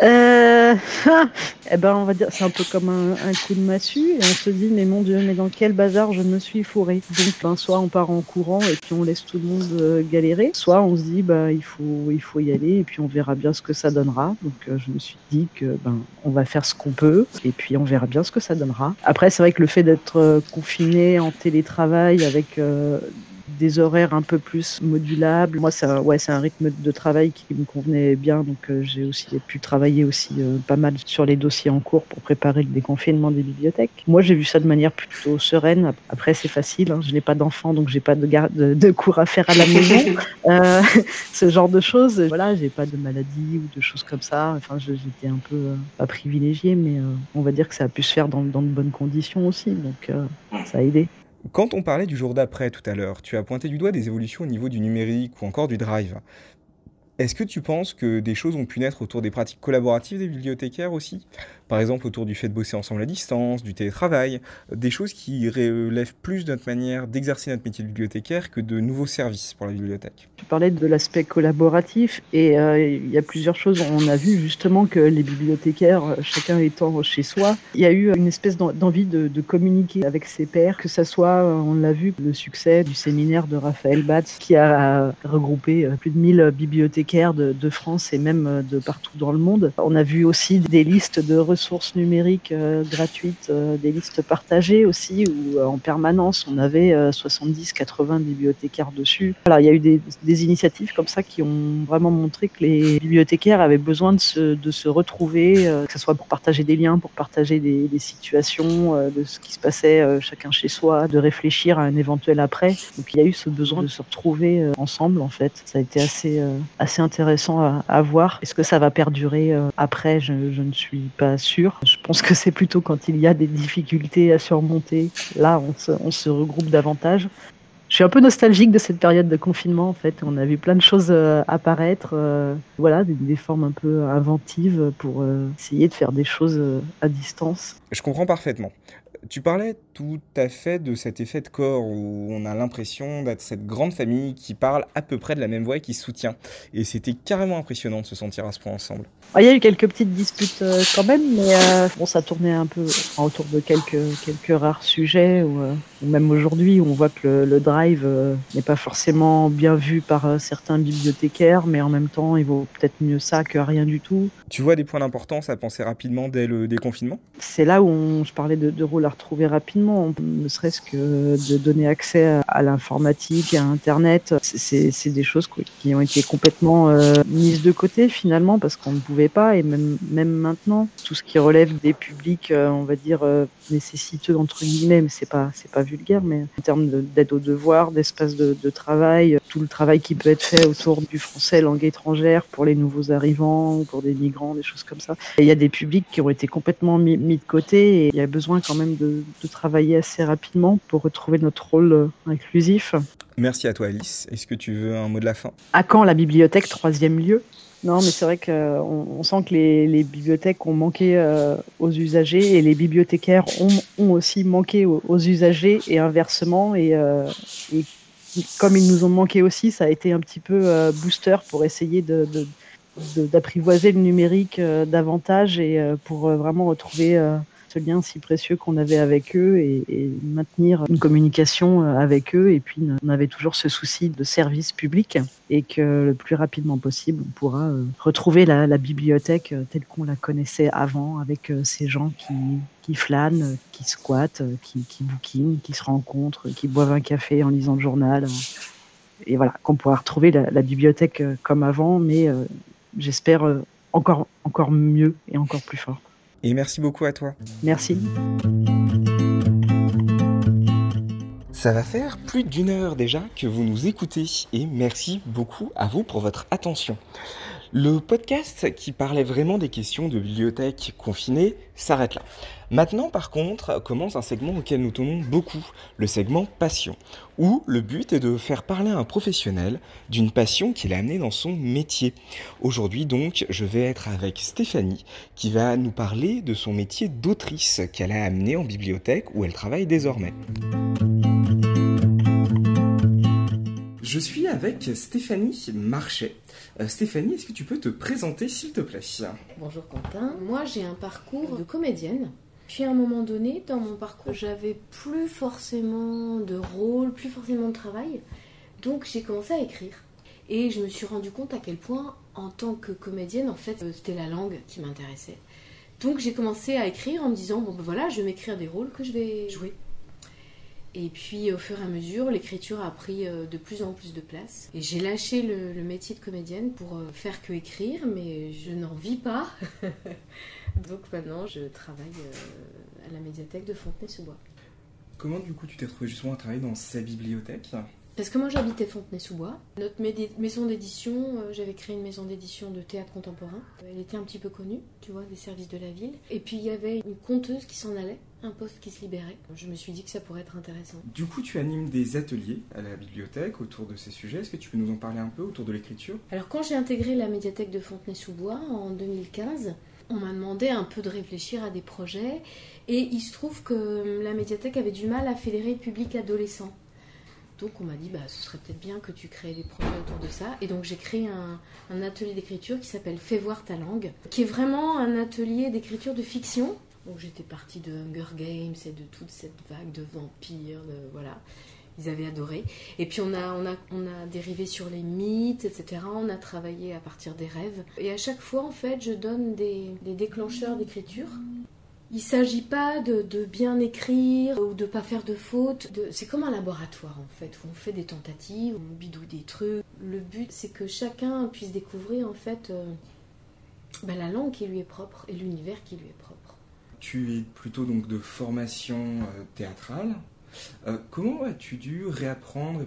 On va dire, c'est un peu comme un coup de massue, et on se dit, mais mon Dieu, mais dans quel bazar je me suis fourrée. Donc, soit on part en courant et puis on laisse tout le monde galérer, soit on se dit, il faut y aller et puis on verra bien ce que ça donnera. Donc, je me suis dit que, on va faire ce qu'on peut et puis on verra bien ce que ça donnera. Après, c'est vrai que le fait d'être confiné en télétravail avec des horaires un peu plus modulables. Moi, c'est un rythme de travail qui me convenait bien, donc j'ai aussi pu travailler aussi pas mal sur les dossiers en cours pour préparer le déconfinement des bibliothèques. Moi, j'ai vu ça de manière plutôt sereine. Après, c'est facile, je n'ai pas d'enfants, donc j'ai pas de cours à faire à la maison. Ce genre de choses. Voilà, j'ai pas de maladie ou de choses comme ça. Enfin, j'étais un peu pas privilégiée, mais on va dire que ça a pu se faire dans de bonnes conditions aussi, donc ça a aidé. Quand on parlait du jour d'après tout à l'heure, tu as pointé du doigt des évolutions au niveau du numérique ou encore du drive. Est-ce que tu penses que des choses ont pu naître autour des pratiques collaboratives des bibliothécaires aussi ? Par exemple, autour du fait de bosser ensemble à distance, du télétravail, des choses qui relèvent plus de notre manière d'exercer notre métier de bibliothécaire que de nouveaux services pour la bibliothèque. Tu parlais de l'aspect collaboratif et il y a plusieurs choses. On a vu justement que les bibliothécaires, chacun étant chez soi, il y a eu une espèce d'envie de communiquer avec ses pairs, que ça soit, on l'a vu, le succès du séminaire de Raphaël Batz qui a regroupé plus de 1000 bibliothécaires de France et même de partout dans le monde. On a vu aussi des listes de ressources ressources numériques gratuites, des listes partagées aussi, où en permanence on avait 70-80 bibliothécaires dessus. Voilà, il y a eu des initiatives comme ça qui ont vraiment montré que les bibliothécaires avaient besoin de se retrouver, que ce soit pour partager des liens, pour partager des situations, de ce qui se passait chacun chez soi, de réfléchir à un éventuel après. Donc il y a eu ce besoin de se retrouver ensemble en fait. Ça a été assez intéressant à voir. Est-ce que ça va perdurer après? Je ne suis pas sûre. Je pense que c'est plutôt quand il y a des difficultés à surmonter. Là, on se regroupe davantage. Je suis un peu nostalgique de cette période de confinement en fait. On a vu plein de choses apparaître, voilà, des formes un peu inventives pour essayer de faire des choses à distance. Je comprends parfaitement. Tu parlais tout à fait de cet effet de corps où on a l'impression d'être cette grande famille qui parle à peu près de la même voix et qui se soutient. Et c'était carrément impressionnant de se sentir à ce point ensemble. Il y a eu quelques petites disputes quand même, mais bon, ça tournait un peu autour de quelques rares sujets. Ou même aujourd'hui, on voit que le drive n'est pas forcément bien vu par certains bibliothécaires, mais en même temps, il vaut peut-être mieux ça que rien du tout. Tu vois des points d'importance à penser rapidement dès le déconfinement ? C'est là où je parlais de rôle à retrouver rapidement, ne serait-ce que de donner accès à l'informatique, à Internet. C'est des choses qui ont été complètement mises de côté finalement parce qu'on ne pouvait pas, et même maintenant, tout ce qui relève des publics, on va dire, nécessiteux entre guillemets, mais c'est pas vulgaire, mais en termes d'aide aux devoirs, d'espace de travail, tout le travail qui peut être fait autour du français langue étrangère pour les nouveaux arrivants, pour des migrants, des choses comme ça. Et il y a des publics qui ont été complètement mis de côté, et il y a besoin quand même de travailler assez rapidement pour retrouver notre rôle inclusif. Merci à toi Alice. Est-ce que tu veux un mot de la fin ? À quand la bibliothèque 3e lieu ? Non, mais c'est vrai qu'on sent que les bibliothèques ont manqué aux usagers, et les bibliothécaires ont aussi manqué aux usagers, et inversement. Et comme ils nous ont manqué aussi, ça a été un petit peu booster pour essayer d'apprivoiser le numérique davantage, et pour vraiment retrouver ce lien si précieux qu'on avait avec eux, et maintenir une communication avec eux. Et puis on avait toujours ce souci de service public, et que le plus rapidement possible on pourra retrouver la bibliothèque telle qu'on la connaissait avant, avec ces gens qui flânent, qui squattent, qui bouquinent, qui se rencontrent, qui boivent un café en lisant le journal, et voilà, qu'on pourra retrouver la bibliothèque comme avant, mais j'espère encore mieux et encore plus fort. Et merci beaucoup à toi. Merci. Ça va faire plus d'1 heure déjà que vous nous écoutez, et merci beaucoup à vous pour votre attention. Le podcast qui parlait vraiment des questions de bibliothèque confinée s'arrête là. Maintenant, par contre, commence un segment auquel nous tenons beaucoup, le segment passion, où le but est de faire parler un professionnel d'une passion qu'il a amenée dans son métier. Aujourd'hui donc, je vais être avec Stéphanie, qui va nous parler de son métier d'autrice qu'elle a amené en bibliothèque où elle travaille désormais. Je suis avec Stéphanie Marchais. Stéphanie, est-ce que tu peux te présenter s'il te plaît ? Bonjour Quentin, moi j'ai un parcours de comédienne. Puis à un moment donné, dans mon parcours, j'avais plus forcément de rôle, plus forcément de travail. Donc j'ai commencé à écrire. Et je me suis rendu compte à quel point, en tant que comédienne, en fait, c'était la langue qui m'intéressait. Donc j'ai commencé à écrire en me disant, bon ben voilà, je vais m'écrire des rôles que je vais jouer. Et puis au fur et à mesure, l'écriture a pris de plus en plus de place. Et j'ai lâché le métier de comédienne pour faire que écrire, mais je n'en vis pas. Donc maintenant, je travaille à la médiathèque de Fontenay-sous-Bois. Comment du coup tu t'es retrouvée justement à travailler dans cette bibliothèque ? Parce que moi j'habitais Fontenay-sous-Bois. Notre maison d'édition, j'avais créé une maison d'édition de théâtre contemporain. Elle était un petit peu connue, tu vois, des services de la ville. Et puis il y avait une conteuse qui s'en allait, un poste qui se libérait. Je me suis dit que ça pourrait être intéressant. Du coup, tu animes des ateliers à la bibliothèque autour de ces sujets. Est-ce que tu peux nous en parler un peu autour de l'écriture ? Alors quand j'ai intégré la médiathèque de Fontenay-sous-Bois en 2015, on m'a demandé un peu de réfléchir à des projets. Et il se trouve que la médiathèque avait du mal à fédérer le public adolescent. Donc on m'a dit, ce serait peut-être bien que tu crées des projets autour de ça. Et donc j'ai créé un atelier d'écriture qui s'appelle Fais voir ta langue, qui est vraiment un atelier d'écriture de fiction. Donc j'étais partie de Hunger Games et de toute cette vague de vampires, voilà. Ils avaient adoré. Et puis on a dérivé sur les mythes, etc. On a travaillé à partir des rêves. Et à chaque fois, en fait, je donne des déclencheurs d'écriture. Il ne s'agit pas de bien écrire ou de ne pas faire de fautes. C'est comme un laboratoire, en fait, où on fait des tentatives, on bidouille des trucs. Le but, c'est que chacun puisse découvrir, en fait, la langue qui lui est propre et l'univers qui lui est propre. Tu es plutôt donc de formation théâtrale. Comment as-tu dû réapprendre,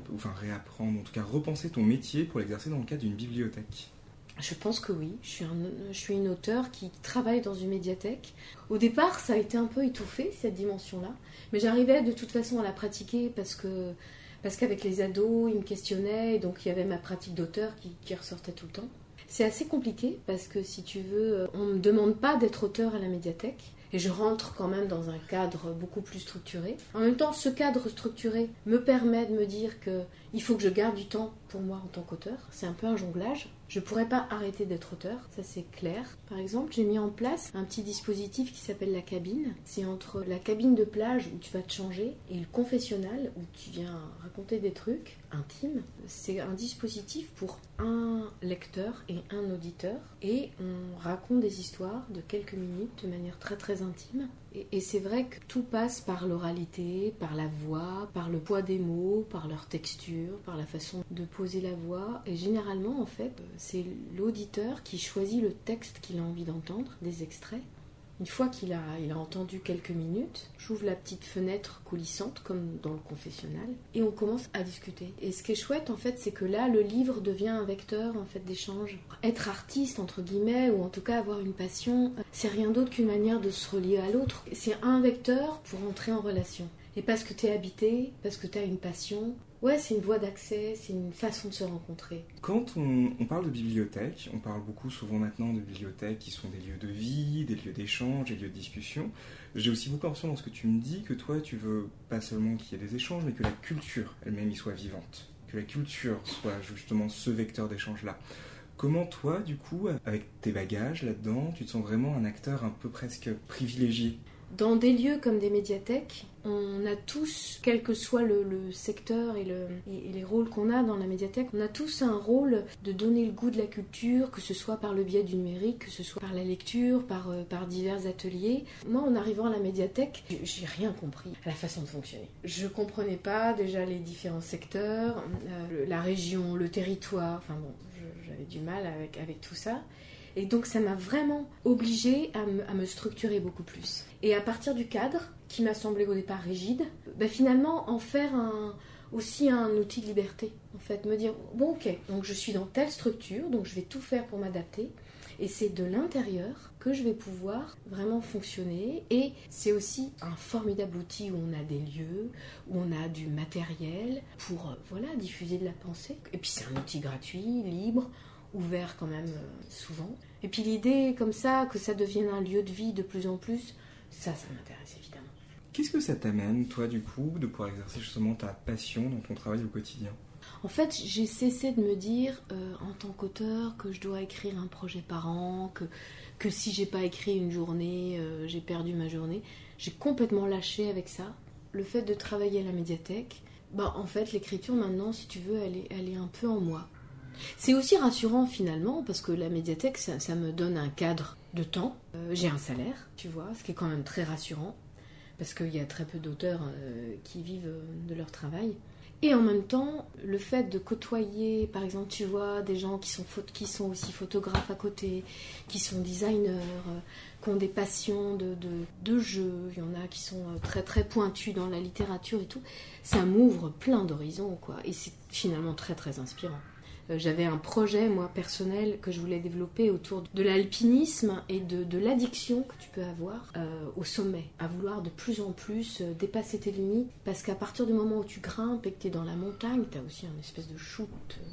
en tout cas repenser ton métier pour l'exercer dans le cadre d'une bibliothèque ? Je pense que oui. Je suis une auteure qui travaille dans une médiathèque. Au départ, ça a été un peu étouffé, cette dimension-là. Mais j'arrivais de toute façon à la pratiquer parce qu'avec les ados, ils me questionnaient. Et donc, il y avait ma pratique d'auteur qui ressortait tout le temps. C'est assez compliqué parce que, si tu veux, on ne me demande pas d'être auteur à la médiathèque. Et je rentre quand même dans un cadre beaucoup plus structuré. En même temps, ce cadre structuré me permet de me dire qu'il faut que je garde du temps pour moi en tant qu'auteur. C'est un peu un jonglage. Je ne pourrais pas arrêter d'être auteur, ça c'est clair. Par exemple, j'ai mis en place un petit dispositif qui s'appelle la cabine. C'est entre la cabine de plage où tu vas te changer et le confessionnal où tu viens raconter des trucs intimes. C'est un dispositif pour un lecteur et un auditeur. Et on raconte des histoires de quelques minutes de manière très très intime. Et c'est vrai que tout passe par l'oralité, par la voix, par le poids des mots, par leur texture, par la façon de poser la voix. Et généralement, en fait, c'est l'auditeur qui choisit le texte qu'il a envie d'entendre, des extraits. Une fois qu'il a entendu quelques minutes, j'ouvre la petite fenêtre coulissante, comme dans le confessionnal, et on commence à discuter. Et ce qui est chouette, en fait, c'est que là, le livre devient un vecteur, en fait, d'échange. Être artiste, entre guillemets, ou en tout cas avoir une passion, c'est rien d'autre qu'une manière de se relier à l'autre. C'est un vecteur pour entrer en relation. Et parce que t'es habité, parce que t'as une passion, ouais, c'est une voie d'accès, c'est une façon de se rencontrer. Quand on parle de bibliothèque, on parle beaucoup souvent maintenant de bibliothèques qui sont des lieux de vie, des lieux d'échange, des lieux de discussion. J'ai aussi beaucoup l'impression dans ce que tu me dis que toi, tu veux pas seulement qu'il y ait des échanges, mais que la culture elle-même y soit vivante. Que la culture soit justement ce vecteur d'échange-là. Comment toi, du coup, avec tes bagages là-dedans, tu te sens vraiment un acteur un peu presque privilégié ? Dans des lieux comme des médiathèques, on a tous, quel que soit le secteur et les rôles qu'on a dans la médiathèque, on a tous un rôle de donner le goût de la culture, que ce soit par le biais du numérique, que ce soit par la lecture, par divers ateliers. Moi, en arrivant à la médiathèque, j'ai rien compris à la façon de fonctionner. Je comprenais pas déjà les différents secteurs, la région, le territoire, enfin bon, j'avais du mal avec tout ça. Et donc ça m'a vraiment obligée à me structurer beaucoup plus. Et à partir du cadre, qui m'a semblé au départ rigide, finalement en faire aussi un outil de liberté. En fait, me dire, bon ok, donc je suis dans telle structure, donc je vais tout faire pour m'adapter. Et c'est de l'intérieur que je vais pouvoir vraiment fonctionner. Et c'est aussi un formidable outil où on a des lieux, où on a du matériel pour diffuser de la pensée. Et puis c'est un outil gratuit, libre, ouvert quand même souvent. Et puis l'idée comme ça, que ça devienne un lieu de vie de plus en plus, ça m'intéresse évidemment. Qu'est-ce que ça t'amène, toi, du coup, de pouvoir exercer justement ta passion dans ton travail au quotidien ? En fait, j'ai cessé de me dire, en tant qu'auteur, que je dois écrire un projet par an, que si j'ai pas écrit une journée, j'ai perdu ma journée. J'ai complètement lâché avec ça. Le fait de travailler à la médiathèque, en fait, l'écriture maintenant, si tu veux, elle est un peu en moi. C'est aussi rassurant finalement parce que la médiathèque, ça me donne un cadre de temps. J'ai un salaire, tu vois, ce qui est quand même très rassurant parce qu'il y a très peu d'auteurs qui vivent de leur travail. Et en même temps, le fait de côtoyer, par exemple, tu vois, des gens qui sont aussi photographes à côté, qui sont designers, qui ont des passions de jeu, il y en a qui sont très très pointus dans la littérature et tout, ça m'ouvre plein d'horizons, quoi. Et c'est finalement très très inspirant. J'avais un projet, moi, personnel, que je voulais développer autour de l'alpinisme et de l'addiction que tu peux avoir au sommet, à vouloir de plus en plus dépasser tes limites, parce qu'à partir du moment où tu grimpes et que tu es dans la montagne, tu as aussi une espèce de shoot.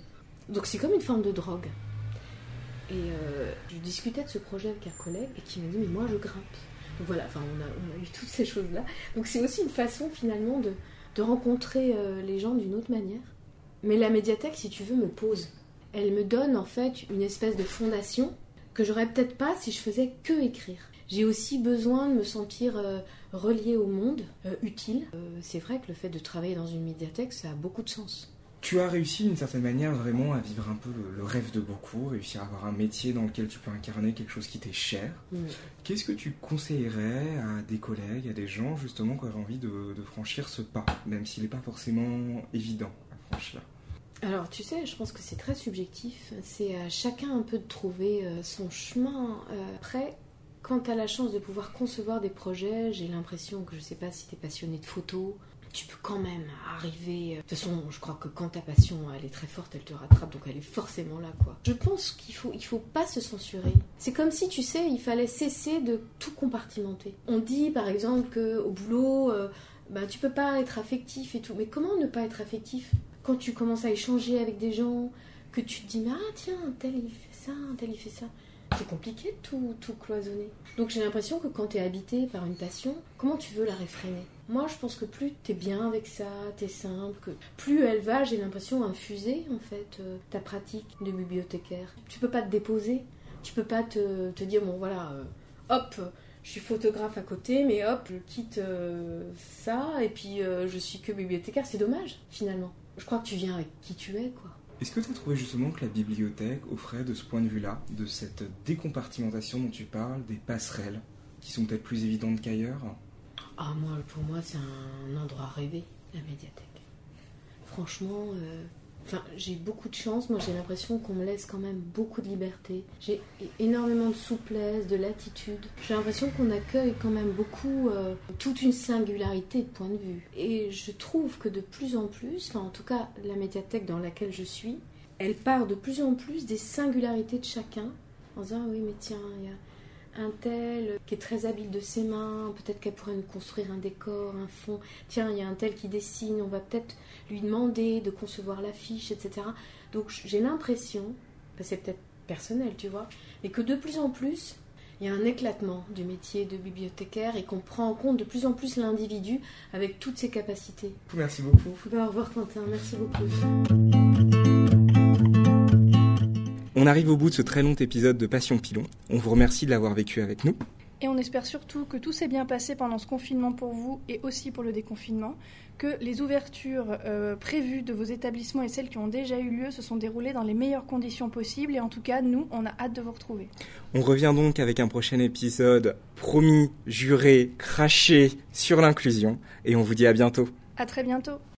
Donc c'est comme une forme de drogue. Et je discutais de ce projet avec un collègue et qui m'a dit « mais moi je grimpe ». Donc voilà, on a eu toutes ces choses-là. Donc c'est aussi une façon finalement de rencontrer les gens d'une autre manière. Mais la médiathèque, si tu veux, me pose. Elle me donne en fait une espèce de fondation que j'aurais peut-être pas si je faisais que écrire. J'ai aussi besoin de me sentir reliée au monde, utile. C'est vrai que le fait de travailler dans une médiathèque, ça a beaucoup de sens. Tu as réussi d'une certaine manière vraiment à vivre un peu le rêve de beaucoup, réussir à avoir un métier dans lequel tu peux incarner quelque chose qui t'est cher. Qu'est-ce que tu conseillerais à des collègues, à des gens justement qui auraient envie de franchir ce pas, même s'il n'est pas forcément évident à franchir? Alors tu sais, je pense que c'est très subjectif, c'est à chacun un peu de trouver son chemin. Après, quand tu as la chance de pouvoir concevoir des projets, j'ai l'impression que, je sais pas si tu es passionné de photos, tu peux quand même arriver... De toute façon, je crois que quand ta passion, elle est très forte, elle te rattrape, donc elle est forcément là, quoi. Je pense qu'il faut pas se censurer. C'est comme si, tu sais, il fallait cesser de tout compartimenter. On dit, par exemple, qu'au boulot, tu peux pas être affectif et tout. Mais comment ne pas être affectif quand tu commences à échanger avec des gens, que tu te dis, mais tiens, un tel il fait ça, un tel il fait ça. C'est compliqué de tout cloisonner. Donc j'ai l'impression que quand t'es habité par une passion, comment tu veux la réfréner? Moi, je pense que plus t'es bien avec ça, t'es simple, que plus elle va, j'ai l'impression, infuser, en fait, ta pratique de bibliothécaire. Tu peux pas te déposer, tu peux pas te dire, bon voilà, hop, je suis photographe à côté, mais hop, je quitte ça, et puis je suis que bibliothécaire. C'est dommage, finalement. Je crois que tu viens avec qui tu es, quoi. Est-ce que tu as trouvé justement que la bibliothèque offrait de ce point de vue-là, de cette décompartimentation dont tu parles, des passerelles qui sont peut-être plus évidentes qu'ailleurs? Pour moi, c'est un endroit rêvé, la médiathèque. Franchement, j'ai beaucoup de chance. Moi, j'ai l'impression qu'on me laisse quand même beaucoup de liberté. J'ai énormément de souplesse, de latitude. J'ai l'impression qu'on accueille quand même beaucoup toute une singularité de point de vue. Et je trouve que de plus en plus, en tout cas, la médiathèque dans laquelle je suis, elle part de plus en plus des singularités de chacun, en disant, oui, mais tiens, il y a un tel qui est très habile de ses mains, peut-être qu'elle pourrait nous construire un décor, un fond. Tiens, il y a un tel qui dessine, on va peut-être lui demander de concevoir l'affiche, etc. Donc j'ai l'impression, c'est peut-être personnel, tu vois, mais que de plus en plus, il y a un éclatement du métier de bibliothécaire et qu'on prend en compte de plus en plus l'individu avec toutes ses capacités. Merci beaucoup. Au revoir Quentin, merci beaucoup. On arrive au bout de ce très long épisode de Passion Pilon. On vous remercie de l'avoir vécu avec nous. Et on espère surtout que tout s'est bien passé pendant ce confinement pour vous et aussi pour le déconfinement, que les ouvertures prévues de vos établissements et celles qui ont déjà eu lieu se sont déroulées dans les meilleures conditions possibles. Et en tout cas, nous, on a hâte de vous retrouver. On revient donc avec un prochain épisode promis, juré, craché sur l'inclusion. Et on vous dit à bientôt. À très bientôt.